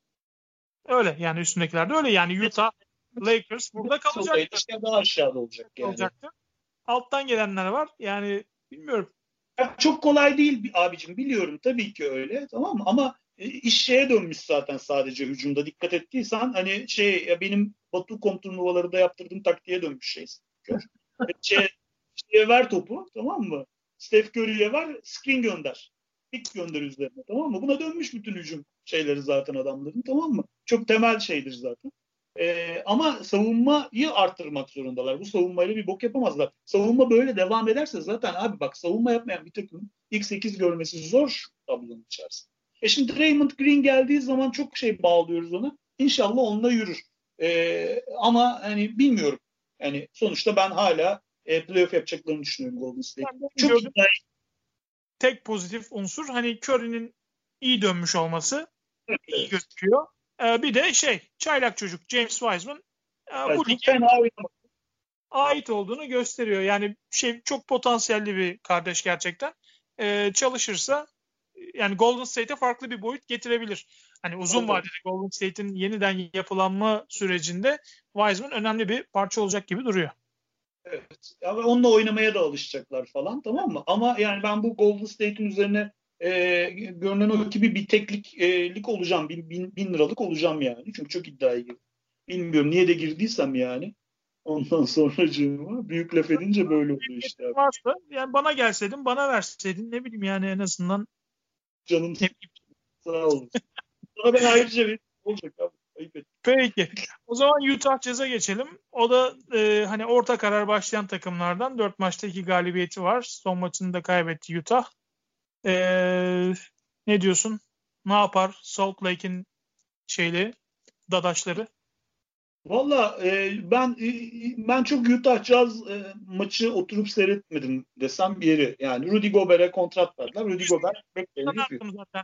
Öyle yani üstündekiler de öyle. Yani Utah, Lakers burada Minnesota'yı da kalacaktır. işte daha aşağıda olacak yani. Olacaktır. Alttan gelenler var. Yani bilmiyorum. Ya çok kolay değil abicim biliyorum tabii ki öyle tamam mı? Ama e, iş şeye dönmüş zaten sadece hücumda dikkat ettiysen hani şey ya benim Batu.com turnuvalarında yaptırdığım taktiğe dönmüş şey. Gör. E, Şey, şeye ver topu tamam mı? Steph Curry'e ver screen gönder. Pik gönder üzerine tamam mı? Buna dönmüş bütün hücum şeyleri zaten adamların tamam mı? Çok temel şeydir zaten. Ee, ama savunmayı arttırmak zorundalar. Bu savunmayla bir bok yapamazlar. Savunma böyle devam ederse zaten abi bak savunma yapmayan bir takım ilk sekiz görmesi zor şu tablonun içerisinde. E şimdi Draymond Green geldiği zaman çok şey bağlıyoruz ona. İnşallah onunla yürür. Ee, ama hani bilmiyorum. Yani sonuçta ben hala e, playoff yapacaklarını düşünüyorum Golden State. Ben de Çok gördüğüm iddialı. tek pozitif unsur hani Curry'nin iyi dönmüş olması iyi gözüküyor. Ee, bir de şey çaylak çocuk James Wiseman e, Yani bu çok lige fena oynamadı. ait olduğunu gösteriyor. Yani şey çok potansiyelli bir kardeş gerçekten. Ee, çalışırsa yani Golden State'e farklı bir boyut getirebilir. Hani uzun vadede Golden State'in yeniden yapılanma sürecinde Wiseman önemli bir parça olacak gibi duruyor. Evet. Ya ve onunla oynamaya da alışacaklar falan tamam mı? Ama yani ben bu Golden State'in üzerine e, görünen o gibi bir teklik e, lik olacağım. Bin, bin, bin liralık olacağım yani. Çünkü çok iddiaya girdim. Bilmiyorum niye de girdiysem yani. Ondan sonracığıma büyük laf edince böyle oluyor işte abi. Varsa yani bana gelseydin bana verseydin ne bileyim yani en azından Canım ne bileyim. sağ olun. Sana ben ayrıca bir olacak abi. Ayıp et. Peki. O zaman Utah Jazz'a geçelim. O da e, hani orta karar başlayan takımlardan dört maçta iki galibiyeti var. Son maçını da kaybetti Utah. E, ne diyorsun? Ne yapar Salt Lake'in şeyleri, dadaşları? Valla e, ben e, ben çok Utah Jazz e, maçı oturup seyretmedim desem yeri. Yani Rudy Gobert'e kontrat verdiler. Rudy Gobert Ben beklerini yapıyor. attım zaten.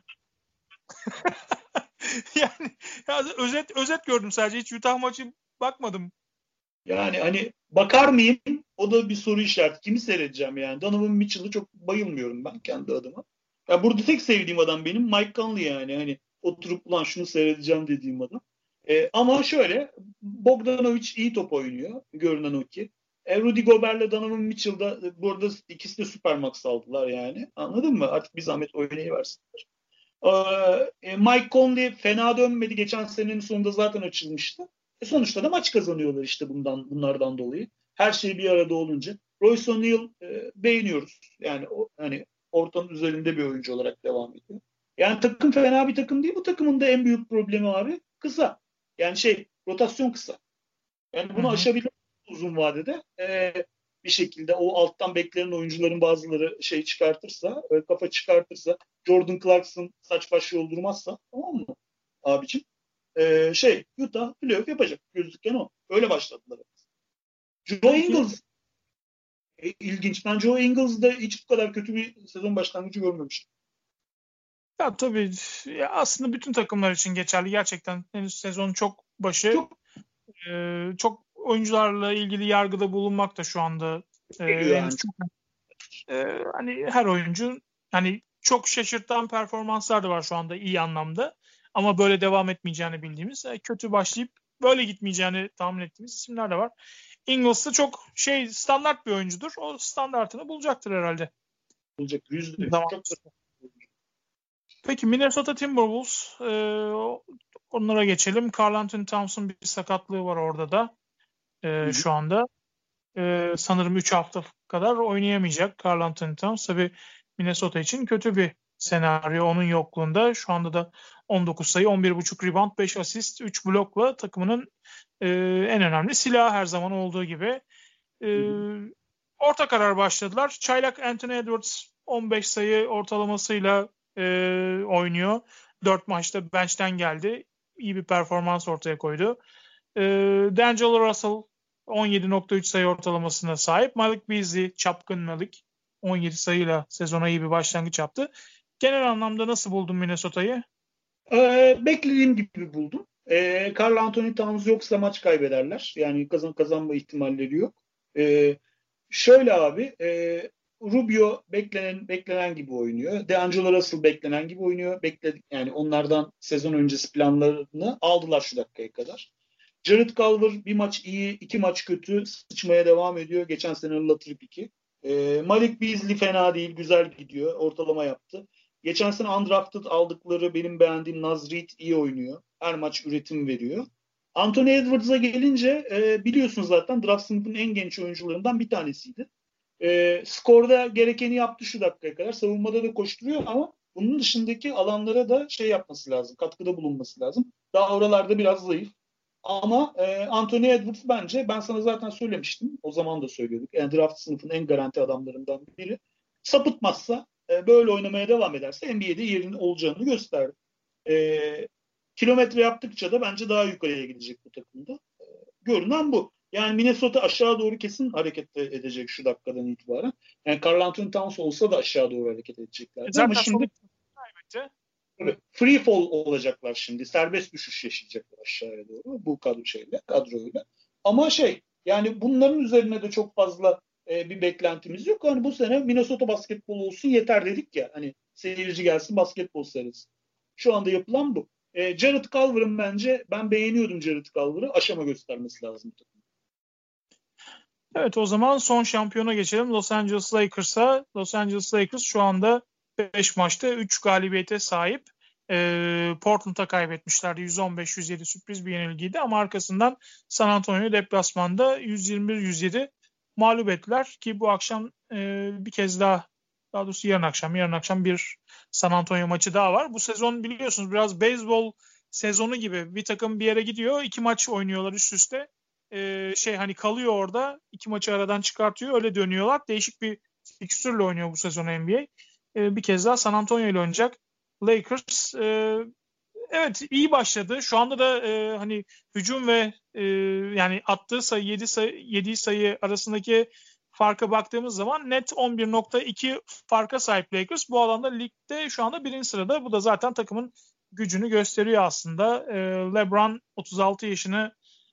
yani ya özet özet gördüm sadece. Hiç Utah maçı bakmadım. Yani hani bakar mıyım? O da bir soru işareti. Kimi seyredeceğim yani? Donovan Mitchell'ı çok bayılmıyorum ben kendi adıma. Ya burada tek sevdiğim adam benim Mike Conley yani. Hani oturup ulan şunu seyredeceğim dediğim adam. E, ama şöyle Bogdanovic iyi top oynuyor. Görünen o ki. E, Rudy Gobert'le Donovan Mitchell da e, burada ikisi de Supermax aldılar yani. Anladın mı? Artık bir zahmet oynayıversinler. E, Mike Conley fena dönmedi. Geçen senenin sonunda zaten açılmıştı. E sonuçta da maç kazanıyorlar işte bundan bunlardan dolayı. Her şey bir arada olunca. Royce O'Neal e, beğeniyoruz. Yani o hani ortanın üzerinde bir oyuncu olarak devam ediyor. Yani takım fena bir takım değil. Bu takımın da en büyük problemi abi kısa. Yani şey rotasyon kısa. Yani Hı bunu hı. aşabilir uzun vadede. E, bir şekilde o alttan beklenen oyuncuların bazıları şey çıkartırsa, e, kafa çıkartırsa, Jordan Clarkson saç baş yoldurmazsa tamam mı abicim? E, şey Utah playoff yapacak. Gözüken o. Öyle başladılar. Joe Peki. Ingles E, ilginç. Ben Joe Ingles'da hiç bu kadar kötü bir sezon başlangıcı görmemiştim. Ya tabii ya aslında bütün takımlar için geçerli. Gerçekten henüz sezon çok başı. Çok Ee, çok oyuncularla ilgili yargıda bulunmak da şu anda e, geliyor henüz yani. çok e, hani her oyuncu hani çok şaşırtan performanslar da var şu anda iyi anlamda. Ama böyle devam etmeyeceğini bildiğimiz, e, kötü başlayıp böyle gitmeyeceğini tahmin ettiğimiz isimler de var. Ingles da çok şey standart bir oyuncudur. O standartını bulacaktır herhalde. Olacak. Yüzde yüz. Zaman. Çok da Peki Minnesota Timberwolves, e, onlara geçelim. Karl Anthony Towns'un bir sakatlığı var orada da hı e, hı. şu anda. E, sanırım üç hafta kadar oynayamayacak Karl Anthony Towns. Tabii Minnesota için kötü bir senaryo onun yokluğunda. Şu anda da on dokuz sayı, on bir buçuk rebound, beş asist, üç blokla takımının e, en önemli silahı her zaman olduğu gibi. E, Hı hı. orta karar başladılar. Çaylak Anthony Edwards on beş sayı ortalamasıyla e, oynuyor. dört maçta bench'ten geldi. İyi bir performans ortaya koydu. E, D'Angelo Russell on yedi nokta üç sayı ortalamasına sahip. Malik Beasley, çapkın Malik on yedi sayıyla sezona iyi bir başlangıç yaptı. Genel anlamda nasıl buldun Minnesota'yı? Ee, beklediğim gibi buldum. Ee, Karl Anthony Towns yoksa maç kaybederler. Yani kazan kazanma ihtimalleri yok. Ee, şöyle abi, e, Rubio beklenen beklenen gibi oynuyor. D'Angelo Russell beklenen gibi oynuyor. Bekledik yani onlardan sezon öncesi planlarını aldılar şu dakikaya kadar. Jared Culver bir maç iyi, iki maç kötü. Sıçmaya devam ediyor. Geçen sene hatırlayıp iki. Ee, Malik Beasley fena değil. Güzel gidiyor. Ortalama yaptı. Geçen sene undrafted aldıkları benim beğendiğim Naz Reid iyi oynuyor. Her maç üretim veriyor. Anthony Edwards'a gelince e, biliyorsunuz zaten draft sınıfının en genç oyuncularından bir tanesiydi. E, skorda gerekeni yaptı şu dakikaya kadar. Savunmada da koşturuyor ama bunun dışındaki alanlara da şey yapması lazım. Katkıda bulunması lazım. Daha oralarda biraz zayıf. Ama e, Anthony Edwards bence ben sana zaten söylemiştim. O zaman da söylüyorduk. Yani draft sınıfının en garanti adamlarından biri. Sapıtmazsa e, böyle oynamaya devam ederse N B A'de yerinin olacağını gösterdi. E, kilometre yaptıkça da bence daha yukarıya gidecek bu takımda. E, görünen bu. Yani Minnesota aşağı doğru kesin hareket edecek şu dakikadan itibaren. Yani Karl Anthony Towns olsa da aşağı doğru hareket E, edeceklerdi. Ama zaten şimdi sonuç kaybetti. tabii, free fall olacaklar şimdi. Serbest düşüş yaşayacaklar aşağıya doğru bu kadro şeyle, kadroyla. Ama şey yani bunların üzerine de çok fazla e, bir beklentimiz yok. Hani bu sene Minnesota basketbol olsun yeter dedik ya. Hani seyirci gelsin basketbol seyretsin. Şu anda yapılan bu. E, Jared Culver'ın bence ben beğeniyordum Jared Culver'ı. Aşama göstermesi lazım. Evet, o zaman son şampiyona geçelim. Los Angeles Lakers'a. Los Angeles Lakers şu anda beş maçta üç galibiyete sahip. Ee, Portland'a kaybetmişlerdi. yüz on beş yüz yedi sürpriz bir yenilgiydi ama arkasından San Antonio deplasmanda yüz yirmi bir yüz yedi mağlup ettiler ki bu akşam e, bir kez daha daha doğrusu yarın akşam yarın akşam bir San Antonio maçı daha var. Bu sezon biliyorsunuz biraz beyzbol sezonu gibi bir takım bir yere gidiyor. iki maç oynuyorlar üst üste. Ee, şey hani kalıyor orada. İki maçı aradan çıkartıyor. Öyle dönüyorlar. Değişik bir fikstürle oynuyor bu sezon N B A. Ee, bir kez daha San Antonio ile oynayacak. Lakers e, evet iyi başladı. Şu anda da e, hani hücum ve e, yani attığı sayı yedi sayı yediği sayı arasındaki farka baktığımız zaman net on bir nokta iki farka sahip Lakers. Bu alanda ligde şu anda birinci sırada. Bu da zaten takımın gücünü gösteriyor aslında. E, LeBron otuz altı yaşını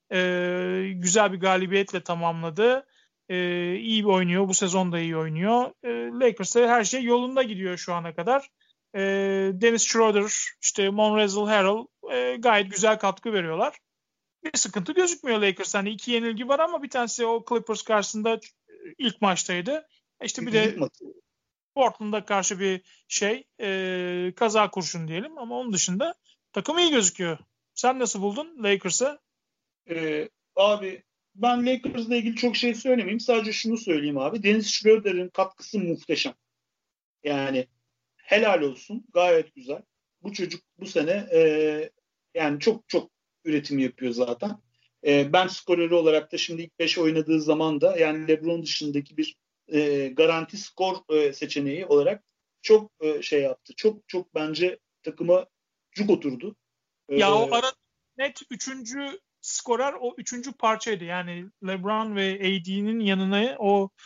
e, güzel bir galibiyetle tamamladı. E, iyi oynuyor. Bu sezon da iyi oynuyor. E, Lakers'ta her şey yolunda gidiyor şu ana kadar. E, Dennis Schroeder, işte Montrezl Harrell e, gayet güzel katkı veriyorlar. Bir sıkıntı gözükmüyor Lakers. Hani iki yenilgi var ama bir tanesi o Clippers karşısında ilk maçtaydı. İşte bir Vizit de maçı. Portland'a karşı bir şey e, kaza kurşun diyelim ama onun dışında takım iyi gözüküyor. Sen nasıl buldun Lakers'ı? Ee, abi ben Lakers'la ilgili çok şey söylemeyeyim. Sadece şunu söyleyeyim abi. Dennis Schroeder'in katkısı muhteşem. Yani helal olsun. Gayet güzel. Bu çocuk bu sene e, yani çok çok üretim yapıyor zaten. E, ben skoreri olarak da şimdi ilk beş oynadığı zaman da yani LeBron dışındaki bir e, garanti skor e, seçeneği olarak çok e, şey yaptı. Çok çok bence takıma cuk oturdu. E, Ya o ara net üçüncü skorer o üçüncü parçaydı. Yani LeBron ve A D'nin yanına o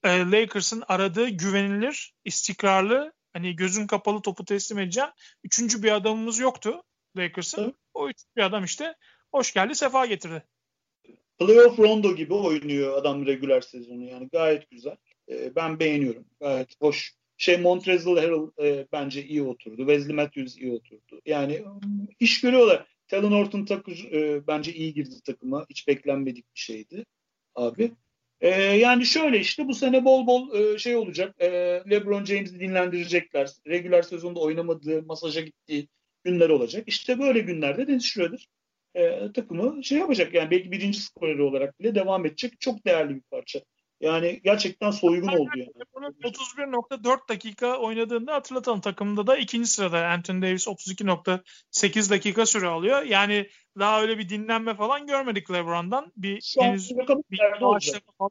e, Lakers'ın aradığı güvenilir, istikrarlı, hani gözün kapalı topu teslim edeceğim üçüncü bir adamımız yoktu Lakers'ın. Tabii. O üçüncü bir adam işte hoş geldi, sefa getirdi. Playoff Rondo gibi oynuyor adam regular sezonu, yani gayet güzel. E, ben beğeniyorum. Gayet hoş. Şey Montrezl Harrell e, bence iyi oturdu. Wesley Matthews iyi oturdu. Yani iş görüyorlar. Talon Horton Tucker e, bence iyi girdi takıma. Hiç beklenmedik bir şeydi abi. E, yani şöyle işte bu sene bol bol e, şey olacak. E, LeBron James'i dinlendirecekler. Regular sezonda oynamadığı, masaja gittiği günler olacak. İşte böyle günlerde Dennis Schroeder e, takımı şey yapacak. Yani belki birinci skoreri olarak bile devam edecek. Çok değerli bir parça. Yani gerçekten soygun oldu yani. otuz bir nokta dört dakika oynadığında hatırlatalım, takımda da ikinci sırada Anthony Davis otuz iki nokta sekiz dakika süre alıyor. Yani daha öyle bir dinlenme falan görmedik LeBron'dan. Bir Şu an henüz bir olacak. falan.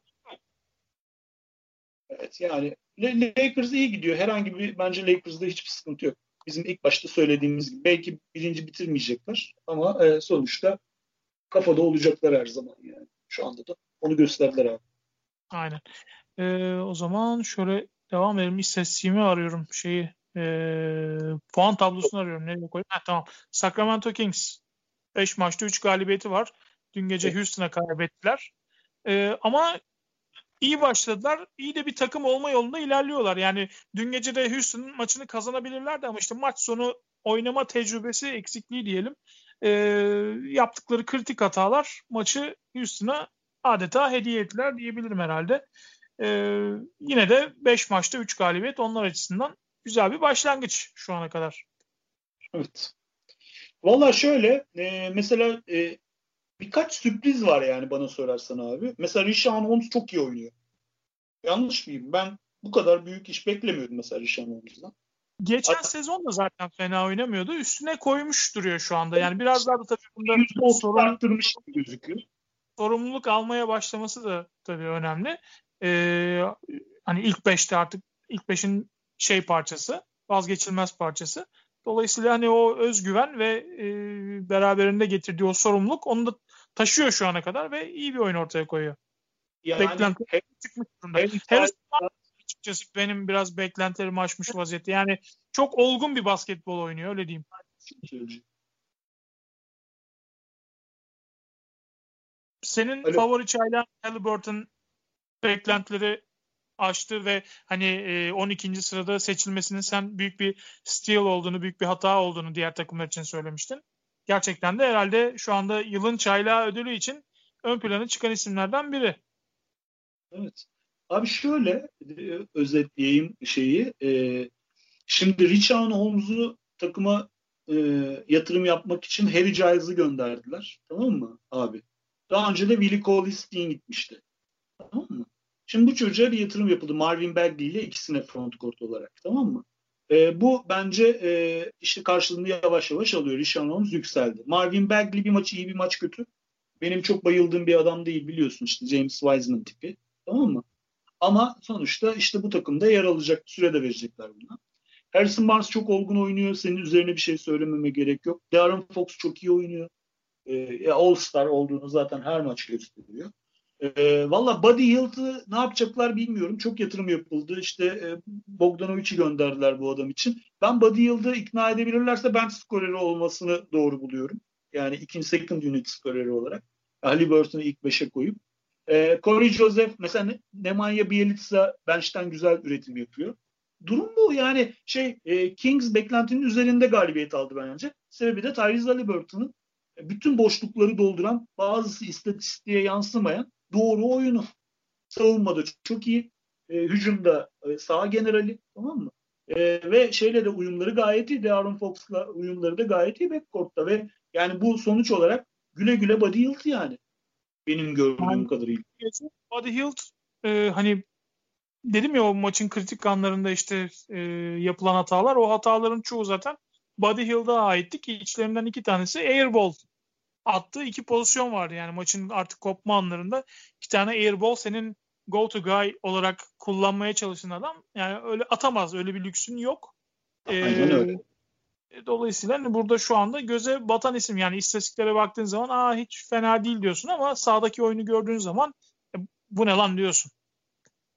Evet yani Lakers iyi gidiyor. Herhangi bir, bence Lakers'da hiçbir sıkıntı yok. Bizim ilk başta söylediğimiz gibi belki birinci bitirmeyecekler ama e, sonuçta kafada olacaklar her zaman yani. Şu anda da onu gösterdiler abi. Aynen. Ee, o zaman şöyle devam edelim. İstatistiğimi arıyorum. Şeyi ee, puan tablosunu arıyorum. Nereye koyayım? Ha, tamam. Sacramento Kings beş maçta üç galibiyeti var. Dün gece Houston'a kaybettiler. Ee, ama iyi başladılar. İyi de bir takım olma yolunda ilerliyorlar. Yani dün gece de Houston maçını kazanabilirlerdi ama işte maç sonu oynama tecrübesi eksikliği diyelim. Ee, yaptıkları kritik hatalar maçı Houston'a adeta hediye ettiler diyebilirim herhalde. Ee, yine de beş maçta üç galibiyet onlar açısından güzel bir başlangıç şu ana kadar. Evet. Valla şöyle e, mesela e, birkaç sürpriz var yani bana sorarsan abi. Mesela Richaun Holmes çok iyi oynuyor. Yanlış mıyım? Ben bu kadar büyük iş beklemiyordum mesela Richaun Holmes'dan. Geçen Hatta sezon da zaten fena oynamıyordu. Üstüne koymuş duruyor şu anda. Yani biraz daha da tabii bunda yüzde otuz sorun, arttırmış gibi gözüküyor. sorumluluk almaya başlaması da tabii önemli. Ee, hani ilk beşte artık ilk beşin şey parçası, vazgeçilmez parçası. Dolayısıyla hani o özgüven ve e, beraberinde getirdiği o sorumluluk onu da taşıyor şu ana kadar ve iyi bir oyun ortaya koyuyor. Yani Beklenti hem, çıkmış durumda. hem Harris açıkçası benim biraz beklentilerimi aşmış vaziyette. Yani çok olgun bir basketbol oynuyor, öyle diyeyim. Senin Alo. favori çaylan Haliburton beklentileri aştı ve hani e, on ikinci sırada seçilmesinin sen büyük bir steal olduğunu, büyük bir hata olduğunu diğer takımlar için söylemiştin. Gerçekten de herhalde şu anda yılın çaylağı ödülü için ön plana çıkan isimlerden biri. Evet. Abi şöyle e, özetleyeyim şeyi. E, şimdi Richaun Holmes'u takıma e, yatırım yapmak için Harry Giles'ı gönderdiler. Tamam mı abi? Daha önce de Willie Cauley-Stein gitmişti. Tamam mı? Şimdi bu çocuğa bir yatırım yapıldı. Marvin Bagley ile ikisine front court olarak. Tamam mı? E, bu bence e, işte karşılığını yavaş yavaş alıyor. Richaun Holmes yükseldi. Marvin Bagley bir maç iyi bir maç kötü. Benim çok bayıldığım bir adam değil, biliyorsun işte James Wiseman tipi. Tamam mı? Ama sonuçta işte bu takımda yer alacak, süre de verecekler buna. Harrison Barnes çok olgun oynuyor. Senin üzerine bir şey söylememe gerek yok. De'Aaron Fox çok iyi oynuyor. Ee, All-Star olduğunu zaten her maç gösteriyor. Ee, Valla Buddy Hield'ı ne yapacaklar bilmiyorum. Çok yatırım yapıldı. İşte e, Bogdanovic'i gönderdiler bu adam için. Ben Buddy Hield'ı ikna edebilirlerse bench skoreri olmasını doğru buluyorum. Yani ikinci second unit skoreri olarak. Haliburton'u ilk beşe koyup. Ee, Corey Joseph mesela Nemanja Bjelica bench'ten güzel üretim yapıyor. Durum bu. Yani şey e, Kings beklentinin üzerinde galibiyet aldı bence. Sebebi de Tyrese Haliburton'un bütün boşlukları dolduran, bazısı istatistiğe yansımayan doğru oyunu. Savunmada çok iyi. E, hücumda e, sağ generali, tamam mı? E, ve şeyle de uyumları gayet iyi. De'Aaron Fox'la uyumları da gayet iyi backcourt'ta ve yani bu sonuç olarak güle güle Buddy Hield yani. Benim gördüğüm Yani, kadarıyla. Buddy Hield e, hani dedim ya o maçın kritik anlarında işte e, yapılan hatalar, o hataların çoğu zaten Buddy Hield'a aitti ki içlerinden iki tanesi airball attığı iki pozisyon vardı. Yani maçın artık kopma anlarında iki tane airball senin go to guy olarak kullanmaya çalışan adam yani öyle atamaz, öyle bir lüksün yok. Aynen Ee, öyle. dolayısıyla hani burada şu anda göze batan isim, yani istatistiklere baktığın zaman aa hiç fena değil diyorsun ama sahadaki oyunu gördüğün zaman e, bu ne lan diyorsun.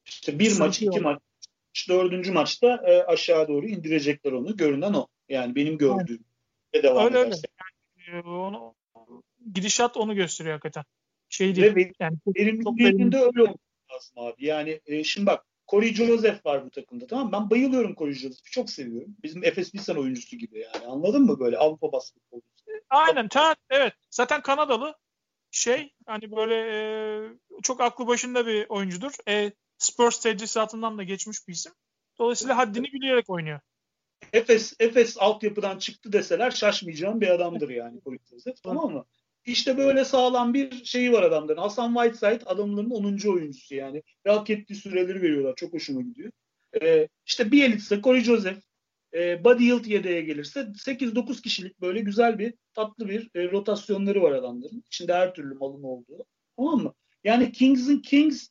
İşte bir maç, iki maç, dördüncü maçta e, aşağı doğru indirecekler onu. Görünen o. Yani benim gördüğüm. Ve devam öyle ederse. öyle. Yani, onu, gidişat onu gösteriyor hakikaten. Şey değil. Ve Yani çok, çok verimliliğinin verimli. de öyle olması lazım abi. Yani e, şimdi bak Corey Joseph var bu takımda, tamam mı? Ben bayılıyorum Corey Joseph'i. Çok seviyorum. Bizim Efes Pilsen oyuncusu gibi yani. Anladın mı böyle Avrupa basketbolu? Aynen. Ta, evet. Zaten Kanadalı şey hani böyle e, çok aklı başında bir oyuncudur. E, Spurs tecrisatından da geçmiş bir isim. Dolayısıyla haddini bilerek oynuyor. Efes, Efes altyapıdan çıktı deseler şaşmayacağım bir adamdır yani Corey Joseph, tamam mı? İşte böyle sağlam bir şeyi var adamların. Hasan Whiteside adamların onuncu oyuncusu yani. Ve hak ettiği süreleri veriyorlar. Çok hoşuma gidiyor. Ee, işte Bielitsa, Corey Joseph, e, Buddy Hield yedeğe gelirse sekiz dokuz kişilik böyle güzel bir tatlı bir e, rotasyonları var adamların. İçinde her türlü malın olduğu. Tamam mı? Yani Kings'in Kings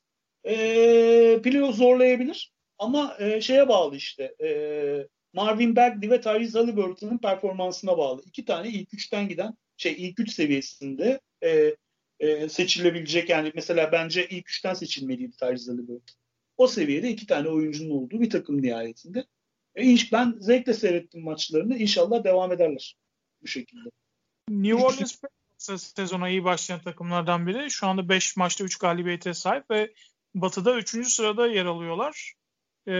e, playoff zorlayabilir. Ama e, şeye bağlı işte. E, Marvin Bagley ve Tyrese Haliburton'un performansına bağlı. İki tane ilk üçten giden şey ilk üç seviyesinde e, e, seçilebilecek yani mesela bence ilk üçten seçilmeliydi Tyrese Haliburton. O seviyede iki tane oyuncunun olduğu bir takım nihayetinde. E, ben zevkle seyrettim maçlarını. İnşallah devam ederler bu şekilde. New Orleans Pelicans sezona iyi başlayan takımlardan biri. Şu anda beş maçta üç galibiyete sahip ve Batı'da üçüncü sırada yer alıyorlar. Ee,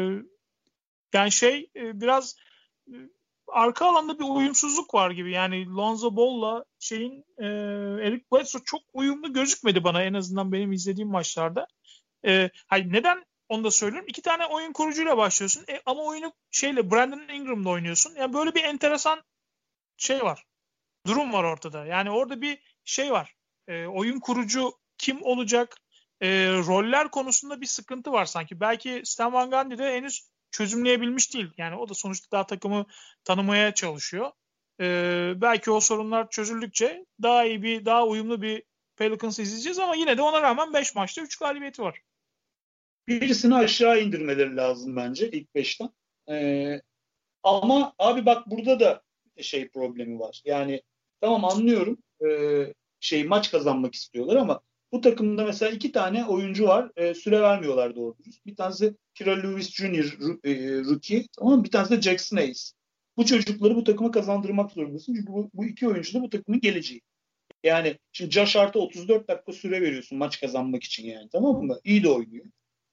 yani şey e, biraz e, arka alanda bir uyumsuzluk var gibi. Yani Lonzo Ball'la şeyin e, Eric Bledsoe çok uyumlu gözükmedi bana en azından benim izlediğim maçlarda. E, hayır, neden onu da söylüyorum. İki tane oyun kurucuyla başlıyorsun e, ama oyunu şeyle Brandon Ingram'la oynuyorsun. Yani böyle bir enteresan şey var. Durum var ortada. Yani orada bir şey var. E, oyun kurucu kim olacak? E, roller konusunda bir sıkıntı var sanki. Belki Stan Van Gundy de henüz çözümleyebilmiş değil. Yani o da sonuçta daha takımı tanımaya çalışıyor. E, belki o sorunlar çözüldükçe daha iyi bir, daha uyumlu bir Pelicans izleyeceğiz ama yine de ona rağmen beş maçta üç galibiyeti var. Birisini aşağı indirmeleri lazım bence ilk beşten. Ee, ama abi bak burada da şey problemi var. Yani tamam anlıyorum e, şey maç kazanmak istiyorlar ama bu takımda mesela iki tane oyuncu var. E, süre vermiyorlar doğru dürüst. Bir tanesi Kira Lewis Junior e, rookie, tamam mı? Bir tanesi de Jackson Hayes. Bu çocukları bu takıma kazandırmak zorundasın. Çünkü bu, bu iki oyuncu da bu takımın geleceği. Yani şimdi Josh Hart'a otuz dört dakika süre veriyorsun maç kazanmak için yani, tamam mı? İyi de oynuyor.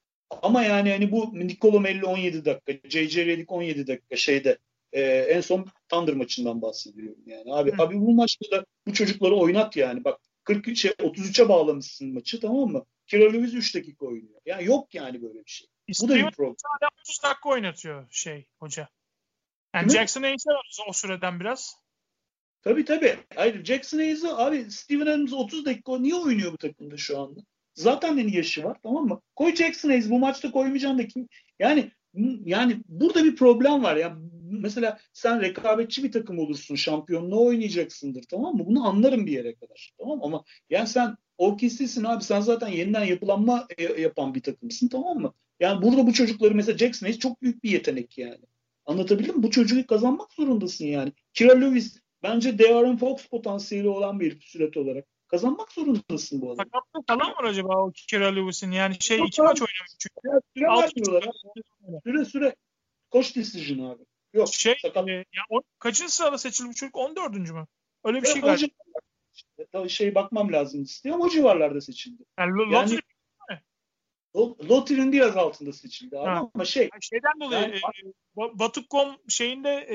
Ama yani hani bu Nicolo Melli on yedi dakika, J J Redick on yedi dakika şeyde e, en son Thunder maçından bahsediyorum yani. Abi Hı. abi bu maçta da bu çocukları oynat yani. Bak kırk şey otuz üçe bağlamışsın maçı, tamam mı? Kira Lewis üç dakika oynuyor. Yani yok yani böyle bir şey. Bu da Steven bir problem. sadece otuz dakika oynatıyor şey hoca. Yani Kimi? Jackson Hayes'e var o süreden biraz. Tabii tabii. Hayır Jackson Hayes'ı abi Steven Adams otuz dakika niye oynuyor bu takımda şu anda? Zaten en yaşı var, tamam mı? Koy Jackson Hayes bu maçta koymayacaksın da kim? Yani yani burada bir problem var ya. Mesela sen rekabetçi bir takım olursun, şampiyonluğu oynayacaksındır, tamam mı? Bunu anlarım bir yere kadar. Tamam mı? Ama yani sen O K C'sin abi, sen zaten yeniden yapılanma e, yapan bir takımsın, tamam mı? Yani burada bu çocukları mesela Jackson Hayes çok büyük bir yetenek yani. Anlatabildim mi? Bu çocuğu kazanmak zorundasın yani. Kira Lewis bence De'Aaron Fox potansiyeli olan bir süret olarak. Kazanmak zorundasın bu adamı. Sakatlık falan var acaba o Kira Lewis'in? Yani şey Yok iki maç abi. oynamış çünkü. Ya süre Altı vermiyorlar abi. buçuk Süre süre. Coach decision abi. Yok. şey e, Sakat. ya o, kaçıncı sırada seçildi bu çocuk? on dördüncü mü? Öyle bir Ve şey o galiba. civarlarda işte. Şey bakmam lazım istiyor ama o civarlarda seçildi. Yani lo- lottery Yani mi? Lottery'nin biraz altında seçildi abi Ha. ama şey Şeyden dolayı yani e, Ba- Batu nokta com şeyinde e,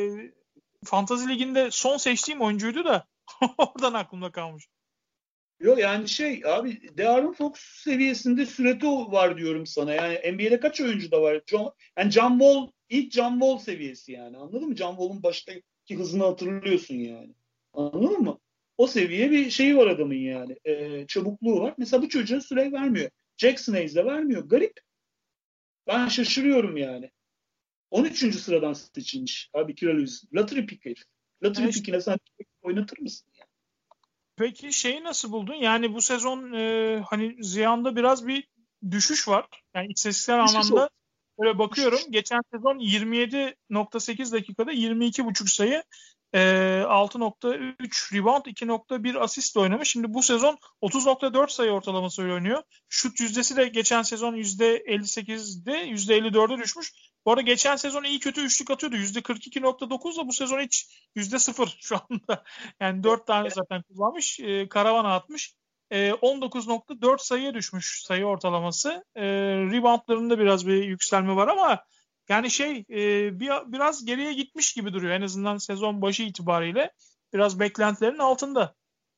Fantasy Ligi'nde son seçtiğim oyuncuydu da oradan aklımda kalmış. yok yani şey abi De'Aaron Fox seviyesinde süreti var diyorum sana. Yani N B A'de kaç oyuncu da var? John, yani John Wall ilk John Wall seviyesi yani. Anladın mı? John Wall'un baştaki hızını hatırlıyorsun yani. Anladın mı? O seviye bir şeyi var adamın yani. Ee, çabukluğu var. Mesela bu çocuğa süre vermiyor. Jackson Hayes'e vermiyor. Garip. Ben şaşırıyorum yani. on üçüncü sıradan seçilmiş. Abi Kira Lewis. Lottery pick herif. Yani Lottery işte, pick'ine sen oynatır mısın? Yani? peki şeyi nasıl buldun? Yani bu sezon e, hani Ziya'nda biraz bir düşüş var. Yani istatistiksel Düşüş oldu. anlamda böyle Düşüş. bakıyorum. Geçen sezon yirmi yedi nokta sekiz dakikada yirmi iki buçuk sayı. E, altı nokta üç rebound, iki nokta bir asist oynamış. Şimdi bu sezon otuz nokta dört sayı ortalaması oynuyor. Şut yüzdesi de geçen sezon yüzde elli sekizde yüzde elli dörde düşmüş. Bu arada geçen sezon iyi kötü üçlük atıyordu. yüzde kırk iki nokta dokuzla bu sezon hiç yüzde sıfır şu anda. Yani dört tane zaten kullanmış. E, karavana atmış. E, on dokuz nokta dört sayıya düşmüş sayı ortalaması. E, reboundlarında biraz bir yükselme var ama yani şey e, bir, biraz geriye gitmiş gibi duruyor. En azından sezon başı itibariyle biraz beklentilerin altında.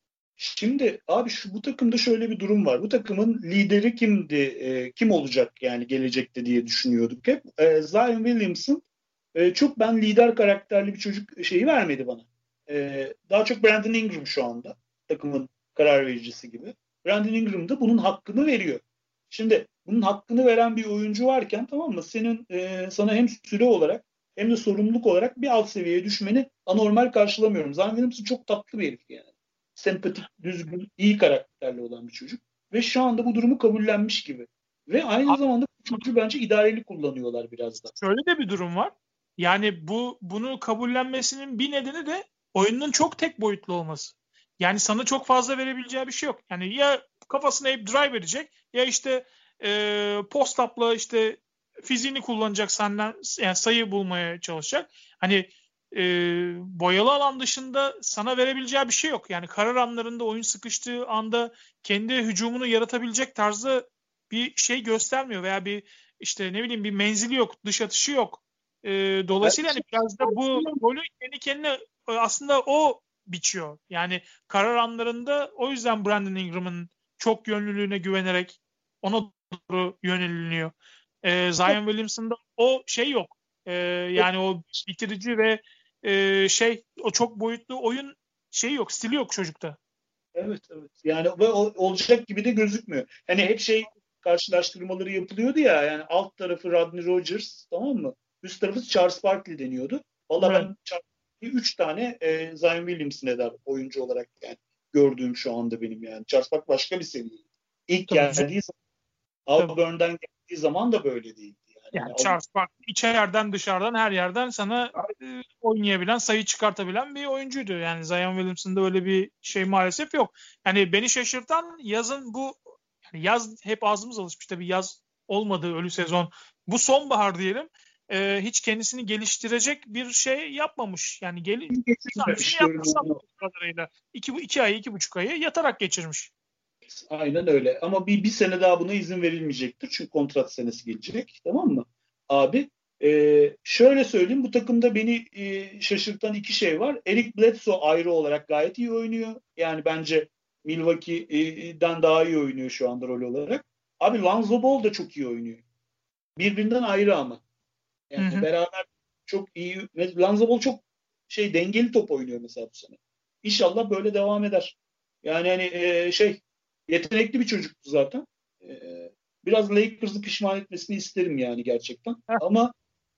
Şimdi abi şu bu takımda şöyle bir durum var. Bu takımın lideri kimdi? E, kim olacak yani gelecekte diye düşünüyorduk hep. E, Zion Williamson e, çok ben lider karakterli bir çocuk şeyi vermedi bana. E, daha çok Brandon Ingram şu anda takımın karar vericisi gibi. Brandon Ingram da bunun hakkını veriyor. Şimdi bunun hakkını veren bir oyuncu varken tamam mı? Senin e, sana hem süre olarak hem de sorumluluk olarak bir alt seviyeye düşmeni anormal karşılamıyorum. Zion Williamson çok tatlı bir herif yani. Sempatik, düzgün, iyi karakterli olan bir çocuk. Ve şu anda bu durumu kabullenmiş gibi. Ve aynı Abi, zamanda bu çocuğu bence idareli kullanıyorlar biraz da. şöyle de bir durum var. Yani bu bunu kabullenmesinin bir nedeni de oyunun çok tek boyutlu olması. Yani sana çok fazla verebileceği bir şey yok. Yani ya kafasına hep drive verecek ya işte e, post-up'la işte fiziğini kullanacak senden yani sayı bulmaya çalışacak. Hani e, boyalı alan dışında sana verebileceği bir şey yok. Yani karar anlarında oyun sıkıştığı anda kendi hücumunu yaratabilecek tarzda bir şey göstermiyor veya bir işte ne bileyim bir menzili yok, dış atışı yok. E, dolayısıyla hani biraz da bu golü kendi kendine e, aslında o biçiyor. Yani karar anlarında o yüzden Brandon Ingram'ın çok yönlülüğüne güvenerek ona doğru yöneliniyor. E, Zion Williamson'da o şey yok. E, yani o bitirici ve e, şey o çok boyutlu oyun şeyi yok, stili yok çocukta. Evet, evet. Yani ve olacak gibi de gözükmüyor. Hani hep şey karşılaştırmaları yapılıyordu ya. Yani alt tarafı Rodney Rogers, tamam mı? Üst tarafı Charles Barkley deniyordu. Valla Evet. ben Charles Barkley'i üç tane e, Zion Williamson eder oyuncu olarak yani gördüğüm şu anda benim yani. Charles Barkley başka bir seviye. İlk Tabii canım. geldiği zaman, Tabii. Auburn'dan geldiği zaman da böyle değildi. Yani, Yani yani o, Charles Barkley içeriden dışarıdan her yerden sana e, oynayabilen, sayı çıkartabilen bir oyuncuydu. Yani Zion Williamson'da öyle bir şey maalesef yok. Yani beni şaşırtan yazın bu yani yaz hep ağzımız alışmış tabii yaz olmadı ölü sezon. Bu sonbahar diyelim. E, hiç kendisini geliştirecek bir şey yapmamış. Yani gel geçirmemiş yapmış görünüyor. kadarıyla. İki, iki ay, iki buçuk ayı yatarak geçirmiş. Aynen öyle. Ama bir, bir sene daha buna izin verilmeyecektir. Çünkü kontrat senesi gelecek. Tamam mı? Abi e, şöyle söyleyeyim. Bu takımda beni e, şaşırtan iki şey var. Eric Bledsoe ayrı olarak gayet iyi oynuyor. Yani bence Milwaukee'den daha iyi oynuyor şu anda rol olarak. Abi Lonzo Ball da çok iyi oynuyor. Birbirinden ayrı ama. Hı Yani hı. beraber çok iyi. Lonzo Ball çok şey dengeli top oynuyor mesela bu sene. İnşallah böyle devam eder. Yani hani e, şey yetenekli bir çocuktu zaten. E, biraz Lakers'ı pişman etmesini isterim yani gerçekten. Heh, Ama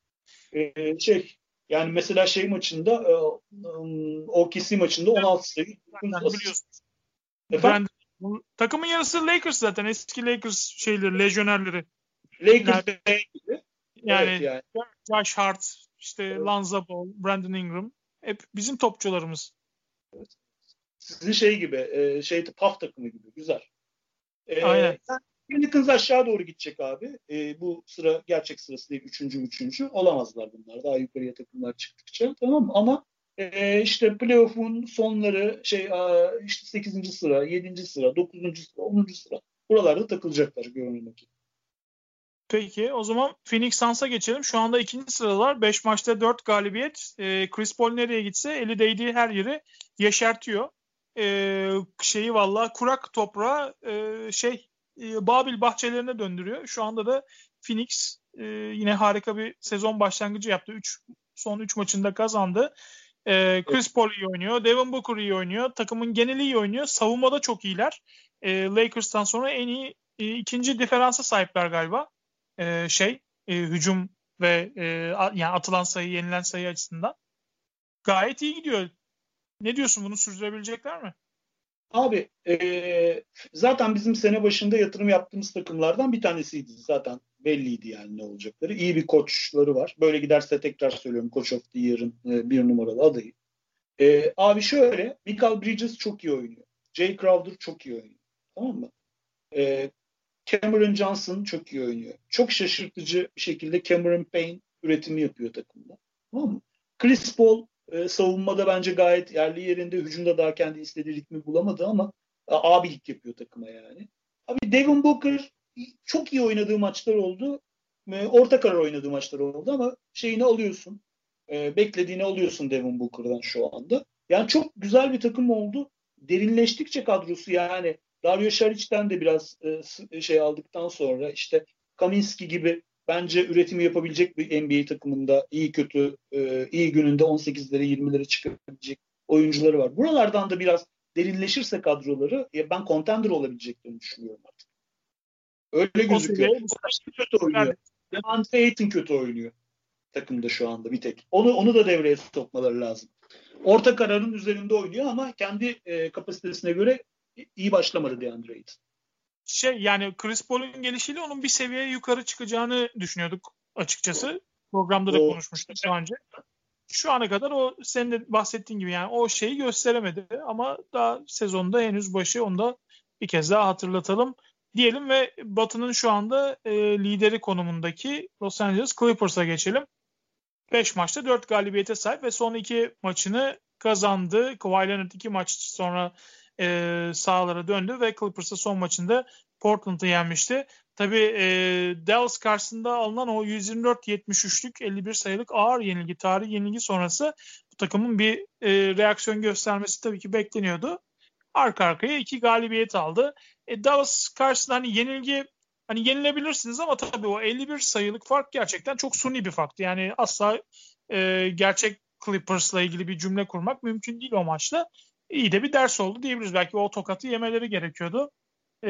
e, şey yani mesela şey maçında e, um, O K C maçında on altı sayı dokuz zaten asist. biliyorsun. Efendim Brandon, takımın yarısı Lakers zaten. Eski Lakers şeyleri, lejyonerleri. Lakers Yani, B gibi. Evet yani yani. Josh Hart, işte Evet. Lonzo Ball, Brandon Ingram. Hep bizim topçularımız. Sizin şey gibi e, şey PAF takımı gibi güzel. Aynen. Ee, Pelicans aşağı doğru gidecek abi. Ee, bu sıra gerçek sırası değil. Üçüncü, üçüncü. Olamazlar bunlar. Daha yukarıya takımlar çıktıkça. Tamam mı? Ama e, işte playoff'un sonları şey işte sekizinci sıra, yedinci sıra, dokuzuncu sıra, onuncu sıra. Buralarda takılacaklar görünüyor ki. Peki o zaman Phoenix Suns'a geçelim. Şu anda ikinci sıradalar. Beş maçta dört galibiyet. Ee, Chris Paul nereye gitse eli değdiği her yeri yeşertiyor. Ee, şeyi valla kurak toprağa e, şey e, Babil bahçelerine döndürüyor. Şu anda da Phoenix e, yine harika bir sezon başlangıcı yaptı. Üç, son üç maçında kazandı. Ee, Evet, Chris Paul iyi oynuyor. Devin Booker iyi oynuyor. Takımın geneli iyi oynuyor. Savunmada çok iyiler. Ee, Lakers'tan sonra en iyi e, ikinci diferansa sahipler galiba e, şey e, hücum ve e, yani atılan sayı, yenilen sayı açısından gayet iyi gidiyor. Ne diyorsun bunu sürdürebilecekler mi? abi e, zaten bizim sene başında yatırım yaptığımız takımlardan bir tanesiydi. Zaten belliydi yani ne olacakları. İyi bir koçları var. Böyle giderse tekrar söylüyorum Coach of the Year'ın e, bir numaralı adayı. Ee, abi şöyle, Michael Bridges çok iyi oynuyor. Jay Crowder çok iyi oynuyor. Tamam mı? Ee, Cameron Johnson çok iyi oynuyor. Çok şaşırtıcı bir şekilde Cameron Payne üretimi yapıyor takımda. Tamam mı? Chris Paul e, savunmada bence gayet yerli yerinde. Hücumda daha kendi istediği ritmi bulamadı ama e, abilik yapıyor takıma yani. Abi Devin Booker çok iyi oynadığı maçlar oldu. E, orta karar oynadığı maçlar oldu ama şeyini alıyorsun. E, beklediğini alıyorsun Devin Booker'dan şu anda. Yani çok güzel bir takım oldu. Derinleştikçe kadrosu yani Dario Saric'ten de biraz e, şey aldıktan sonra işte Kaminski gibi bence üretimi yapabilecek bir N B A takımında iyi kötü e, iyi gününde on sekizlere yirmilere çıkabilecek oyuncuları var. Buralardan da biraz derinleşirse kadroları e, ben contender olabileceklerini düşünüyorum artık. Öyle O gözüküyor. seviyeye Kötü oynuyor. DeAndre Ayton kötü oynuyor takımda şu anda bir tek. Onu onu da devreye sokmaları lazım. Orta kararın üzerinde oynuyor ama kendi e, kapasitesine göre iyi başlamadı DeAndre Ayton. Şey yani Chris Paul'un gelişiyle onun bir seviyeye yukarı çıkacağını düşünüyorduk açıkçası. Programda da O konuşmuştuk daha önce. Şu ana kadar o senin de bahsettiğin gibi yani o şeyi gösteremedi ama daha sezonda henüz başı, onu da bir kez daha hatırlatalım diyelim ve Batı'nın şu anda e, lideri konumundaki Los Angeles Clippers'a geçelim. beş maçta dört galibiyete sahip ve son iki maçını kazandı. Kawhi Leonard iki maç sonra e, sahalara döndü ve Clippers'a son maçında Portland'ı yenmişti. Tabii e, Dallas karşısında alınan o yüz yirmi dört yetmiş üçlük elli bir sayılık ağır yenilgi, tarih yenilgi sonrası bu takımın bir e, reaksiyon göstermesi tabii ki bekleniyordu. Arka arkaya iki galibiyet aldı. E, Dallas karşısında hani yenilgi, hani yenilebilirsiniz ama tabii o elli bir sayılık fark gerçekten çok suni bir farktı. Yani asla e, gerçek Clippers'la ilgili bir cümle kurmak mümkün değil o maçta. İyi de bir ders oldu diyebiliriz. Belki o tokatı yemeleri gerekiyordu. E,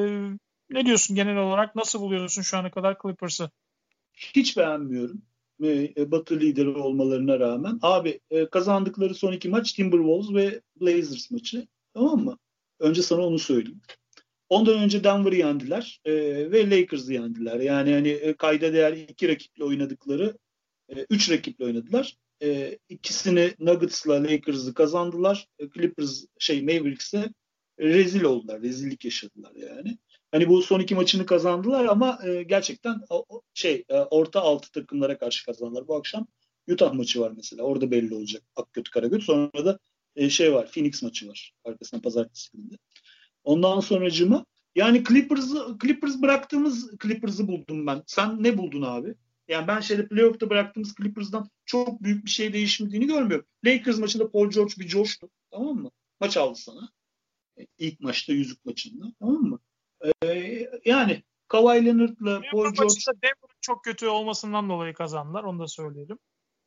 Ne diyorsun genel olarak? Nasıl buluyorsun şu ana kadar Clippers'ı? hiç beğenmiyorum. E, Batı lideri olmalarına rağmen. Abi e, kazandıkları son iki maç Timberwolves ve Blazers maçı. Tamam mı? Önce sana onu söyleyeyim. Ondan önce Denver'ı yendiler e, ve Lakers'ı yendiler. Yani hani e, kayda değer iki rakiple oynadıkları, e, üç rakiple oynadılar. E, ikisini Nuggets'la Lakers'ı kazandılar. E, Clippers şey Mavericks'e rezil oldular. Rezillik yaşadılar yani. Hani bu son iki maçını kazandılar ama e, gerçekten o, o, şey e, orta altı takımlara karşı kazandılar. Bu akşam Utah maçı var mesela. Orada belli olacak. Akgöt Karagöt. Sonra da e, şey var. Phoenix maçı var. Arkasından pazartesi günü. Ondan sonracığıma yani Clippers'ı Clippers bıraktığımız Clippers'ı buldum ben. Sen ne buldun abi? Yani ben şeyde playoff'ta bıraktığımız Clippers'dan çok büyük bir şey değişmediğini görmüyorum. Lakers maçında Paul George bir coştu. Tamam mı? Maç aldı sana. İlk maçta yüzük maçında. Tamam mı? Ee, yani Kawhi Leonard'la Paul Denver George maçında Denver'ın çok kötü olmasından dolayı kazandılar. Onu da söyleyelim.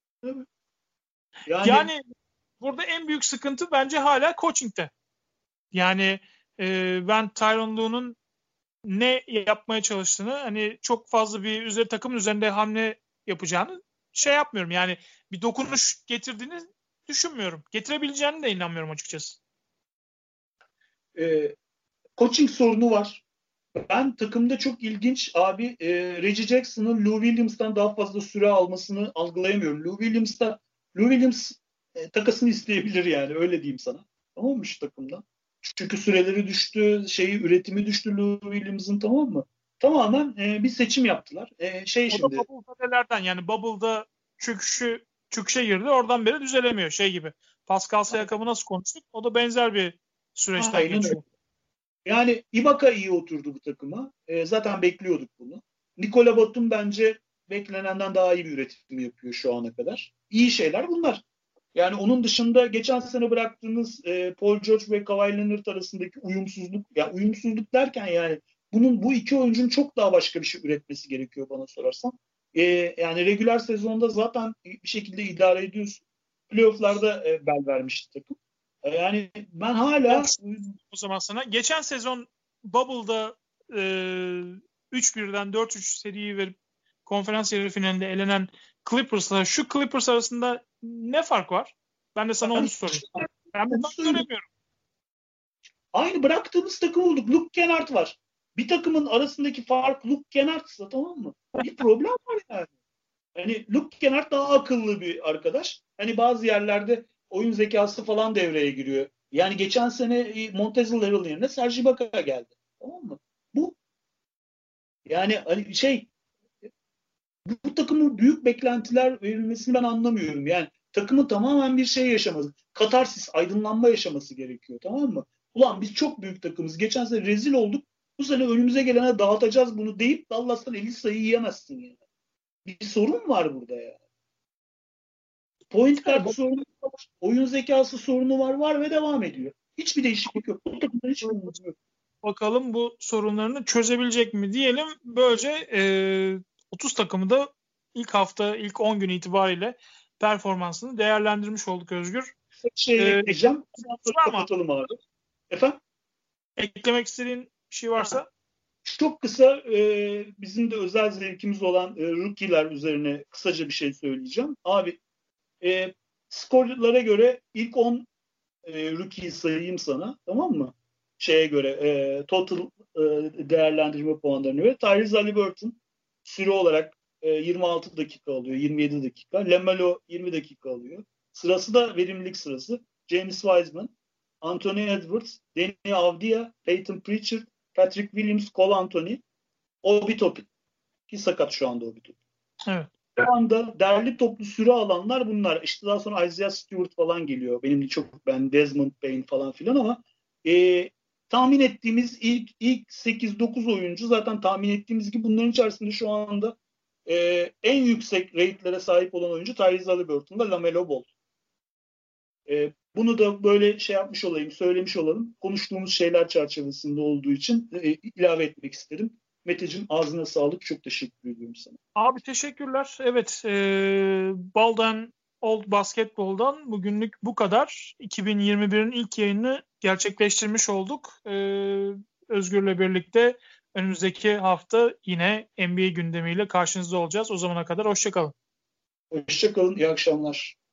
yani Yani burada en büyük sıkıntı bence hala coaching'te. Yani e, ben Tyronn Lue'nun ne yapmaya çalıştığını, hani çok fazla bir üzeri takımın üzerinde hamle yapacağını şey yapmıyorum. Yani bir dokunuş getirdiğini düşünmüyorum. Getirebileceğini de inanmıyorum açıkçası. e, coaching sorunu var. Ben takımda çok ilginç abi e, Reggie Jackson'ın Lou Williams'tan daha fazla süre almasını algılayamıyorum. Lou Williams'ta Lou Williams e, takasını isteyebilir yani öyle diyeyim sana. Tamam mı şu takımda? Çünkü süreleri düştü, şeyi üretimi düştü Lou Williams'ın tamam mı? Tamamen e, bir seçim yaptılar. E, şey O da şimdi Bubble'da nelerden, yani Bubble'da çöküşü çöküşe girdi. Oradan beri düzelemiyor şey gibi. Pascal Siakam'ı nasıl konuştuk? O da benzer bir süreçten aynen öyle. geçiyor. Yani Ibaka iyi oturdu bu takıma. E, zaten bekliyorduk bunu. Nikola Batum bence beklenenden daha iyi bir üretim yapıyor şu ana kadar. İyi şeyler bunlar. Yani onun dışında geçen sene bıraktığınız e, Paul George ve Kawhi Leonard arasındaki uyumsuzluk, ya uyumsuzluk derken yani bunun bu iki oyuncunun çok daha başka bir şey üretmesi gerekiyor bana sorarsan. E, yani regular sezonda zaten bir şekilde idare ediyorsun. Playoff'larda e, bel vermişti takım. E, yani ben O, hala o zaman sana. Geçen sezon Bubble'da e, üç birden dört üç seriyi verip konferans yarı finalinde elenen Clippers'la şu Clippers arasında ne fark var? Ben de sana ben onu sorayım. Ben bir onu fark söyleyeyim. göremiyorum. Aynı bıraktığımız takım olduk. Luke Kennard var. Bir takımın arasındaki fark Luke Kennard'sa tamam mı? Bir problem var yani. Hani Luke Kennard daha akıllı bir arkadaş. Hani bazı yerlerde oyun zekası falan devreye giriyor. Yani geçen sene Montezl Harrell yerine Serge Ibaka geldi. Tamam mı? Bu yani hani şey bu, bu takımın büyük beklentiler verilmesini ben anlamıyorum. Yani takımın tamamen bir şey yaşaması, katarsis, aydınlanma yaşaması gerekiyor. Tamam mı? Ulan biz çok büyük takımız. Geçen sene rezil olduk. Bu sene önümüze gelene dağıtacağız bunu deyip Dallas'tan elli sayı yiyemezsin yani. Bir sorun var burada ya. Point guard Evet, sorunu var, oyun zekası sorunu var, var ve devam ediyor. Hiçbir değişiklik yok. Bu takımda hiçbir değişiklik yok. bakalım bu sorunlarını çözebilecek mi diyelim. Böylece e, otuz takımı da ilk hafta, ilk on gün itibariyle performansını değerlendirmiş olduk Özgür. Bir şey E, ekleyeceğim. Ondan sonra var mı? kapatalım abi. Efendim? Eklemek istediğin bir şey varsa? Çok kısa e, bizim de özel zevkimiz olan e, rookie'ler üzerine kısaca bir şey söyleyeceğim. Abi e, skorlara göre ilk on e, rookie'yi sayayım sana, tamam mı? Şeye göre e, total e, değerlendirme puanlarına göre. Tyrese Haliburton süre olarak e, yirmi altı dakika alıyor, yirmi yedi dakika. LaMelo yirmi dakika alıyor. Sırası da verimlilik sırası. James Wiseman, Anthony Edwards, Danny Avdija, Peyton Pritchard, Patrick Williams, Cole Anthony, Obi Toppin. Ki sakat şu anda Obi Toppin. Evet. Şu anda derli toplu süre alanlar bunlar. İşte daha sonra Isaiah Stewart falan geliyor. Benim de çok ben Desmond Bane falan filan ama e, tahmin ettiğimiz ilk ilk sekiz dokuz oyuncu zaten tahmin ettiğimiz gibi bunların içerisinde şu anda e, en yüksek rate'lere sahip olan oyuncu Tyrese Haliburton'la LaMelo Ball. E, bunu da böyle şey yapmış olayım, söylemiş olalım. Konuştuğumuz şeyler çerçevesinde olduğu için e, ilave etmek isterim. Meteciğim ağzına sağlık. Çok teşekkür ediyorum sana. Abi teşekkürler. Evet, e, Baldan Old Basketbol'dan bugünlük bu kadar. iki bin yirmi birin ilk yayını gerçekleştirmiş olduk. E, Özgür'le birlikte önümüzdeki hafta yine N B A gündemiyle karşınızda olacağız. O zamana kadar hoşça kalın. Hoşça kalın. İyi akşamlar.